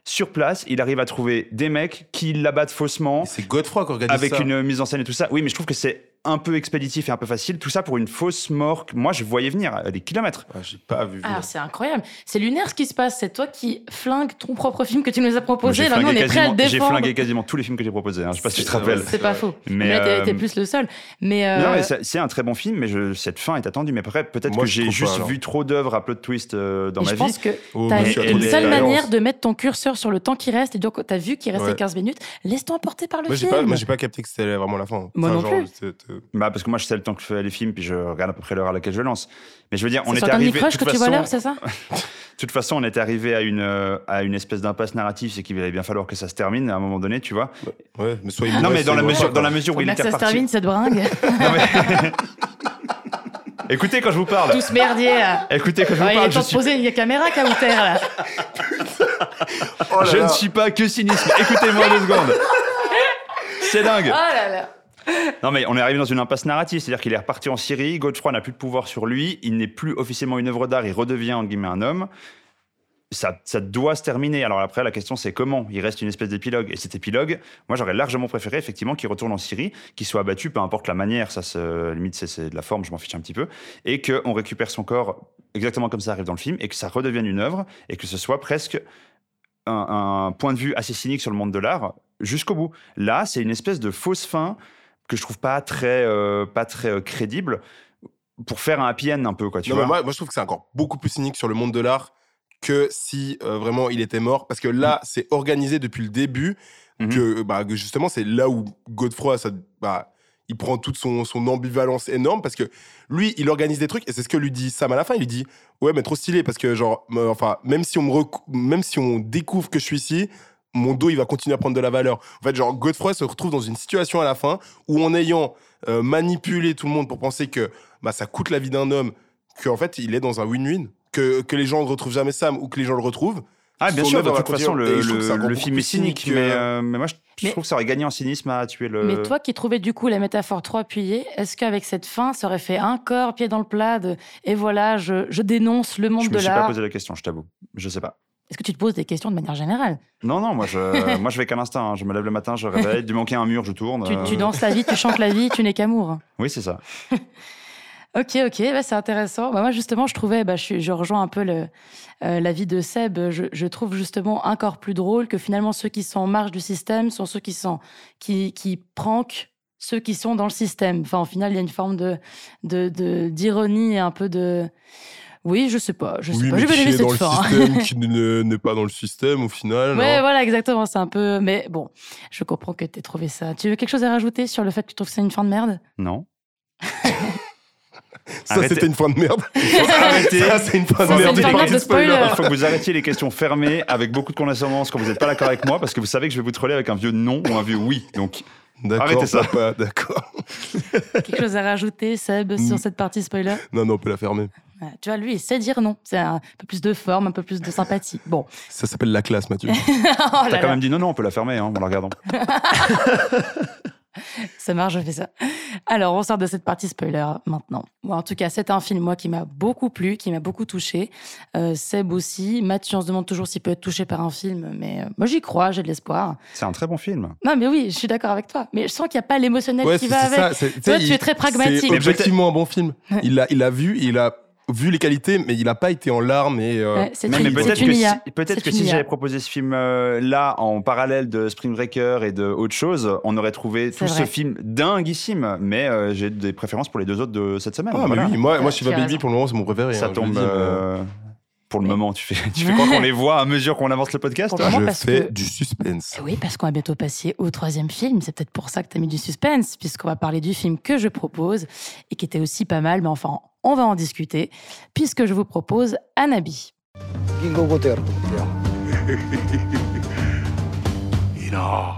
sur place, il arrive à trouver des mecs qui l'abattent faussement. C'est Godefroy qui organise avec ça. Avec une mise en scène et tout ça. Oui, mais je trouve que c'est un peu expéditif et un peu facile. Tout ça pour une fausse mort que moi, je voyais venir à des kilomètres. Ah, j'ai pas vu. Alors, c'est incroyable. C'est lunaire ce qui se passe. C'est toi qui flingues ton propre film que tu nous as proposé. J'ai Là, nous, on est prêts à le J'ai défendre. flingué quasiment tous les films que j'ai proposés. Hein. Je sais pas si tu te rappelles. C'est pas faux. Mais, mais euh... t'es, t'es plus le seul. Mais, euh... Non, mais c'est, c'est un très bon film, mais je, cette fin est attendue. Mais après, peut-être moi, que j'ai juste pas, vu trop d'œuvres à plot twist euh, dans et ma je vie. Je pense que oh, t'as une seule manière manière de mettre ton curseur sur le temps qui reste et donc t'as vu qu'il restait ouais. quinze minutes. Laisse-toi emporter par le moi, film. J'ai pas, moi, j'ai pas capté que c'était vraiment la fin. Moi enfin, non genre, plus. C'est, c'est... Bah, parce que moi, je sais le temps que je fais les films, puis je regarde à peu près l'heure à laquelle je lance. Mais je veux dire, c'est on sur était arrivé. De toute que façon, tu vois l'heure, c'est ça? De toute façon, on était arrivé à une à une espèce d'impasse narrative, c'est qu'il allait bien falloir que ça se termine à un moment donné, tu vois. Ouais, mais soit il non, mais dans la mesure, dans la mesure où il était reparti. Que ça se termine cette bringue. Non, mais... Écoutez quand je vous parle. Tous merdier. Là. Écoutez quand je vous ouais, parle. Il est temps de suis... poser une caméra Kauter là. Oh là je là. ne suis pas que cynisme. Écoutez-moi deux secondes. C'est dingue. Oh là là. Non mais on est arrivé dans une impasse narrative, c'est-à-dire qu'il est reparti en Syrie, Godefroy n'a plus de pouvoir sur lui, il n'est plus officiellement une œuvre d'art, il redevient en guillemets un homme. Ça, ça doit se terminer. Alors après, la question, c'est comment. Il reste une espèce d'épilogue. Et cet épilogue, moi, j'aurais largement préféré, effectivement, qu'il retourne en Syrie, qu'il soit abattu, peu importe la manière. Ça, se, limite, c'est, c'est de la forme, je m'en fiche un petit peu. Et qu'on récupère son corps exactement comme ça arrive dans le film, et que ça redevienne une œuvre, et que ce soit presque un, un point de vue assez cynique sur le monde de l'art, jusqu'au bout. Là, c'est une espèce de fausse fin que je trouve pas très, euh, pas très euh, crédible, pour faire un happy end un peu, quoi, tu non, vois. Mais moi, moi, je trouve que c'est encore beaucoup plus cynique sur le monde de l'art que si euh, vraiment il était mort, parce que là, mmh. c'est organisé depuis le début, mmh. que, bah, que justement, c'est là où Godefroy, ça, bah, il prend toute son, son ambivalence énorme, parce que lui, il organise des trucs, et c'est ce que lui dit Sam à la fin, il lui dit « Ouais, mais trop stylé, parce que genre, euh, enfin, même si, on me rec- même si on découvre que je suis ici, mon dos, il va continuer à prendre de la valeur. » En fait, genre, Godefroy se retrouve dans une situation à la fin, où en ayant euh, manipulé tout le monde pour penser que bah, ça coûte la vie d'un homme, qu'en fait, il est dans un win-win. Que, que les gens ne retrouvent jamais Sam ou que les gens le retrouvent. Ah, bien sûr, de toute façon, le, le, le film est cynique, cynique mais, euh, mais moi, je, je mais, trouve que ça aurait gagné en cynisme à tuer le... Mais toi qui trouvais du coup la métaphore trop appuyée, est-ce qu'avec cette fin, ça aurait fait un corps, pied dans le plat, de, et voilà, je, je dénonce le monde je de l'art? Je me suis pas posé la question, je t'avoue. Je sais pas. Est-ce que tu te poses des questions de manière générale? Non, non, moi je, moi, je vais qu'à l'instinct. Hein. Je me lève le matin, je réveille, du manquer un mur, je tourne. Tu, euh... tu danses la vie, tu chantes la vie, tu n'es qu'amour. Oui, c'est ça. Ok, ok, bah, c'est intéressant. Bah, moi, justement, je trouvais, bah, je, je rejoins un peu le, euh, l'avis de Seb. Je, je trouve justement encore plus drôle que finalement ceux qui sont en marge du système sont ceux qui sont qui, qui prank ceux qui sont dans le système. Enfin, au final, il y a une forme de, de, de d'ironie et un peu de. Oui, je sais pas, je sais oui, pas. Mais je vais aimer dans cette le fin. système qui ne, n'est pas dans le système au final. Ouais, hein. voilà, exactement. C'est un peu. Mais bon, je comprends que t'aies trouvé ça. Tu veux quelque chose à rajouter sur le fait que tu trouves que c'est une fin de merde? Non. Ça, arrêtez. C'était une fin de merde. Arrêtez. Ça, c'est une fin Ça, de merde. C'est une fin de merde de spoiler. Il faut que vous arrêtiez les questions fermées avec beaucoup de condescendance quand vous n'êtes pas d'accord avec moi, parce que vous savez que je vais vous troller avec un vieux non ou un vieux oui. Donc, d'accord, arrêtez ça. Papa, d'accord. Quelque chose à rajouter, Seb, sur cette partie spoiler? Non, non, on peut la fermer. Ouais, tu vois, lui, il sait dire non. C'est un peu plus de forme, un peu plus de sympathie. Bon. Ça s'appelle la classe, Mathieu. oh T'as là quand là. même dit non, non, on peut la fermer hein, en la regardant. Ça marche, je fais ça. Alors, on sort de cette partie spoiler maintenant. Bon, en tout cas, c'est un film, moi, qui m'a beaucoup plu, qui m'a beaucoup touché. Euh, Seb aussi. Mathieu, on se demande toujours s'il peut être touché par un film, mais euh, moi, j'y crois, j'ai de l'espoir. C'est un très bon film. Non, mais oui, je suis d'accord avec toi. Mais je sens qu'il n'y a pas l'émotionnel Ouais, qui c'est, va c'est avec. ça, c'est, toi, il, tu es très pragmatique. C'est objectivement un bon film. Il l'a, il a vu, il a vu les qualités, mais il n'a pas été en larmes. Et, euh... ouais, c'est mais, une, mais peut-être c'est que, une si, c'est peut-être que une si I A. j'avais proposé ce film-là en parallèle de Spring Breaker et de autre chose, on aurait trouvé C'est tout vrai. ce film dinguissime. Mais euh, j'ai des préférences pour les deux autres de cette semaine. Ah, voilà. mais oui, moi, moi Shiva Tu as Baby, raison. pour le moment, c'est mon préféré. Ça hein, tombe je le dis, euh, pour le Mais- moment. Tu fais, tu fais quoi qu'on les voit à mesure qu'on avance le podcast Pour toi le moment, Je parce fais que- du suspense. Eh oui, parce qu'on va bientôt passer au troisième film. C'est peut-être pour ça que tu as mis du suspense, puisqu'on va parler du film que je propose et qui était aussi pas mal, mais enfin, on va en discuter, puisque je vous propose Anabi. 銀行ごとやると思ってよいいな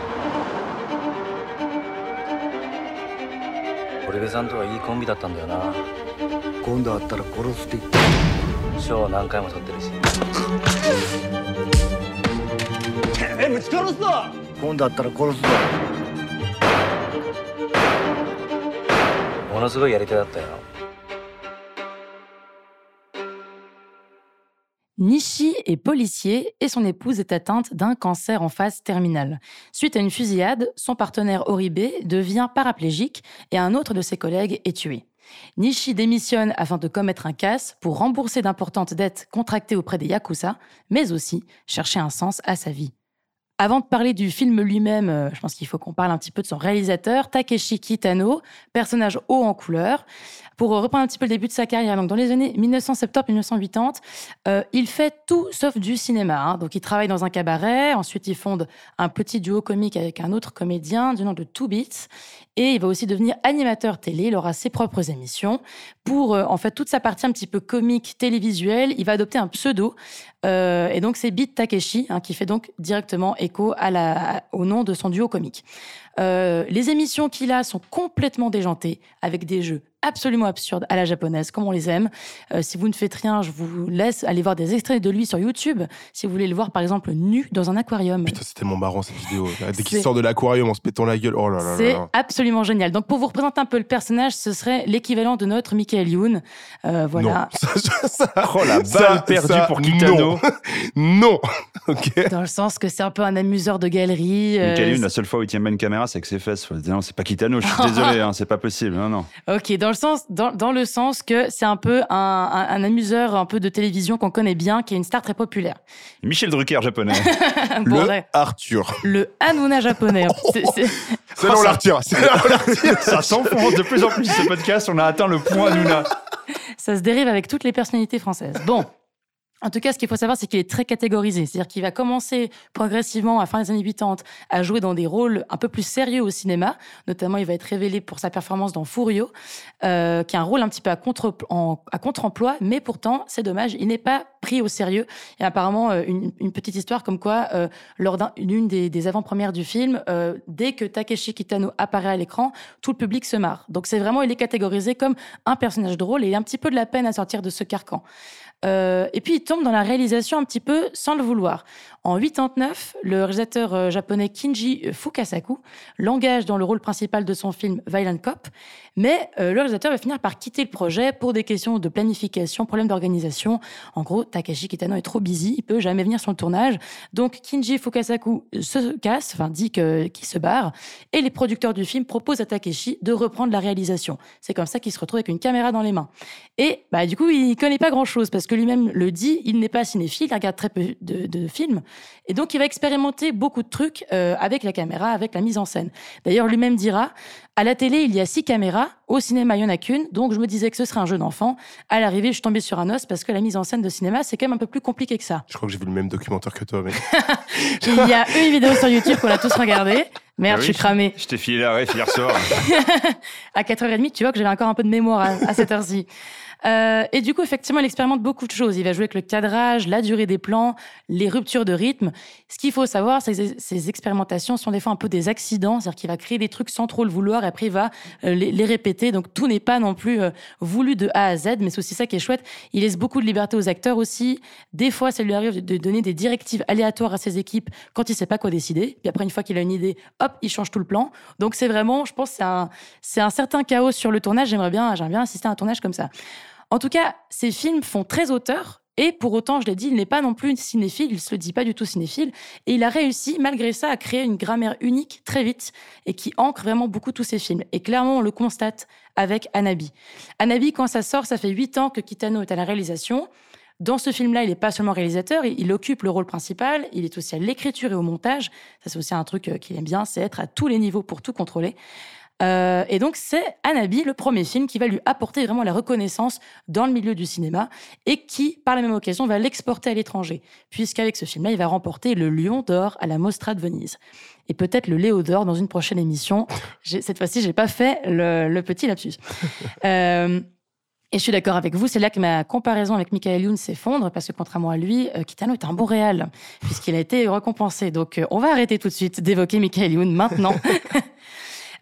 堀部さんとはいいコンビだったんだよな今度会ったら殺すって言って賞は何回も取ってるしえぶち殺すぞ今度会ったら殺すぞものすごいやり手だったよ Nishi est policier et son épouse est atteinte d'un cancer en phase terminale. Suite à une fusillade, son partenaire Oribe devient paraplégique et un autre de ses collègues est tué. Nishi démissionne afin de commettre un casse pour rembourser d'importantes dettes contractées auprès des Yakuza, mais aussi chercher un sens à sa vie. Avant de parler du film lui-même, euh, je pense qu'il faut qu'on parle un petit peu de son réalisateur, Takeshi Kitano, personnage haut en couleur. Pour reprendre un petit peu le début de sa carrière, donc dans les années dix-neuf cent soixante-dix à dix-neuf cent quatre-vingt, euh, il fait tout sauf du cinéma. Hein. Donc il travaille dans un cabaret, ensuite il fonde un petit duo comique avec un autre comédien du nom de Two Beats, et il va aussi devenir animateur télé, il aura ses propres émissions. Pour euh, en fait toute sa partie un petit peu comique, télévisuelle, il va adopter un pseudo, euh, et donc c'est Beat Takeshi, hein, qui fait donc directement écho à la, au nom de son duo comique. Euh, les émissions qu'il a sont complètement déjantées, avec des jeux absolument absurdes à la japonaise, comme on les aime. Euh, si vous ne faites rien, je vous laisse aller voir des extraits de lui sur YouTube, si vous voulez le voir, par exemple, nu dans un aquarium. Putain, c'est tellement marrant, cette vidéo. Dès C'est- qu'il sort de l'aquarium en se pétant la gueule, oh là là là C'est là. absolument génial. Donc, pour vous représenter un peu le personnage, ce serait l'équivalent de notre Michael Youn. Euh, voilà. Non. Ça, ça, ça- Oh la balle ça- perdue ça, pour Kitano. Non. Non. Ok. Dans le sens que c'est un peu un amuseur de galerie. euh, Michael Youn, la seule fois où il tient bien une caméra, c'est avec ses fesses. Faut se dire, non, c'est pas Kitano, je suis désolé, hein, c'est pas possible. Non, non. Ok, dans le sens, dans, dans le sens que c'est un peu un, un, un amuseur un peu de télévision qu'on connaît bien, qui est une star très populaire. Michel Drucker japonais. Pour Le vrai. Arthur. Le Hanouna japonais. C'est- c'est- C'est là, on la retire. C'est là, on la retire. Ça s'enfonce de plus en plus ce podcast, on a atteint le point Hanouna. Ça se dérive avec toutes les personnalités françaises. Bon. En tout cas, ce qu'il faut savoir, c'est qu'il est très catégorisé. C'est-à-dire qu'il va commencer progressivement, à fin des années quatre-vingt-dix, à jouer dans des rôles un peu plus sérieux au cinéma. Notamment, il va être révélé pour sa performance dans Furio, euh, qui est un rôle un petit peu à, contre, en- à contre-emploi, mais pourtant, c'est dommage, il n'est pas pris au sérieux. Il y a apparemment euh, une, une petite histoire comme quoi, euh, lors d'une des, des avant-premières du film, euh, dès que Takeshi Kitano apparaît à l'écran, tout le public se marre. Donc c'est vraiment, il est catégorisé comme un personnage drôle et il a un petit peu de la peine à sortir de ce carcan. Euh, et puis il tombe dans la réalisation un petit peu sans le vouloir. En quatre-vingt-neuf, le réalisateur euh, japonais Kinji Fukasaku l'engage dans le rôle principal de son film Violent Cop, mais euh, le réalisateur va finir par quitter le projet pour des questions de planification, problèmes d'organisation. En gros, Takeshi Kitano est trop busy, il peut jamais venir sur le tournage. Donc Kinji Fukasaku se casse, enfin dit que, qu'il se barre, et les producteurs du film proposent à Takeshi de reprendre la réalisation. C'est comme ça qu'il se retrouve avec une caméra dans les mains. Et bah, du coup, il connaît pas grand-chose, parce que lui-même le dit, il n'est pas cinéphile, il regarde très peu de, de films, et donc il va expérimenter beaucoup de trucs euh, avec la caméra, avec la mise en scène. D'ailleurs, lui-même dira, à la télé, il y a six caméras, au cinéma, il n'y en a qu'une, donc je me disais que ce serait un jeu d'enfant. À l'arrivée, je suis tombée sur un os, parce que la mise en scène de cinéma, c'est quand même un peu plus compliqué que ça. Je crois que j'ai vu le même documentaire que toi, mec. Il y a une vidéo sur YouTube qu'on a tous regardée. Merde, Ah oui, je suis cramée. Je t'ai filé la ref hier soir. À quatre heures trente, tu vois que j'avais encore un peu de mémoire à, à cette heure-ci. Euh, et du coup, effectivement, il expérimente beaucoup de choses. Il va jouer avec le cadrage, la durée des plans, les ruptures de rythme. Ce qu'il faut savoir, c'est que ces expérimentations sont des fois un peu des accidents. C'est-à-dire qu'il va créer des trucs sans trop le vouloir et après il va euh, les, les répéter. Donc tout n'est pas non plus euh, voulu de A à Z, mais c'est aussi ça qui est chouette. Il laisse beaucoup de liberté aux acteurs aussi. Des fois, ça lui arrive de donner des directives aléatoires à ses équipes quand il sait pas quoi décider. Puis après, une fois qu'il a une idée, hop, il change tout le plan. Donc c'est vraiment, je pense, c'est un, c'est un certain chaos sur le tournage. J'aimerais bien, j'aimerais bien assister à un tournage comme ça. En tout cas, ces films font très auteur. Et pour autant, je l'ai dit, il n'est pas non plus cinéphile, il ne se le dit pas du tout cinéphile. Et il a réussi, malgré ça, à créer une grammaire unique très vite et qui ancre vraiment beaucoup tous ses films. Et clairement, on le constate avec Hanabi. Hanabi, quand ça sort, ça fait huit ans que Kitano est à la réalisation. Dans ce film-là, il n'est pas seulement réalisateur, il occupe le rôle principal, il est aussi à l'écriture et au montage. Ça, c'est aussi un truc qu'il aime bien, c'est être à tous les niveaux pour tout contrôler. Euh, et donc, c'est Hanabi, le premier film, qui va lui apporter vraiment la reconnaissance dans le milieu du cinéma et qui, par la même occasion, va l'exporter à l'étranger. Puisqu'avec ce film-là, il va remporter le Lion d'Or à la Mostra de Venise. Et peut-être le Léo d'Or dans une prochaine émission. J'ai, cette fois-ci, je n'ai pas fait le, le petit lapsus. euh, Et je suis d'accord avec vous, c'est là que ma comparaison avec Michael Youn s'effondre, parce que contrairement à lui, euh, Kitano est un bon réal, puisqu'il a été récompensé. Donc, euh, on va arrêter tout de suite d'évoquer Michael Youn maintenant.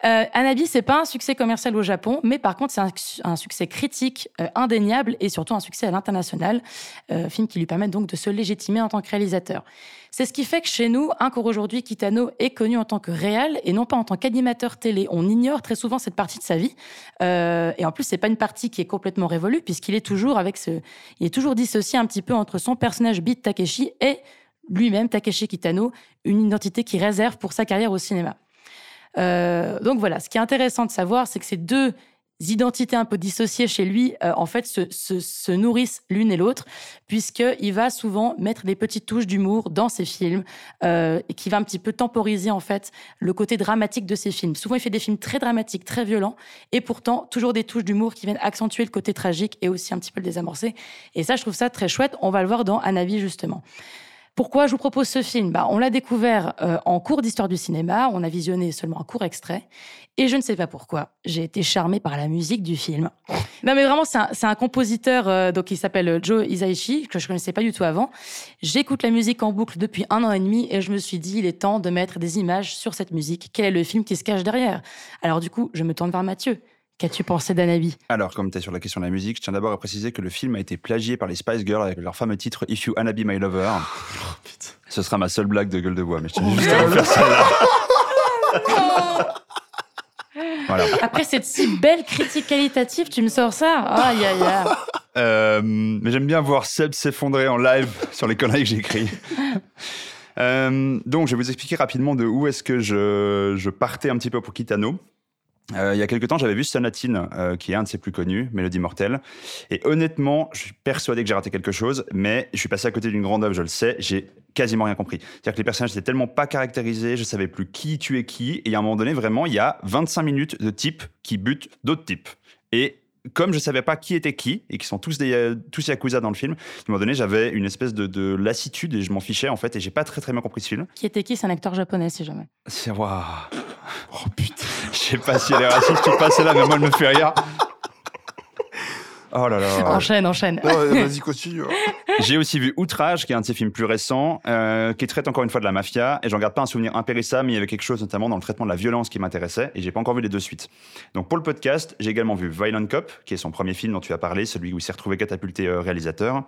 Euh, Hanabi, c'est pas un succès commercial au Japon, mais par contre, c'est un, un succès critique euh, indéniable et surtout un succès à l'international, euh, film qui lui permet donc de se légitimer en tant que réalisateur. C'est ce qui fait que chez nous, encore aujourd'hui, Kitano est connu en tant que réal et non pas en tant qu'animateur télé. On ignore très souvent cette partie de sa vie. Euh, et en plus, c'est pas une partie qui est complètement révolue puisqu'il est toujours avec ce, il est toujours dissocié un petit peu entre son personnage Beat Takeshi et lui-même, Takeshi Kitano, une identité qu'il réserve pour sa carrière au cinéma. Euh, donc voilà, ce qui est intéressant de savoir, c'est que ces deux identités un peu dissociées chez lui, euh, en fait, se, se, se nourrissent l'une et l'autre, puisqu'il va souvent mettre des petites touches d'humour dans ses films, euh, et qui va un petit peu temporiser, en fait, le côté dramatique de ses films. Souvent, il fait des films très dramatiques, très violents, et pourtant, toujours des touches d'humour qui viennent accentuer le côté tragique et aussi un petit peu le désamorcer. Et ça, je trouve ça très chouette. On va le voir dans Hanabi, justement. Pourquoi je vous propose ce film ? Bah, on l'a découvert euh, en cours d'histoire du cinéma, on a visionné seulement un court extrait, et je ne sais pas pourquoi, j'ai été charmée par la musique du film. Non mais vraiment, c'est un, c'est un compositeur, euh, donc il s'appelle Joe Hisaishi, que je ne connaissais pas du tout avant. J'écoute la musique en boucle depuis un an et demi, et je me suis dit, il est temps de mettre des images sur cette musique. Quel est le film qui se cache derrière ? Alors du coup, je me tourne vers Mathieu. Qu'as-tu pensé d'Hanabi ? Alors, comme tu es sur la question de la musique, je tiens d'abord à préciser que le film a été plagié par les Spice Girls avec leur fameux titre « If You Hanabi My Lover ». Ce sera ma seule blague de gueule de bois, mais je tiens juste à vous faire celle-là. Voilà. Après cette si belle critique qualitative, tu me sors ça ? Aïe, aïe, aïe. Euh, mais j'aime bien voir Seb s'effondrer en live sur les conneries que j'écris. euh, donc, je vais vous expliquer rapidement de où est-ce que je, je partais un petit peu pour Kitano. Euh, il y a quelques temps, j'avais vu Sonatine, euh, qui est un de ses plus connus, Mélodie Mortelle. Et honnêtement, je suis persuadé que j'ai raté quelque chose, mais je suis passé à côté d'une grande œuvre, je le sais, j'ai quasiment rien compris. C'est-à-dire que les personnages étaient tellement pas caractérisés, je savais plus qui tuait qui, et à un moment donné, vraiment, il y a vingt-cinq minutes de types qui butent d'autres types. Et comme je savais pas qui était qui, et qui sont tous des euh, tous Yakuza dans le film, à un moment donné, j'avais une espèce de, de lassitude, et je m'en fichais, en fait, et j'ai pas très très bien compris ce film. Qui était qui ? C'est un acteur japonais, si jamais. C'est... Waouh. Oh putain. Je sais pas si elle est raciste ou pas, celle-là, mais moi, elle me fait rire. Oh là là. Enchaîne, enchaîne. Non, vas-y, continue. J'ai aussi vu Outrage, qui est un de ses films plus récents, euh, qui traite encore une fois de la mafia, et j'en garde pas un souvenir impérissable, mais il y avait quelque chose notamment dans le traitement de la violence qui m'intéressait, et j'ai pas encore vu les deux suites. Donc pour le podcast, j'ai également vu Violent Cop, qui est son premier film dont tu as parlé, celui où il s'est retrouvé catapulté euh, réalisateur.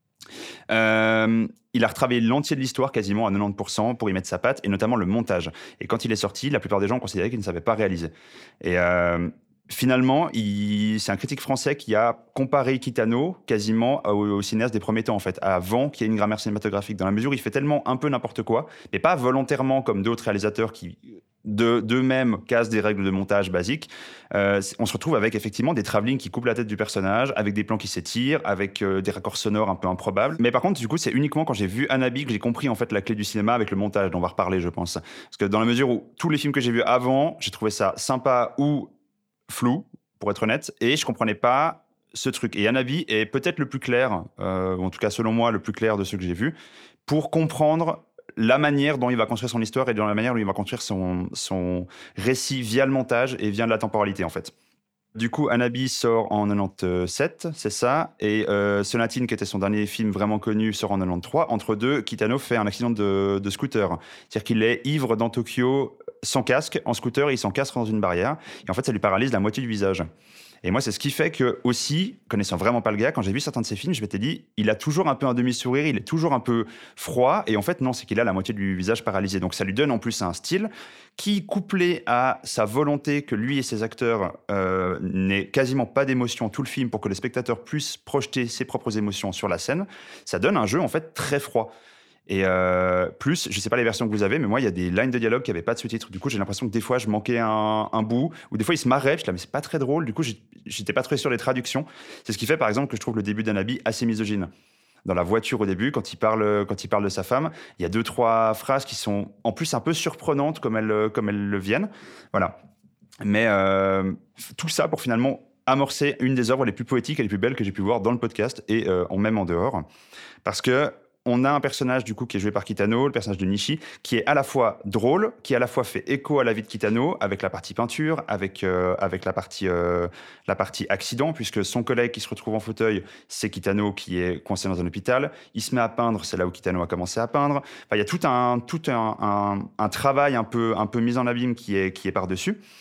Euh, il a retravaillé l'entier de l'histoire quasiment à quatre-vingt-dix pour cent pour y mettre sa patte, et notamment le montage. Et quand il est sorti, la plupart des gens considéraient qu'il ne savait pas réaliser. Et euh, finalement, il... c'est un critique français qui a comparé Kitano quasiment au, au cinéaste des premiers temps, en fait, avant qu'il y ait une grammaire cinématographique, dans la mesure où il fait tellement un peu n'importe quoi, mais pas volontairement comme d'autres réalisateurs qui... De, d'eux-mêmes cassent des règles de montage basiques. Euh, on se retrouve avec effectivement des travelling qui coupent la tête du personnage, avec des plans qui s'étirent, avec euh, des raccords sonores un peu improbables. Mais par contre, du coup, c'est uniquement quand j'ai vu Hanabi que j'ai compris en fait la clé du cinéma avec le montage, dont on va reparler, je pense. Parce que dans la mesure où tous les films que j'ai vus avant, j'ai trouvé ça sympa ou flou, pour être honnête, et je comprenais pas ce truc. Et Hanabi est peut-être le plus clair, euh, en tout cas selon moi, le plus clair de ceux que j'ai vus, pour comprendre la manière dont il va construire son histoire et dans la manière dont il va construire son, son récit via le montage et via la temporalité, en fait. Du coup, Hanabi sort en quatre-vingt-dix-sept, c'est ça, et euh, Sonatine, qui était son dernier film vraiment connu, sort en quatre-vingt-treize. Entre deux, Kitano fait un accident de, de scooter. C'est-à-dire qu'il est ivre dans Tokyo, sans casque, en scooter, et il s'encastre dans une barrière. Et en fait, ça lui paralyse la moitié du visage. Et moi, c'est ce qui fait que, aussi, connaissant vraiment pas le gars, quand j'ai vu certains de ses films, je m'étais dit, il a toujours un peu un demi-sourire, il est toujours un peu froid, et en fait, non, c'est qu'il a la moitié du visage paralysé. Donc ça lui donne en plus un style qui, couplé à sa volonté que lui et ses acteurs euh, n'aient quasiment pas d'émotion tout le film pour que le spectateur puisse projeter ses propres émotions sur la scène, ça donne un jeu, en fait, très froid. Et euh, plus, je sais pas les versions que vous avez, mais moi, il y a des lignes de dialogue qui n'avaient pas de sous-titres. Du coup, j'ai l'impression que des fois, je manquais un, un bout, ou des fois, il se marrait. Je disais, mais c'est pas très drôle. Du coup, j'étais pas très sûr des traductions. C'est ce qui fait, par exemple, que je trouve le début d'Hanabi assez misogyne. Dans la voiture, au début, quand il parle, quand il parle de sa femme, il y a deux, trois phrases qui sont, en plus, un peu surprenantes comme elles, comme elles le viennent. Voilà. Mais euh, tout ça pour finalement amorcer une des œuvres les plus poétiques et les plus belles que j'ai pu voir dans le podcast et euh, en même en dehors. Parce que on a un personnage du coup qui est joué par Kitano, le personnage de Nishi, qui est à la fois drôle, qui à la fois fait écho à la vie de Kitano, avec la partie peinture, avec avec euh, avec la partie euh, la partie accident, puisque son collègue qui se retrouve en fauteuil, c'est Kitano qui est coincé dans un hôpital. Il se met à peindre, c'est là où Kitano a commencé à peindre. Enfin, il y a tout un tout un, un, un travail un peu un peu mis en abîme qui est qui est par dessus.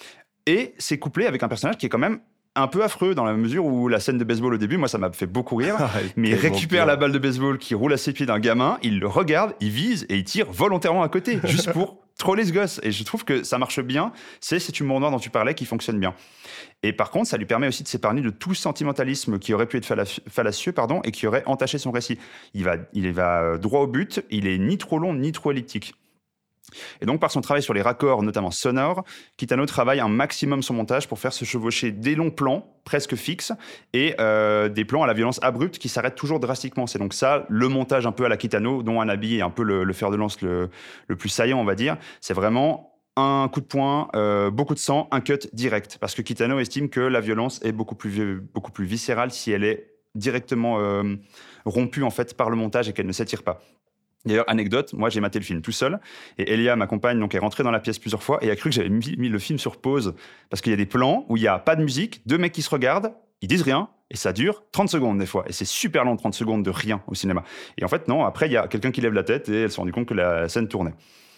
Et c'est couplé avec un personnage qui est quand même un peu affreux dans la mesure où la scène de baseball au début, moi ça m'a fait beaucoup rire, mais il récupère bien la balle de baseball qui roule à ses pieds d'un gamin, il le regarde, il vise et il tire volontairement à côté, juste pour troller ce gosse. Et je trouve que ça marche bien, c'est cet humour noir dont tu parlais qui fonctionne bien. Et par contre, ça lui permet aussi de s'épargner de tout sentimentalisme qui aurait pu être fallacieux, fallacieux pardon, et qui aurait entaché son récit. Il va, il va droit au but, il est ni trop long ni trop elliptique. Et donc, par son travail sur les raccords, notamment sonores, Kitano travaille un maximum son montage pour faire se chevaucher des longs plans, presque fixes, et euh, des plans à la violence abrupte qui s'arrêtent toujours drastiquement. C'est donc ça, le montage un peu à la Kitano, dont Hanabi est un peu le, le fer de lance le, le plus saillant, on va dire. C'est vraiment un coup de poing, euh, beaucoup de sang, un cut direct. Parce que Kitano estime que la violence est beaucoup plus, beaucoup plus viscérale si elle est directement euh, rompue en fait, par le montage et qu'elle ne s'étire pas. D'ailleurs, anecdote, moi j'ai maté le film tout seul et Elia, ma compagne, donc, est rentrée dans la pièce plusieurs fois et a cru que j'avais mis, mis le film sur pause parce qu'il y a des plans où il n'y a pas de musique, deux mecs qui se regardent, ils disent rien et ça dure trente secondes des fois. Et c'est super long, trente secondes de rien au cinéma. Et en fait, non, après il y a quelqu'un qui lève la tête et elle s'est rendue compte que la scène tournait.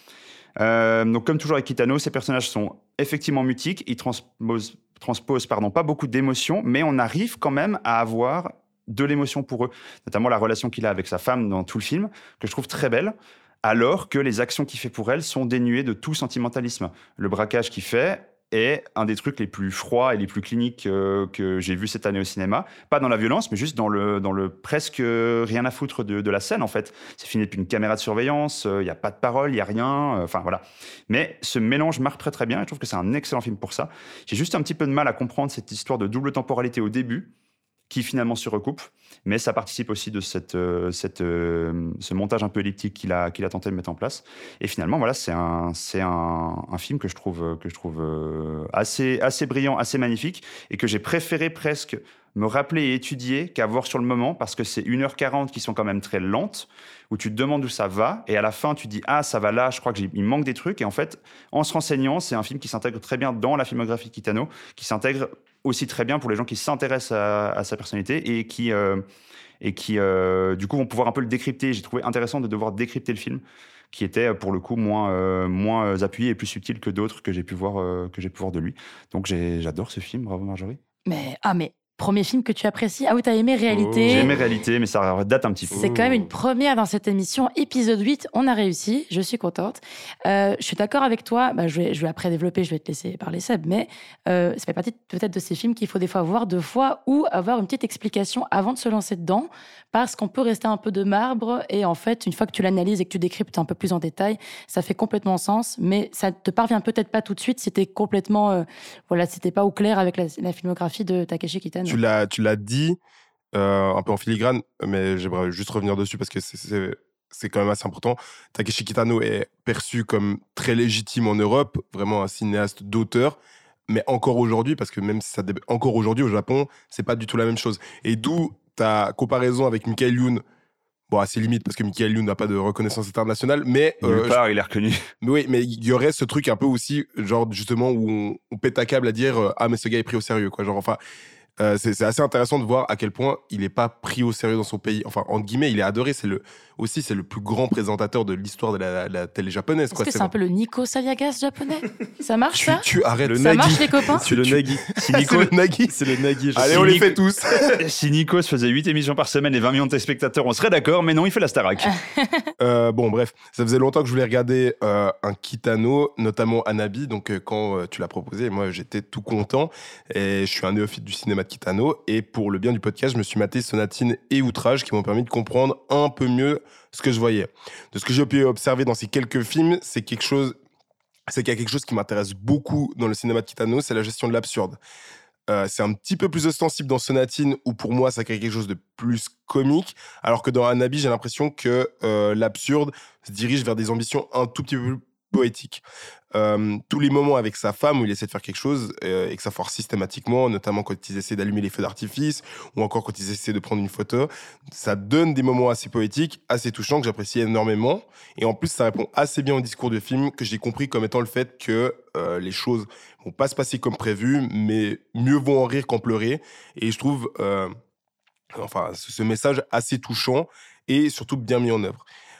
Euh, donc comme toujours avec Kitano, ces personnages sont effectivement mutiques, ils transposent, transposent pardon, pas beaucoup d'émotions, mais on arrive quand même à avoir de l'émotion pour eux, notamment la relation qu'il a avec sa femme dans tout le film, que je trouve très belle, alors que les actions qu'il fait pour elle sont dénuées de tout sentimentalisme. Le braquage qu'il fait est un des trucs les plus froids et les plus cliniques euh, que j'ai vu cette année au cinéma. Pas dans la violence, mais juste dans le, dans le presque rien à foutre de, de la scène, en fait. C'est filmé depuis une caméra de surveillance, il euh, n'y a pas de parole, il n'y a rien, enfin euh, voilà. Mais ce mélange marche très très bien, et je trouve que c'est un excellent film pour ça. J'ai juste un petit peu de mal à comprendre cette histoire de double temporalité au début, qui finalement se recoupe, mais ça participe aussi de cette, euh, cette, euh, ce montage un peu elliptique qu'il a, qu'il a tenté de mettre en place. Et finalement, voilà, c'est un, c'est un, un film que je trouve, que je trouve euh, assez, assez brillant, assez magnifique, et que j'ai préféré presque me rappeler et étudier qu'à voir sur le moment, parce que c'est une heure quarante qui sont quand même très lentes, où tu te demandes où ça va, et à la fin, tu te dis « Ah, ça va là, je crois qu'il manque des trucs », et en fait, en se renseignant, c'est un film qui s'intègre très bien dans la filmographie de Kitano, qui s'intègre aussi très bien pour les gens qui s'intéressent à, à sa personnalité et qui, euh, et qui euh, du coup, vont pouvoir un peu le décrypter. J'ai trouvé intéressant de devoir décrypter le film, qui était, pour le coup, moins, euh, moins appuyé et plus subtil que d'autres que j'ai pu voir, euh, que j'ai pu voir de lui. Donc, j'ai, j'adore ce film. Bravo, Marjorie. Mais, ah, mais... Premier film que tu apprécies. Ah oui, t'as aimé Réalité. J'ai aimé Réalité, mais ça date un petit peu. C'est quand même une première dans cette émission. Épisode huit, on a réussi. Je suis contente. Euh, je suis d'accord avec toi. Bah, je, vais, je vais après développer, je vais te laisser parler, Seb. Mais euh, ça fait partie peut-être de ces films qu'il faut des fois voir deux fois ou avoir une petite explication avant de se lancer dedans. Parce qu'on peut rester un peu de marbre. Et en fait, une fois que tu l'analyses et que tu décryptes un peu plus en détail, ça fait complètement sens. Mais ça te parvient peut-être pas tout de suite si t'es complètement... Euh, voilà, si t'es pas au clair avec la, la filmographie de Takeshi Kitano. Tu l'as, tu l'as dit euh, un peu en filigrane, mais j'aimerais juste revenir dessus parce que c'est, c'est, c'est quand même assez important. Takeshi Kitano est perçu comme très légitime en Europe, vraiment un cinéaste d'auteur, mais encore aujourd'hui, parce que même si ça dé... encore aujourd'hui au Japon, c'est pas du tout la même chose. Et d'où ta comparaison avec Michael Youn. Bon, assez limite parce que Michael Youn n'a pas de reconnaissance internationale, mais nulle euh, part, je... il est reconnu. Mais oui, mais il y aurait ce truc un peu aussi, genre justement où on, on pète à câble à dire euh, ah mais ce gars est pris au sérieux, quoi. Genre enfin. Euh, c'est, c'est assez intéressant de voir à quel point il n'est pas pris au sérieux dans son pays. Enfin, entre guillemets, il est adoré. C'est le, aussi, c'est le plus grand présentateur de l'histoire de la, la télé japonaise. Est-ce quoi. que c'est, c'est un peu le Nico Sayagas japonais? Ça marche, tu, ça Tu arrêtes. Le ça Nagui. Marche, les copains? C'est le Nagui. Si Nico... c'est le Nagui. C'est le Nagui. Allez, si on Nico... les fait tous. Si Nico faisait huit émissions par semaine et vingt millions de téléspectateurs, on serait d'accord, mais non, il fait la Starac. euh, bon, bref, ça faisait longtemps que je voulais regarder euh, un Kitano, notamment Hanabi. Donc, euh, quand euh, tu l'as proposé, moi, j'étais tout content. Et je suis un néophyte du cinéma de Kitano. Et pour le bien du podcast, je me suis maté Sonatine et Outrage qui m'ont permis de comprendre un peu mieux ce que je voyais. De ce que j'ai pu observer dans ces quelques films, c'est quelque chose, c'est qu'il y a quelque chose qui m'intéresse beaucoup dans le cinéma de Kitano, c'est la gestion de l'absurde. Euh, c'est un petit peu plus ostensible dans Sonatine, où pour moi, ça crée quelque chose de plus comique, alors que dans Hanabi, j'ai l'impression que euh, l'absurde se dirige vers des ambitions un tout petit peu plus poétiques. Euh, tous les moments avec sa femme où il essaie de faire quelque chose euh, et que ça foire systématiquement, notamment quand ils essaient d'allumer les feux d'artifice ou encore quand ils essaient de prendre une photo, ça donne des moments assez poétiques, assez touchants que j'apprécie énormément. Et en plus, ça répond assez bien au discours du film que j'ai compris comme étant le fait que euh, les choses vont pas se passer comme prévu, mais mieux vont en rire qu'en pleurer. Et je trouve euh, enfin, ce message assez touchant et surtout bien mis en œuvre.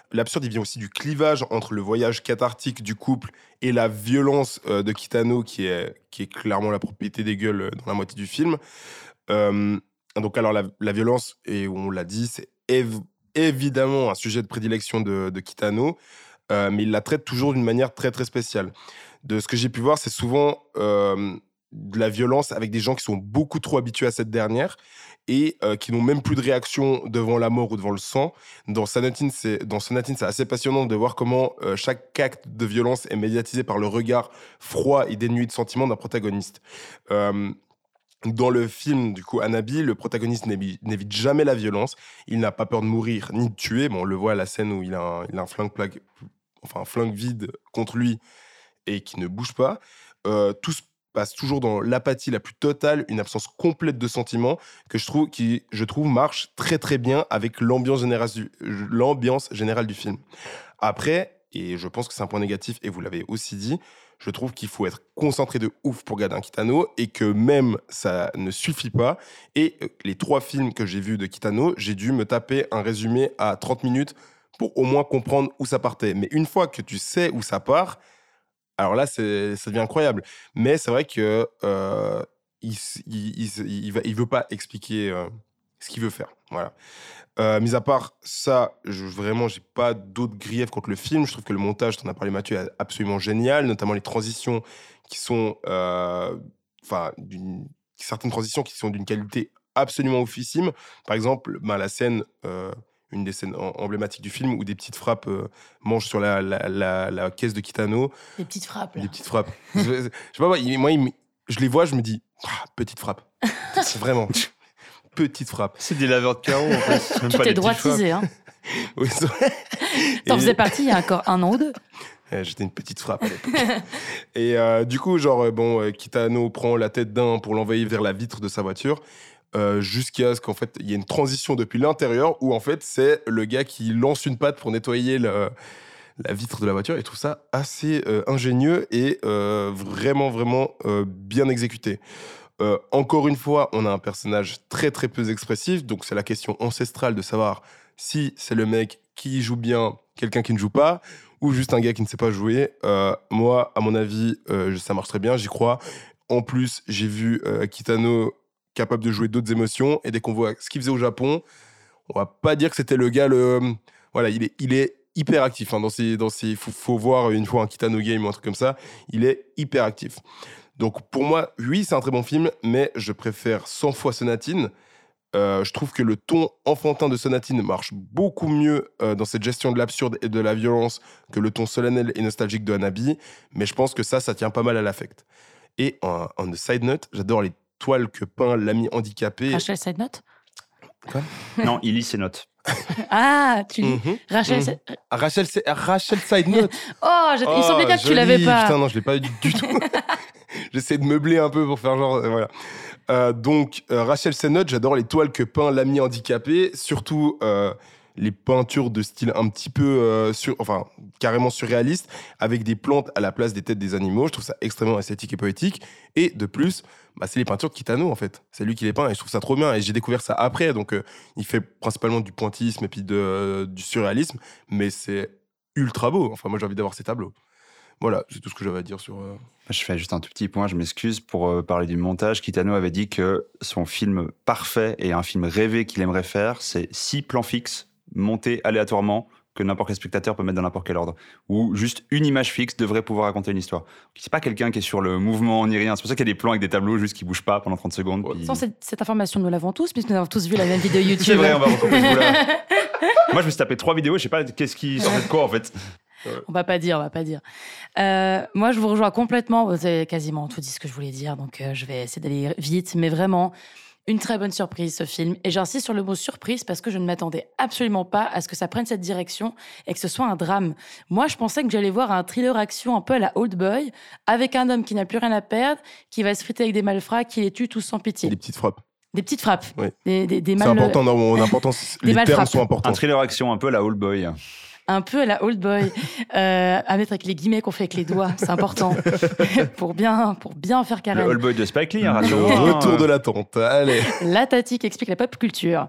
l'absurde, il vient aussi du clivage entre le voyage cathartique du couple et la violence euh, de Kitano, qui est, qui est clairement la propriété des gueules euh, dans la moitié du film. Euh, donc, alors, la, la violence, et on l'a dit, c'est év- évidemment un sujet de prédilection de, de Kitano, euh, mais il la traite toujours d'une manière très, très spéciale. De ce que j'ai pu voir, c'est souvent euh, de la violence avec des gens qui sont beaucoup trop habitués à cette dernière et euh, qui n'ont même plus de réaction devant la mort ou devant le sang. Dans Sonatine, c'est, dans Sonatine, c'est assez passionnant de voir comment euh, chaque acte de violence est médiatisé par le regard froid et dénué de sentiments d'un protagoniste. Euh, Dans le film, du coup, Anabi, le protagoniste n'évite, n'évite jamais la violence. Il n'a pas peur de mourir ni de tuer. Bon, on le voit à la scène où il a un, il a un flingue plaque, enfin un flingue vide contre lui et qui ne bouge pas. Euh, tout se passe toujours dans l'apathie la plus totale, une absence complète de sentiments que je trouve, qui, je trouve marche très très bien avec l'ambiance générale du, l'ambiance générale du film. Après, et je pense que c'est un point négatif, et vous l'avez aussi dit, je trouve qu'il faut être concentré de ouf pour regarder un Kitano et que même ça ne suffit pas. Et les trois films que j'ai vus de Kitano, j'ai dû me taper un résumé à trente minutes pour au moins comprendre où ça partait. Mais une fois que tu sais où ça part, alors là, c'est, ça devient incroyable. Mais c'est vrai que euh, il, il, il, il, va, il veut pas expliquer euh, ce qu'il veut faire. Voilà. Euh, mis à part ça, je, vraiment, j'ai pas d'autres griefs contre le film. Je trouve que le montage, t'en as parlé Mathieu, est absolument génial, notamment les transitions qui sont, enfin, euh, certaines transitions qui sont d'une qualité absolument oufissime. Par exemple, ben, la scène, euh, une des scènes emblématiques du film où des petites frappes euh, mangent sur la, la, la, la caisse de Kitano. Des petites frappes. Là. Des petites frappes. je, je sais pas, moi, il, moi il, je les vois, je me dis, ah, petite frappe. C'est vraiment. Petite frappe. C'est des laveurs de carreaux, en fait. Même tu pas t'es des droitisé, hein. Oui, c'est vrai. T'en Et... faisais partie il y a encore un an ou deux. Eh, j'étais une petite frappe à l'époque. Et euh, du coup, genre, bon, euh, Kitano prend la tête d'un pour l'envoyer vers la vitre de sa voiture, euh, jusqu'à ce qu'en fait, il y ait une transition depuis l'intérieur où, en fait, c'est le gars qui lance une patte pour nettoyer le, la vitre de la voiture. Et je trouve ça assez euh, ingénieux et euh, vraiment, vraiment euh, bien exécuté. Euh, encore une fois, on a un personnage très très peu expressif, donc c'est la question ancestrale de savoir si c'est le mec qui joue bien, quelqu'un qui ne joue pas, ou juste un gars qui ne sait pas jouer. Euh, moi, à mon avis, euh, ça marche très bien, j'y crois. En plus, j'ai vu euh, Kitano capable de jouer d'autres émotions, et dès qu'on voit ce qu'il faisait au Japon, on va pas dire que c'était le gars, le... voilà, il est, il est hyper actif. Hein, dans ses, dans ses... Faut, faut voir une fois un Kitano game ou un truc comme ça, il est hyper actif. Donc pour moi, oui, c'est un très bon film, mais je préfère cent fois Sonatine. Euh, je trouve que le ton enfantin de Sonatine marche beaucoup mieux euh, dans cette gestion de l'absurde et de la violence que le ton solennel et nostalgique de Anabi, mais je pense que ça, ça tient pas mal à l'affect. Et en, en side note, j'adore les toiles que peint l'ami handicapé. Rachel side note. Quoi? Non, il lit ses notes. Ah, tu lis mm-hmm. Rachel, mm-hmm. Rachel, Rachel side note. Oh, je... oh, il semblait bien que joli. tu l'avais pas. Putain, non, je l'ai pas eu du tout. J'essaie de meubler un peu pour faire genre, euh, voilà. Euh, donc, euh, Rachel Sennott, j'adore les toiles que peint l'ami handicapé, surtout euh, les peintures de style un petit peu, euh, sur, enfin, carrément surréaliste, avec des plantes à la place des têtes des animaux. Je trouve ça extrêmement esthétique et poétique. Et de plus, bah, c'est les peintures de Kitano, en fait. C'est lui qui les peint et je trouve ça trop bien. Et j'ai découvert ça après, donc euh, il fait principalement du pointillisme et puis de, euh, du surréalisme, mais c'est ultra beau. Enfin, moi, j'ai envie d'avoir ces tableaux. Voilà, c'est tout ce que j'avais à dire sur... Euh... Je fais juste un tout petit point, je m'excuse pour euh, parler du montage. Kitano avait dit que son film parfait et un film rêvé qu'il aimerait faire, c'est six plans fixes montés aléatoirement que n'importe quel spectateur peut mettre dans n'importe quel ordre. Ou juste une image fixe devrait pouvoir raconter une histoire. C'est pas quelqu'un qui est sur le mouvement ni rien. C'est pour ça qu'il y a des plans avec des tableaux juste qui bougent pas pendant trente secondes. Puis... Sans cette, cette information, nous l'avons tous, puisque nous avons tous vu la même vidéo YouTube. C'est vrai, on va recouper ce bout-là. Moi, je me suis tapé trois vidéos, je sais pas qu'est-ce qui sortait de quoi en fait. Ouais. On va pas dire, on va pas dire. Euh, moi, je vous rejoins complètement. Vous avez quasiment tout dit ce que je voulais dire, donc euh, je vais essayer d'aller vite. Mais vraiment, une très bonne surprise, ce film. Et j'insiste sur le mot surprise parce que je ne m'attendais absolument pas à ce que ça prenne cette direction et que ce soit un drame. Moi, je pensais que j'allais voir un thriller action un peu à la Old Boy, avec un homme qui n'a plus rien à perdre, qui va se friter avec des malfrats, qui les tue tous sans pitié. Des petites frappes. Des petites frappes. Oui. Des, des, des mal... C'est important, non, en importance, les termes sont importants. Un thriller action un peu à la Old Boy. un peu à la Old Boy, euh, à mettre avec les guillemets qu'on fait avec les doigts, c'est important, pour bien, pour bien faire Karen. Le Old Boy de Spike Lee, hein, rassure-moi. Le retour de la tente, allez. La Tati qui explique la pop culture.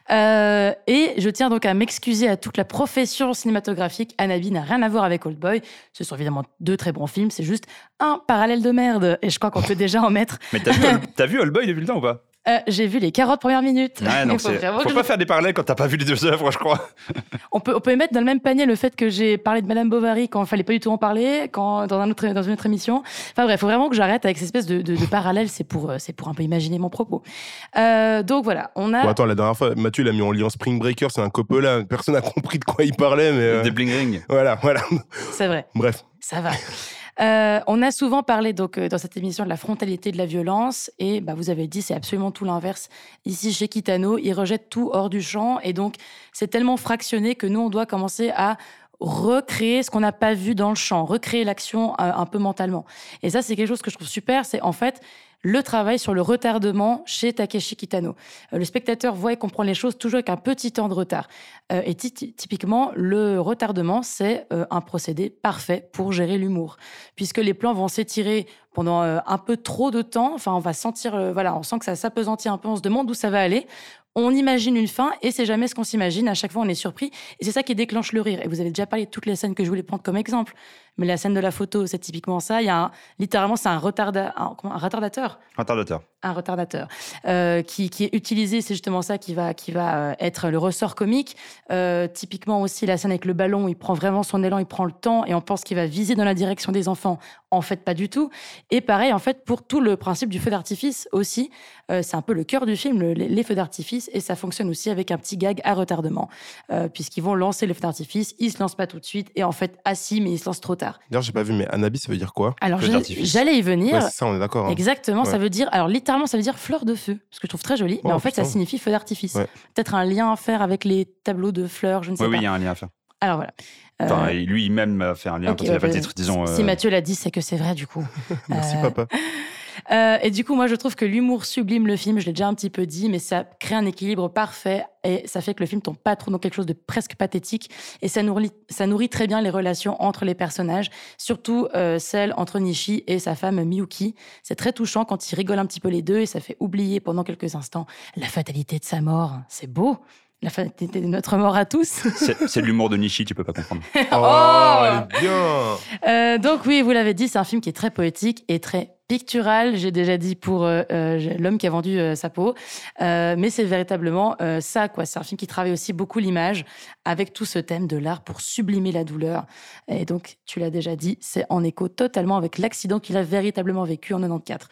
Euh, et je tiens donc à m'excuser à toute la profession cinématographique. Anabi n'a rien à voir avec Old Boy. Ce sont évidemment deux très bons films, c'est juste un parallèle de merde. Et je crois qu'on peut déjà en mettre. Mais t'as vu, t'as vu Old Boy depuis le temps ou pas? Euh, j'ai vu les quarante premières minutes. Ouais, non, faut c'est... vraiment faut que pas je- faire des parallèles quand t'as pas vu les deux œuvres, je crois. On peut, on peut mettre dans le même panier le fait que j'ai parlé de Madame Bovary quand il fallait pas du tout en parler, quand, dans, un autre, dans une autre émission. Enfin bref, il faut vraiment que j'arrête avec cette espèce de, de, de parallèle. C'est pour, euh, c'est pour un peu imaginer mon propos. Euh, donc voilà, on a... Bon, attends, la dernière fois, Mathieu, il a mis en lien Spring Breaker, c'est un Coppola. Personne n'a compris de quoi il parlait, mais. euh, Des bling ring. Voilà, voilà. C'est vrai. Bref. Ça va. Euh, on a souvent parlé donc euh, dans cette émission de la frontalité de la violence et bah, vous avez dit c'est absolument tout l'inverse. Ici chez Kitano, il rejette tout hors du champ et donc c'est tellement fractionné que nous on doit commencer à recréer ce qu'on n'a pas vu dans le champ, recréer l'action euh, un peu mentalement. Et ça c'est quelque chose que je trouve super, c'est en fait le travail sur le retardement chez Takeshi Kitano. Euh, le spectateur voit et comprend les choses toujours avec un petit temps de retard. Euh, et ty- typiquement, le retardement, c'est euh, un procédé parfait pour gérer l'humour. Puisque les plans vont s'étirer pendant euh, un peu trop de temps. Enfin, on va sentir, euh, voilà, on sent que ça s'appesantit un peu, on se demande où ça va aller. On imagine une fin et c'est jamais ce qu'on s'imagine. À chaque fois, on est surpris. Et c'est ça qui déclenche le rire. Et vous avez déjà parlé de toutes les scènes que je voulais prendre comme exemple. Mais la scène de la photo, c'est typiquement ça. Il y a un, littéralement, c'est un, retarda, un, comment, un retardateur. Retardateur. Un retardateur euh, qui, qui est utilisé, c'est justement ça qui va, qui va euh, être le ressort comique. Euh, typiquement aussi la scène avec le ballon, il prend vraiment son élan, il prend le temps et on pense qu'il va viser dans la direction des enfants. En fait, pas du tout. Et pareil, en fait, pour tout le principe du feu d'artifice aussi, euh, c'est un peu le cœur du film, le- les, les feux d'artifice, et ça fonctionne aussi avec un petit gag à retardement, euh, puisqu'ils vont lancer le feu d'artifice, ils se lancent pas tout de suite, et en fait, assis, mais ils se lancent trop tard. D'ailleurs, j'ai pas vu, mais Anabi, ça veut dire quoi? Alors, j'allais, j'allais y venir. Ouais, c'est ça, on est d'accord. hein. Exactement, ça Ouais. veut dire, alors littéralement, ça veut dire fleur de feu, ce que je trouve très joli, mais Oh, en fait, putain. ça signifie feu d'artifice. Ouais. Peut-être un lien à faire avec les tableaux de fleurs, je ne sais Oui, pas. oui, il y a un lien à faire. Alors voilà. Euh, Enfin, et lui-même a fait un lien ok, quand il a fait ouais, le titre, disons. Si euh, Mathieu l'a dit, c'est que c'est vrai du coup. Merci, Euh, papa. Euh, et du coup, moi, je trouve que l'humour sublime le film. Je l'ai déjà un petit peu dit, mais ça crée un équilibre parfait et ça fait que le film tombe pas trop dans quelque chose de presque pathétique. Et ça nourrit, ça nourrit très bien les relations entre les personnages, surtout euh, celle entre Nishi et sa femme Miyuki. C'est très touchant quand ils rigolent un petit peu les deux et ça fait oublier pendant quelques instants la fatalité de sa mort. C'est beau. La fatalité de notre mort à tous. C'est, c'est de l'humour de Nishi, tu peux pas comprendre. Oh, elle est bien. Euh, donc oui, vous l'avez dit, c'est un film qui est très poétique et très pictural. J'ai déjà dit pour euh, euh, l'homme qui a vendu euh, sa peau, Euh, mais c'est véritablement euh, ça, quoi. C'est un film qui travaille aussi beaucoup l'image avec tout ce thème de l'art pour sublimer la douleur. Et donc, tu l'as déjà dit, c'est en écho totalement avec l'accident qu'il a véritablement vécu en quatre-vingt-quatorze.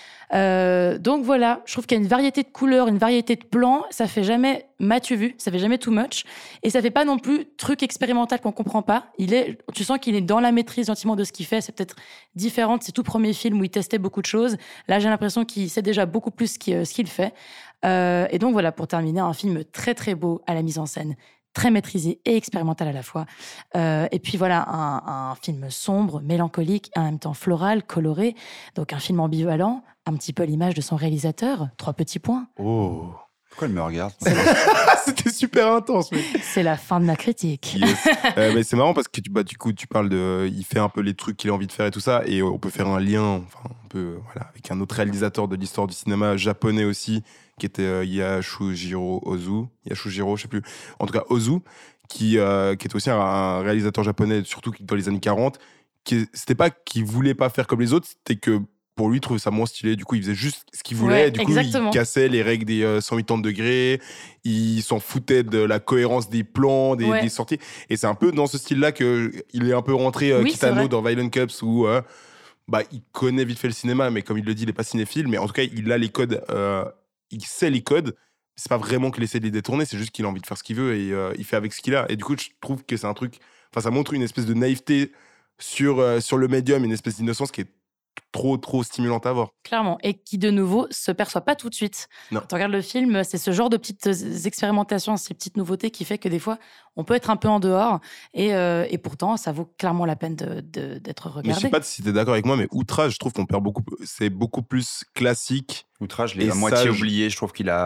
Euh, donc voilà, je trouve qu'il y a une variété de couleurs, une variété de plans. Ça fait jamais m'as-tu vu, ça fait jamais too much, et ça fait pas non plus truc expérimental qu'on comprend pas. Il est, tu sens qu'il est dans la maîtrise gentiment de ce qu'il fait. C'est peut-être différent de ses tout premiers films où il testait beaucoup de choses. Là, j'ai l'impression qu'il sait déjà beaucoup plus ce qu'il, ce qu'il fait. Euh, et donc voilà, pour terminer, un film très très beau à la mise en scène, très maîtrisé et expérimental à la fois. Euh, et puis voilà, un, un film sombre, mélancolique, et en même temps floral, coloré. Donc un film ambivalent, un petit peu à l'image de son réalisateur. Trois petits points. Oh. Pourquoi elle me regarde? C'était super intense, mec. C'est la fin de ma critique. Yes. Euh, mais c'est marrant parce que tu, bah, du coup, tu parles de. Il fait un peu les trucs qu'il a envie de faire et tout ça. Et on peut faire un lien enfin, un peu, voilà, avec un autre réalisateur de l'histoire du cinéma japonais aussi, qui était euh, Yasujiro Ozu. Yasujiro, je sais plus. En tout cas, Ozu, qui, euh, qui est aussi un, un réalisateur japonais, surtout dans les années quarante. Qui, c'était pas qu'il voulait pas faire comme les autres, c'était que pour lui, il trouvait ça moins stylé. Du coup, il faisait juste ce qu'il voulait. Ouais, du coup, exactement. il cassait les règles des euh, cent quatre-vingts degrés. Il s'en foutait de la cohérence des plans, des, Ouais. des sorties. Et c'est un peu dans ce style-là qu'il est un peu rentré, euh, Oui, c'est Kitano, vrai. dans Violent Cups, où euh, bah, il connaît vite fait le cinéma, mais comme il le dit, il n'est pas cinéphile. Mais en tout cas, il a les codes. Euh, il sait les codes. C'est pas vraiment qu'il essaie de les détourner, c'est juste qu'il a envie de faire ce qu'il veut et euh, il fait avec ce qu'il a. Et du coup, je trouve que c'est un truc. Enfin, ça montre une espèce de naïveté sur, euh, sur le médium, une espèce d'innocence qui est trop, trop stimulante à voir. Clairement. Et qui, de nouveau, se perçoit pas tout de suite. Non. Quand on regarde le film, c'est ce genre de petites expérimentations, ces petites nouveautés qui fait que des fois, on peut être un peu en dehors. Et, euh, et pourtant, ça vaut clairement la peine de, de- d'être regardé. Mais je sais pas si t'es d'accord avec moi, mais Outrage, je trouve qu'on perd beaucoup. C'est beaucoup plus classique. Outrage, je l'ai Et à moitié sage. oublié. Je trouve qu'il a.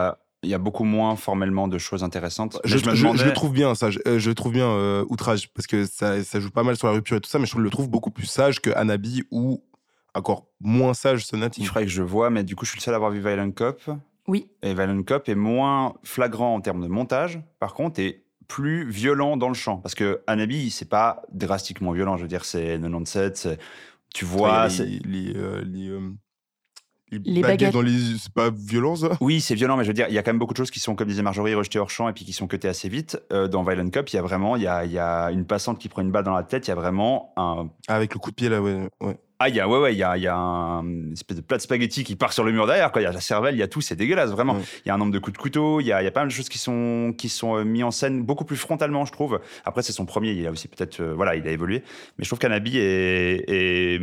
il y a beaucoup moins formellement de choses intéressantes. Je, Mais je, me je, demandais... je le trouve bien, ça. Je, euh, je le trouve bien, euh, Outrage, parce que ça, ça joue pas mal sur la rupture et tout ça, mais je le trouve beaucoup plus sage que Hanabi ou encore moins sage Sonatine. Il faudrait que je vois, mais du coup, je suis le seul à avoir vu Violent Cop. Oui. Et Violent Cop est moins flagrant en termes de montage, par contre, et plus violent dans le chant. Parce que Hanabi, c'est pas drastiquement violent. Je veux dire, c'est quatre-vingt-dix-sept, c'est... tu vois... Ouais, c'est... les, les, euh, les, euh, les, Les baguettes, baguettes. dans les... C'est pas violent, ça? Oui, c'est violent, mais je veux dire, il y a quand même beaucoup de choses qui sont, comme disait Marjorie, rejetées hors champ et puis qui sont cutées assez vite. Euh, dans Violent Cop, il y a vraiment, il y a, il y a une passante qui prend une balle dans la tête, il y a vraiment un... Ah, avec le coup de pied, là, ouais. ouais. Ah, il y a, ouais, ouais, il y a, il y a un, une espèce de plat de spaghetti qui part sur le mur derrière, quoi. Il y a la cervelle, il y a tout, c'est dégueulasse, vraiment. Ouais. Il y a un nombre de coups de couteau, il y a, il y a pas mal de choses qui sont, qui sont euh, mis en scène beaucoup plus frontalement, je trouve. Après, c'est son premier, il a aussi peut-être, euh, voilà, il a évolué. Mais je trouve qu'Hanabi est, est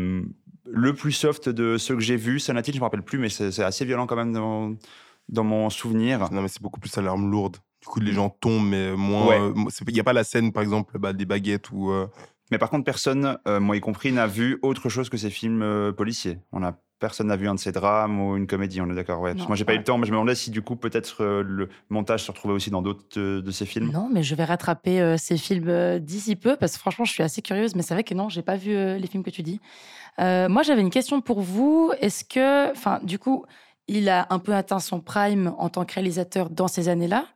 le plus soft de ceux que j'ai vus. Sonatine, je me rappelle plus, mais c'est, c'est assez violent quand même dans, dans mon souvenir. Non, mais c'est beaucoup plus à l'arme lourde. Du coup, les gens tombent, mais moins. Ouais. euh, Il n'y a pas la scène, par exemple, bah, des baguettes ou. Euh... Mais par contre, personne, euh, moi y compris, n'a vu autre chose que ces films euh, policiers. On a, personne n'a vu un de ces drames ou une comédie, on est d'accord, ouais. Parce que moi, j'ai pas ouais. eu le temps, mais je me demandais si, du coup, peut-être euh, le montage se retrouvait aussi dans d'autres euh, de ces films. Non, mais je vais rattraper euh, ces films euh, d'ici peu, parce que franchement, je suis assez curieuse, mais c'est vrai que non, j'ai pas vu euh, les films que tu dis. Euh, moi, j'avais une question pour vous. Est-ce que, enfin, du coup, il a un peu atteint son prime en tant que réalisateur dans ces années-là?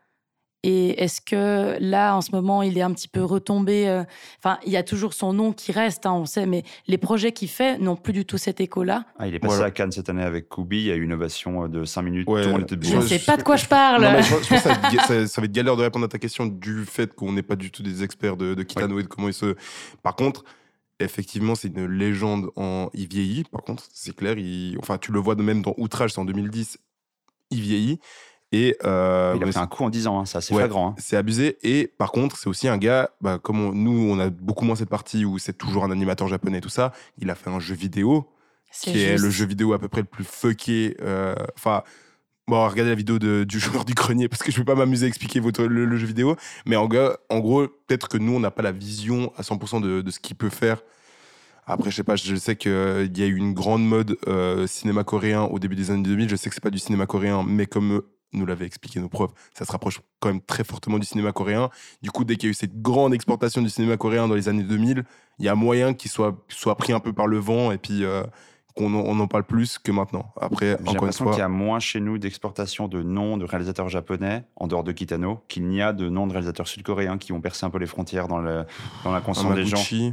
Et est-ce que là, en ce moment, il est un petit peu retombé euh, Enfin, il y a toujours son nom qui reste, hein, on sait, mais les projets qu'il fait n'ont plus du tout cet écho-là. Ah, il est passé Voilà. à Cannes cette année avec Kubi, il y a eu une ovation de cinq minutes, Ouais. tout le monde était debout. Je ne je- sais je- pas de quoi je parle. Non, mais je, pense- je pense que ça, va être ga- ça- ça va être galère de répondre à ta question du fait qu'on n'est pas du tout des experts de, de Kitano et de comment il se. Par contre, effectivement, c'est une légende en. Il vieillit, par contre, c'est clair. Il... Enfin, tu le vois de même dans Outrage, c'est en deux mille dix, il vieillit. Et euh, Il a mais pris un coup en dix ans, hein, c'est assez Ouais, flagrant. Hein. c'est abusé. Et par contre, c'est aussi un gars, bah, comme on- nous, on a beaucoup moins cette partie où c'est toujours un animateur japonais et tout ça. Il a fait un jeu vidéo, C'est qui est juste. le jeu vidéo à peu près le plus fucké. euh, Enfin, bon, regardez la vidéo de- du joueur du grenier, parce que je ne vais pas m'amuser à expliquer votre, le, le jeu vidéo. Mais en, gars, en gros, peut-être que nous, on n'a pas la vision à cent pour cent de, de ce qu'il peut faire. Après, je sais pas, je sais qu'il y a eu une grande mode euh, cinéma coréen au début des années deux mille. Je sais que c'est pas du cinéma coréen, mais comme euh, nous l'avaient expliqué nos profs, ça se rapproche quand même très fortement du cinéma coréen. Du coup, dès qu'il y a eu cette grande exportation du cinéma coréen dans les années deux mille, il y a moyen qu'il soit, soit pris un peu par le vent et puis euh, qu'on en, on en parle plus que maintenant. Après, J'ai encore une l'impression fois, qu'il y a moins chez nous d'exportation de noms de réalisateurs japonais, en dehors de Kitano, qu'il n'y a de noms de réalisateurs sud-coréens qui ont percé un peu les frontières dans, le, dans l'inconscient des gens. Hamaguchi,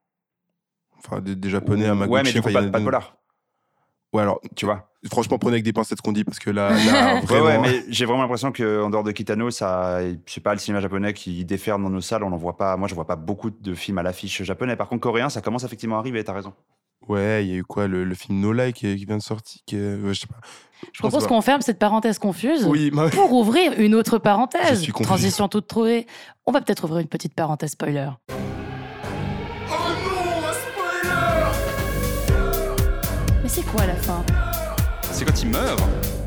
enfin des, des japonais, Hamaguchi. Ouais, mais du coup, enfin, il y pas, en a pas de des- polar, Ouais, alors, tu vois. franchement, prenez avec des pincettes ce qu'on dit, parce que là, là Ouais, vraiment... ouais, mais j'ai vraiment l'impression qu'en dehors de Kitano, ça, c'est pas le cinéma japonais qui déferle dans nos salles. On en voit pas. Moi, je vois pas beaucoup de films à l'affiche japonais. Par contre, coréen, ça commence effectivement à arriver. T'as raison. Ouais, il y a eu quoi, le, le film No Like qui, qui vient de sortir, qui est- ouais, je sais pas. Je propose qu'on ferme cette parenthèse confuse Oui, bah- pour ouvrir une autre Je parenthèse. suis confus. Transition toute trouvée. On va peut-être ouvrir une petite parenthèse spoiler. Mais c'est quoi la fin? C'est quand il meurt.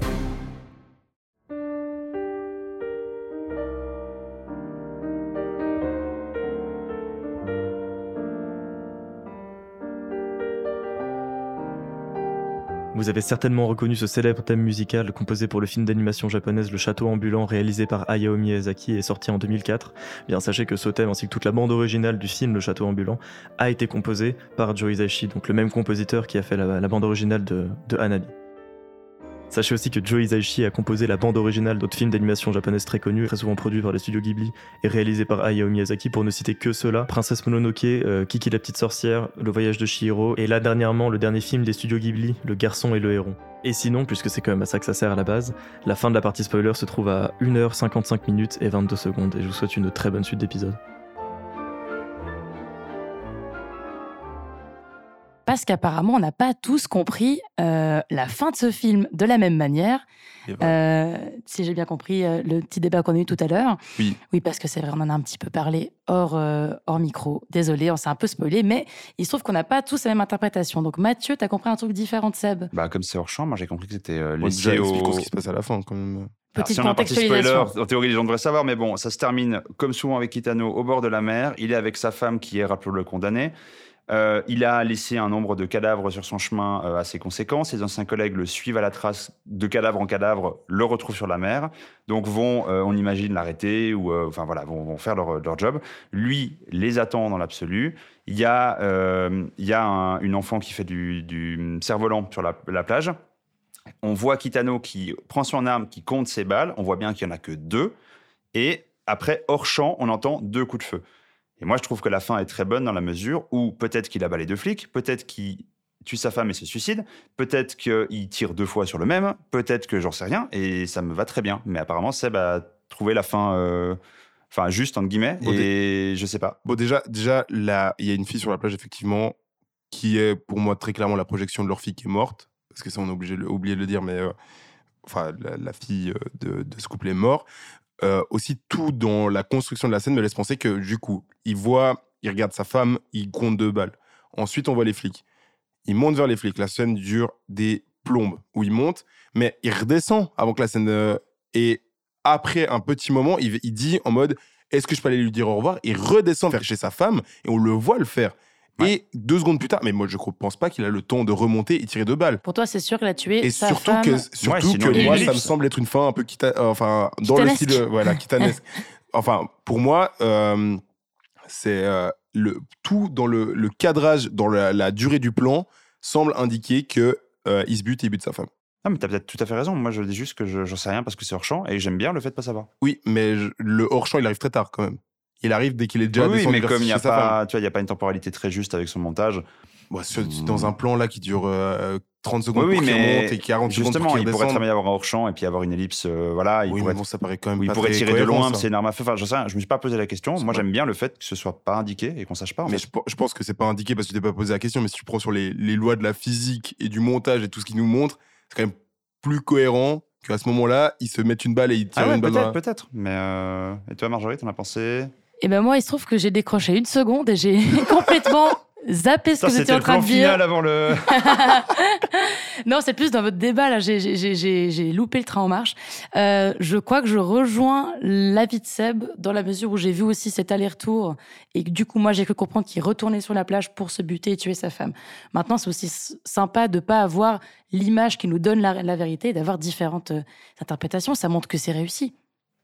Vous avez certainement reconnu ce célèbre thème musical composé pour le film d'animation japonaise Le Château ambulant, réalisé par Hayao Miyazaki et sorti en deux mille quatre. Bien, sachez que ce thème ainsi que toute la bande originale du film Le Château ambulant a été composé par Joe Hisaishi, donc le même compositeur qui a fait la, la bande originale de, de Hanabi. Sachez aussi que Joe Hisaishi a composé la bande originale d'autres films d'animation japonaise très connus, très souvent produits par les studios Ghibli et réalisés par Hayao Miyazaki, pour ne citer que ceux-là: Princesse Mononoke, euh, Kiki la petite sorcière, Le voyage de Chihiro, et là dernièrement le dernier film des studios Ghibli, Le garçon et le héron. Et sinon, puisque c'est quand même à ça que ça sert à la base, la fin de la partie spoiler se trouve à une heure cinquante-cinq minutes et vingt-deux secondes, et je vous souhaite une très bonne suite d'épisodes. Parce qu'apparemment, on n'a pas tous compris euh, la fin de ce film de la même manière. Euh, si j'ai bien compris euh, le petit débat qu'on a eu tout à l'heure. Oui. Oui, parce que c'est vrai, on en a un petit peu parlé hors, euh, hors micro. Désolé, on s'est un peu spoilé, mais il se trouve qu'on n'a pas tous la même interprétation. Donc Mathieu, t'as compris un truc différent de Seb? Bah, comme c'est hors champ, moi j'ai compris que c'était euh, Bon, laissé déjà, au... expliquons ce qui se passe à la fin, quand même. Alors, Petite si on a un parti spoiler, contextualisation. en théorie, les gens devraient savoir, mais bon, ça se termine, comme souvent avec Kitano, au bord de la mer. Il est avec sa femme qui est, rappelons-le, condamnée. Euh, il a laissé un nombre de cadavres sur son chemin euh, assez conséquent. Ses anciens collègues le suivent à la trace de cadavre en cadavre, le retrouvent sur la mer. Donc vont, euh, on imagine, l'arrêter ou, euh, enfin voilà, vont, vont faire leur, leur job. Lui les attend dans l'absolu. Il y a, euh, il y a un, une enfant qui fait du, du cerf-volant sur la, la plage. On voit Kitano qui prend son arme, qui compte ses balles. On voit bien qu'il n'y en a que deux. Et après, hors champ, on entend deux coups de feu. Et moi, je trouve que la fin est très bonne dans la mesure où peut-être qu'il a balé deux flics, peut-être qu'il tue sa femme et se suicide, peut-être qu'il tire deux fois sur le même, peut-être que j'en sais rien, et ça me va très bien. Mais apparemment, Seb a trouvé la fin, euh, enfin juste entre guillemets, bon, et dé... je sais pas. Bon, déjà, déjà, là, il y a une fille sur la plage effectivement qui est pour moi très clairement la projection de leur fille qui est morte, parce que ça on a obligé, oublié de le dire, mais euh, enfin la, la fille de, de ce couple est morte. Euh, aussi, tout dans la construction de la scène me laisse penser que, du coup, il voit, il regarde sa femme, il compte deux balles. Ensuite, on voit les flics. Il monte vers les flics. La scène dure des plombes où il monte, mais il redescend avant que la scène... Euh, et après un petit moment, il, il dit en mode, est-ce que je peux aller lui dire au revoir ? Il redescend vers chez sa femme et on le voit le faire. Ouais. Et deux secondes plus tard, mais moi je ne pense pas qu'il a le temps de remonter et tirer deux balles. Pour toi, c'est sûr qu'il a tué et sa surtout femme. Que, surtout ouais, que moi, ça me semble être une fin un peu kita, enfin, dans Kitanesque. le style, voilà, kitanesque. Enfin, pour moi, euh, c'est euh, le, tout dans le, le cadrage, dans la, la durée du plan, semble indiquer qu'il euh, se bute et il bute sa femme. Ah, mais t'as peut-être tout à fait raison. Moi, je dis juste que je, j'en sais rien parce que c'est hors champ et j'aime bien le fait de pas savoir. Oui, mais je, le hors champ, il arrive très tard quand même. Il arrive dès qu'il est déjà oui, descendu. Oui, mais comme il n'y a pas, tu vois, il y a pas une temporalité très juste avec son montage. Bon, mmh. Dans un plan là qui dure euh, trente secondes oui, pour qu'il remonte et quarante secondes pour qu'il redescende. Justement, il pourrait très bien y avoir un hors champ et puis avoir une ellipse, euh, voilà. Il oui, pourrait, mais bon, ça paraît quand même il pas pourrait très tirer de loin, ça. c'est une arme à feu. Enfin, je sais, je me suis pas posé la question. C'est Moi, j'aime bien le fait que ce soit pas indiqué et qu'on sache pas. Mais je, je pense que c'est pas indiqué parce que tu t'es pas posé la question. Mais si tu prends sur les, les lois de la physique et du montage et tout ce qu'il nous montre, c'est quand même plus cohérent qu'à ce moment-là, ils se mettent une balle et ils tirent ah ouais, une balle. Peut-être, dans la... peut-être. Mais euh... et toi, Marjorie, t'en as pensé ? Eh ben moi, il se trouve que j'ai décroché une seconde et j'ai complètement zappé ce ça, que vous étiez en train de dire. C'était le plan final avant le... Non, c'est plus dans votre débat, là. J'ai, j'ai, j'ai, j'ai loupé le train en marche. Euh, je crois que je rejoins l'avis de Seb dans la mesure où j'ai vu aussi cet aller-retour et que du coup, moi, j'ai cru comprendre qu'il retournait sur la plage pour se buter et tuer sa femme. Maintenant, c'est aussi sympa de pas avoir l'image qui nous donne la, la vérité et d'avoir différentes euh, interprétations. Ça montre que c'est réussi.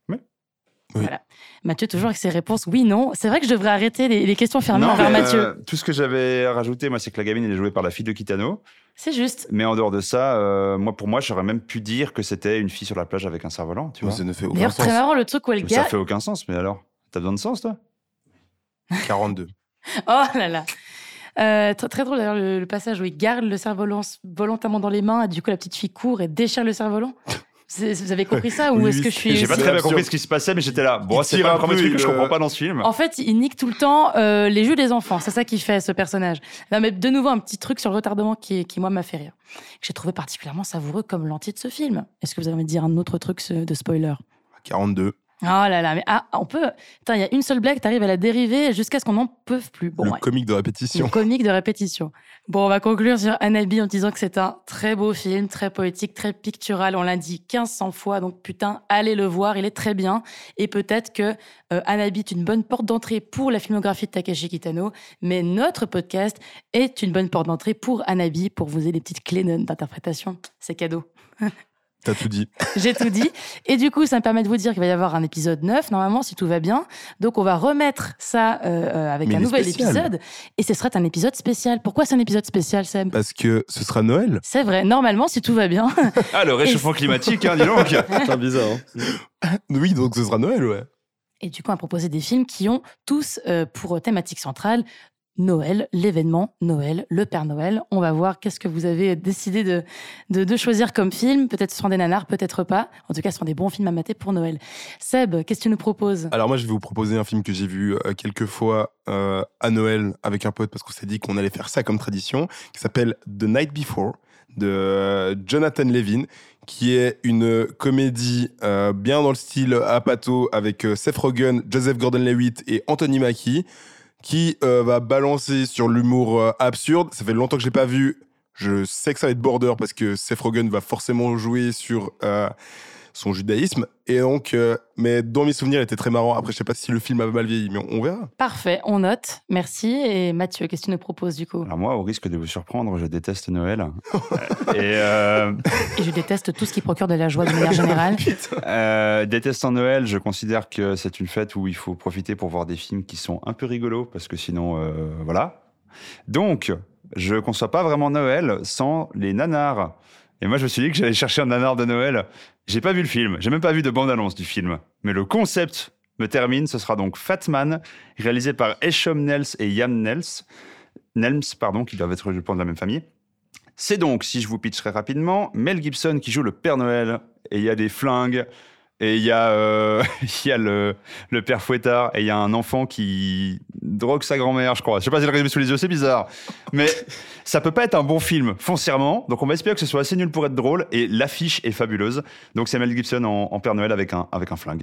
Oui. Voilà. Mathieu, toujours avec ses réponses oui, non. C'est vrai que je devrais arrêter les, les questions fermées non, envers mais, Mathieu. Euh, tout ce que j'avais rajouté, moi, c'est que la gamine, elle est jouée par la fille de Kitano. C'est juste. Mais en dehors de ça, euh, moi, pour moi, j'aurais même pu dire que c'était une fille sur la plage avec un cerf-volant. Tu vois. Ça ne fait aucun D'ailleurs, sens. très marrant le truc où elle Ça fait aucun sens, mais alors, t'as besoin de sens, toi ? quarante-deux. Oh là là. Euh, très, très drôle d'ailleurs le, le passage où il garde le cerf-volant volontairement dans les mains et du coup la petite fille court et déchire le cerf-volant. C'est, vous avez compris ça ou oui, est-ce que je suis... J'ai pas très bien compris ce qui se passait, mais j'étais là. Bon, c'est pas le premier truc que je comprends pas dans ce film. En fait, il nique tout le temps euh, les jeux des enfants. C'est ça qu'il fait, ce personnage. Là, mais de nouveau, un petit truc sur le retardement qui, qui moi, m'a fait rire. Que j'ai trouvé particulièrement savoureux comme l'anti de ce film. Est-ce que vous avez envie de dire un autre truc de spoiler ? quarante-deux. Oh là là, mais ah, on peut... Putain, il y a une seule blague, t'arrives à la dériver jusqu'à ce qu'on n'en peut plus. Bon, le ouais. comique de répétition. Le comique de répétition. Bon, on va conclure sur Anabi en disant que c'est un très beau film, très poétique, très pictural. On l'a dit quinze cents fois, donc putain, allez le voir, il est très bien. Et peut-être que euh, Anabi est une bonne porte d'entrée pour la filmographie de Takeshi Kitano, mais notre podcast est une bonne porte d'entrée pour Anabi, pour vous aider des petites clés d'interprétation. C'est cadeau. T'as tout dit. J'ai tout dit. Et du coup, ça me permet de vous dire qu'il va y avoir un épisode neuf, normalement, si tout va bien. Donc, on va remettre ça euh, avec Mais un nouvel spécial. épisode. Et ce sera un épisode spécial. Pourquoi c'est un épisode spécial, Seb ? Parce que ce sera Noël. C'est vrai, normalement, si tout va bien. Ah, le réchauffement Et... climatique, hein, dis donc. C'est bizarre. Hein. Oui, donc ce sera Noël, ouais. Et du coup, on a proposé des films qui ont tous euh, pour thématique centrale Noël, l'événement Noël, le Père Noël. On va voir qu'est-ce que vous avez décidé de, de, de choisir comme film. Peut-être ce seront des nanars, peut-être pas. En tout cas, ce seront des bons films à mater pour Noël. Seb, qu'est-ce que tu nous proposes ? Alors moi, je vais vous proposer un film que j'ai vu euh, quelques fois euh, à Noël avec un pote parce qu'on s'est dit qu'on allait faire ça comme tradition, qui s'appelle The Night Before, de euh, Jonathan Levin, qui est une comédie euh, bien dans le style Apatow avec euh, Seth Rogen, Joseph Gordon-Levitt et Anthony Mackie, qui euh, va balancer sur l'humour euh, absurde. Ça fait longtemps que je l'ai pas vu. Je sais que ça va être border parce que Seth Rogen va forcément jouer sur, euh, son judaïsme. Et donc, euh, mais dans mes souvenirs, il était très marrant. Après, je sais pas si le film a mal vieilli, mais on, on verra. Parfait, on note. Merci. Et Mathieu, qu'est-ce que tu nous proposes du coup ? Alors moi, au risque de vous surprendre, je déteste Noël. et, euh... et je déteste tout ce qui procure de la joie de manière générale. euh, détestant Noël, je considère que c'est une fête où il faut profiter pour voir des films qui sont un peu rigolos, parce que sinon, euh, voilà. Donc, je ne conçois pas vraiment Noël sans les nanars. Et moi, je me suis dit que j'allais chercher un nanar de Noël. J'ai pas vu le film, j'ai même pas vu de bande-annonce du film. Mais le concept me termine, ce sera donc Fat Man, réalisé par Eshom Nels et Yam Nels. Nelms, pardon, qui doivent être, je pense, de la même famille. C'est donc, si je vous pitcherai rapidement, Mel Gibson qui joue le Père Noël. Et il y a des flingues, et il y a, euh, y a le, le père Fouettard, et il y a un enfant qui drogue sa grand-mère, je crois. Je sais pas si le résumé sous les yeux, c'est bizarre. Mais ça peut pas être un bon film, foncièrement. Donc on va espérer que ce soit assez nul pour être drôle, et l'affiche est fabuleuse. Donc c'est Mel Gibson en, en Père Noël avec un, avec un flingue.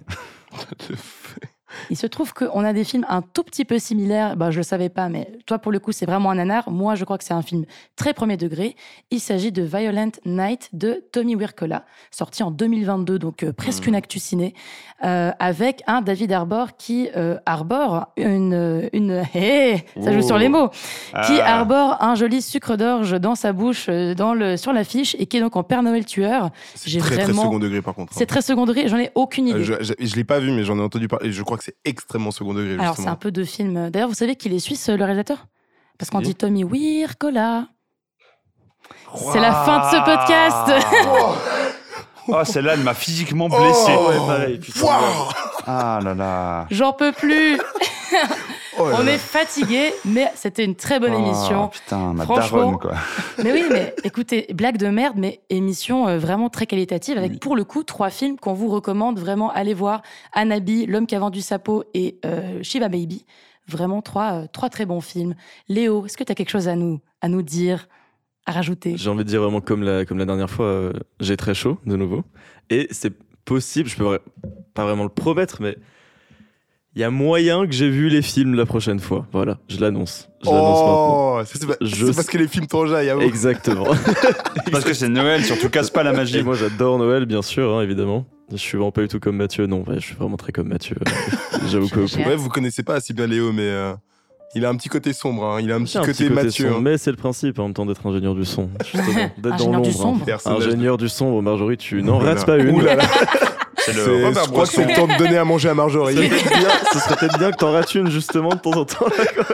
Il se trouve qu'on a des films un tout petit peu similaires. Bah, je le savais pas, mais toi, pour le coup, c'est vraiment un nanar. Moi, je crois que c'est un film très premier degré. Il s'agit de Violent Night de Tommy Wirkola, sorti en deux mille vingt-deux, donc euh, presque mmh. une actu ciné, euh, avec un David Harbour qui euh, arbore une... une hey, ça joue oh. sur les mots. Ah. Qui arbore un joli sucre d'orge dans sa bouche, dans le, sur l'affiche, et qui est donc en Père Noël tueur. C'est J'ai très, vraiment... très second degré, par contre. C'est très second degré, j'en ai aucune idée. Euh, je je l'ai pas vu, mais j'en ai entendu parler. Je crois que c'est extrêmement second degré, justement. Alors, c'est un peu de film. D'ailleurs, vous savez qu'il est suisse, le réalisateur ? Parce qu'on dit Tommy Wirkola. Wow. C'est la fin de ce podcast. Oh, celle-là, elle m'a physiquement blessé. Oh, ouais, pareil, wow. Ah là là. J'en peux plus. Oh On est fatigué, mais c'était une très bonne oh, émission. Putain, ma daronne, quoi. Mais oui, mais écoutez, blague de merde, mais émission euh, vraiment très qualitative, avec oui. pour le coup trois films qu'on vous recommande vraiment. Allez voir Anabi, L'homme qui a vendu sa peau et euh, Shiva Baby. Vraiment trois, euh, trois très bons films. Léo, est-ce que tu as quelque chose à nous, à nous dire, à rajouter ? J'ai envie de dire vraiment comme la, comme la dernière fois, euh, j'ai très chaud de nouveau. Et c'est possible, je peux pas vraiment le promettre, mais il y a moyen que j'ai vu les films la prochaine fois. Voilà, je l'annonce. Je l'annonce oh, maintenant. C'est, pas, je... c'est parce que les films t'enjaillent, à vous. Exactement. Parce que c'est Noël, surtout casse pas la magie. Et moi j'adore Noël, bien sûr, hein, évidemment. Je suis vraiment pas du tout comme Mathieu. Non, ouais, je suis vraiment très comme Mathieu. J'avoue que... Ouais, vous connaissez pas assez bien Léo, mais... Euh... Il a un petit côté sombre, hein. Il a un petit, un côté, petit côté Mathieu. Sombre, hein. Mais c'est le principe en même temps d'être ingénieur du son. Justement, d'être dans l'ombre. Hein. Ingénieur du son, Marjorie, tu n'en rates pas une. Ouh là là. C'est le c'est, je crois que c'est le temps de donner à manger à Marjorie. Ce serait peut-être bien que t'en rates une justement de temps en temps.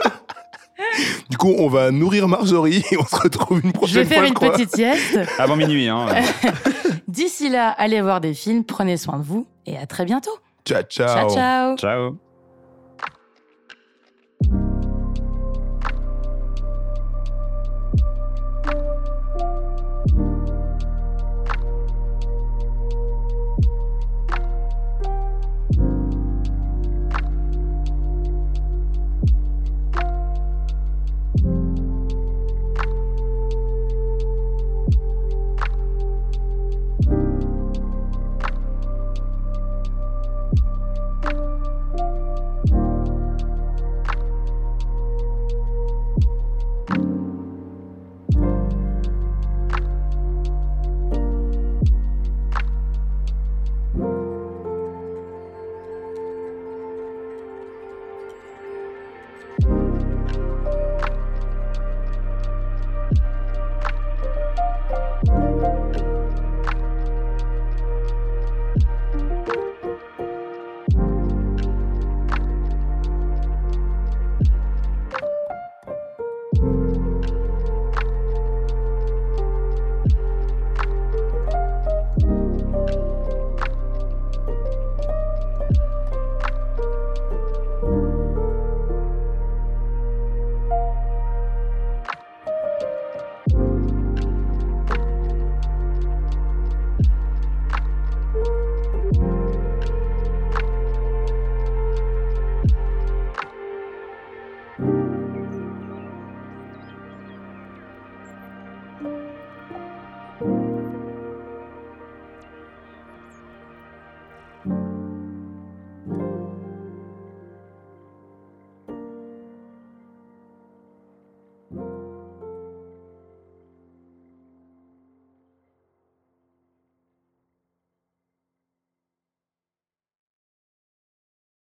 Du coup, on va nourrir Marjorie et on se retrouve une prochaine fois. Je vais faire fois, une petite sieste. Avant minuit. Hein. D'ici là, allez voir des films, prenez soin de vous et à très bientôt. Ciao, ciao. Ciao, ciao. Ciao.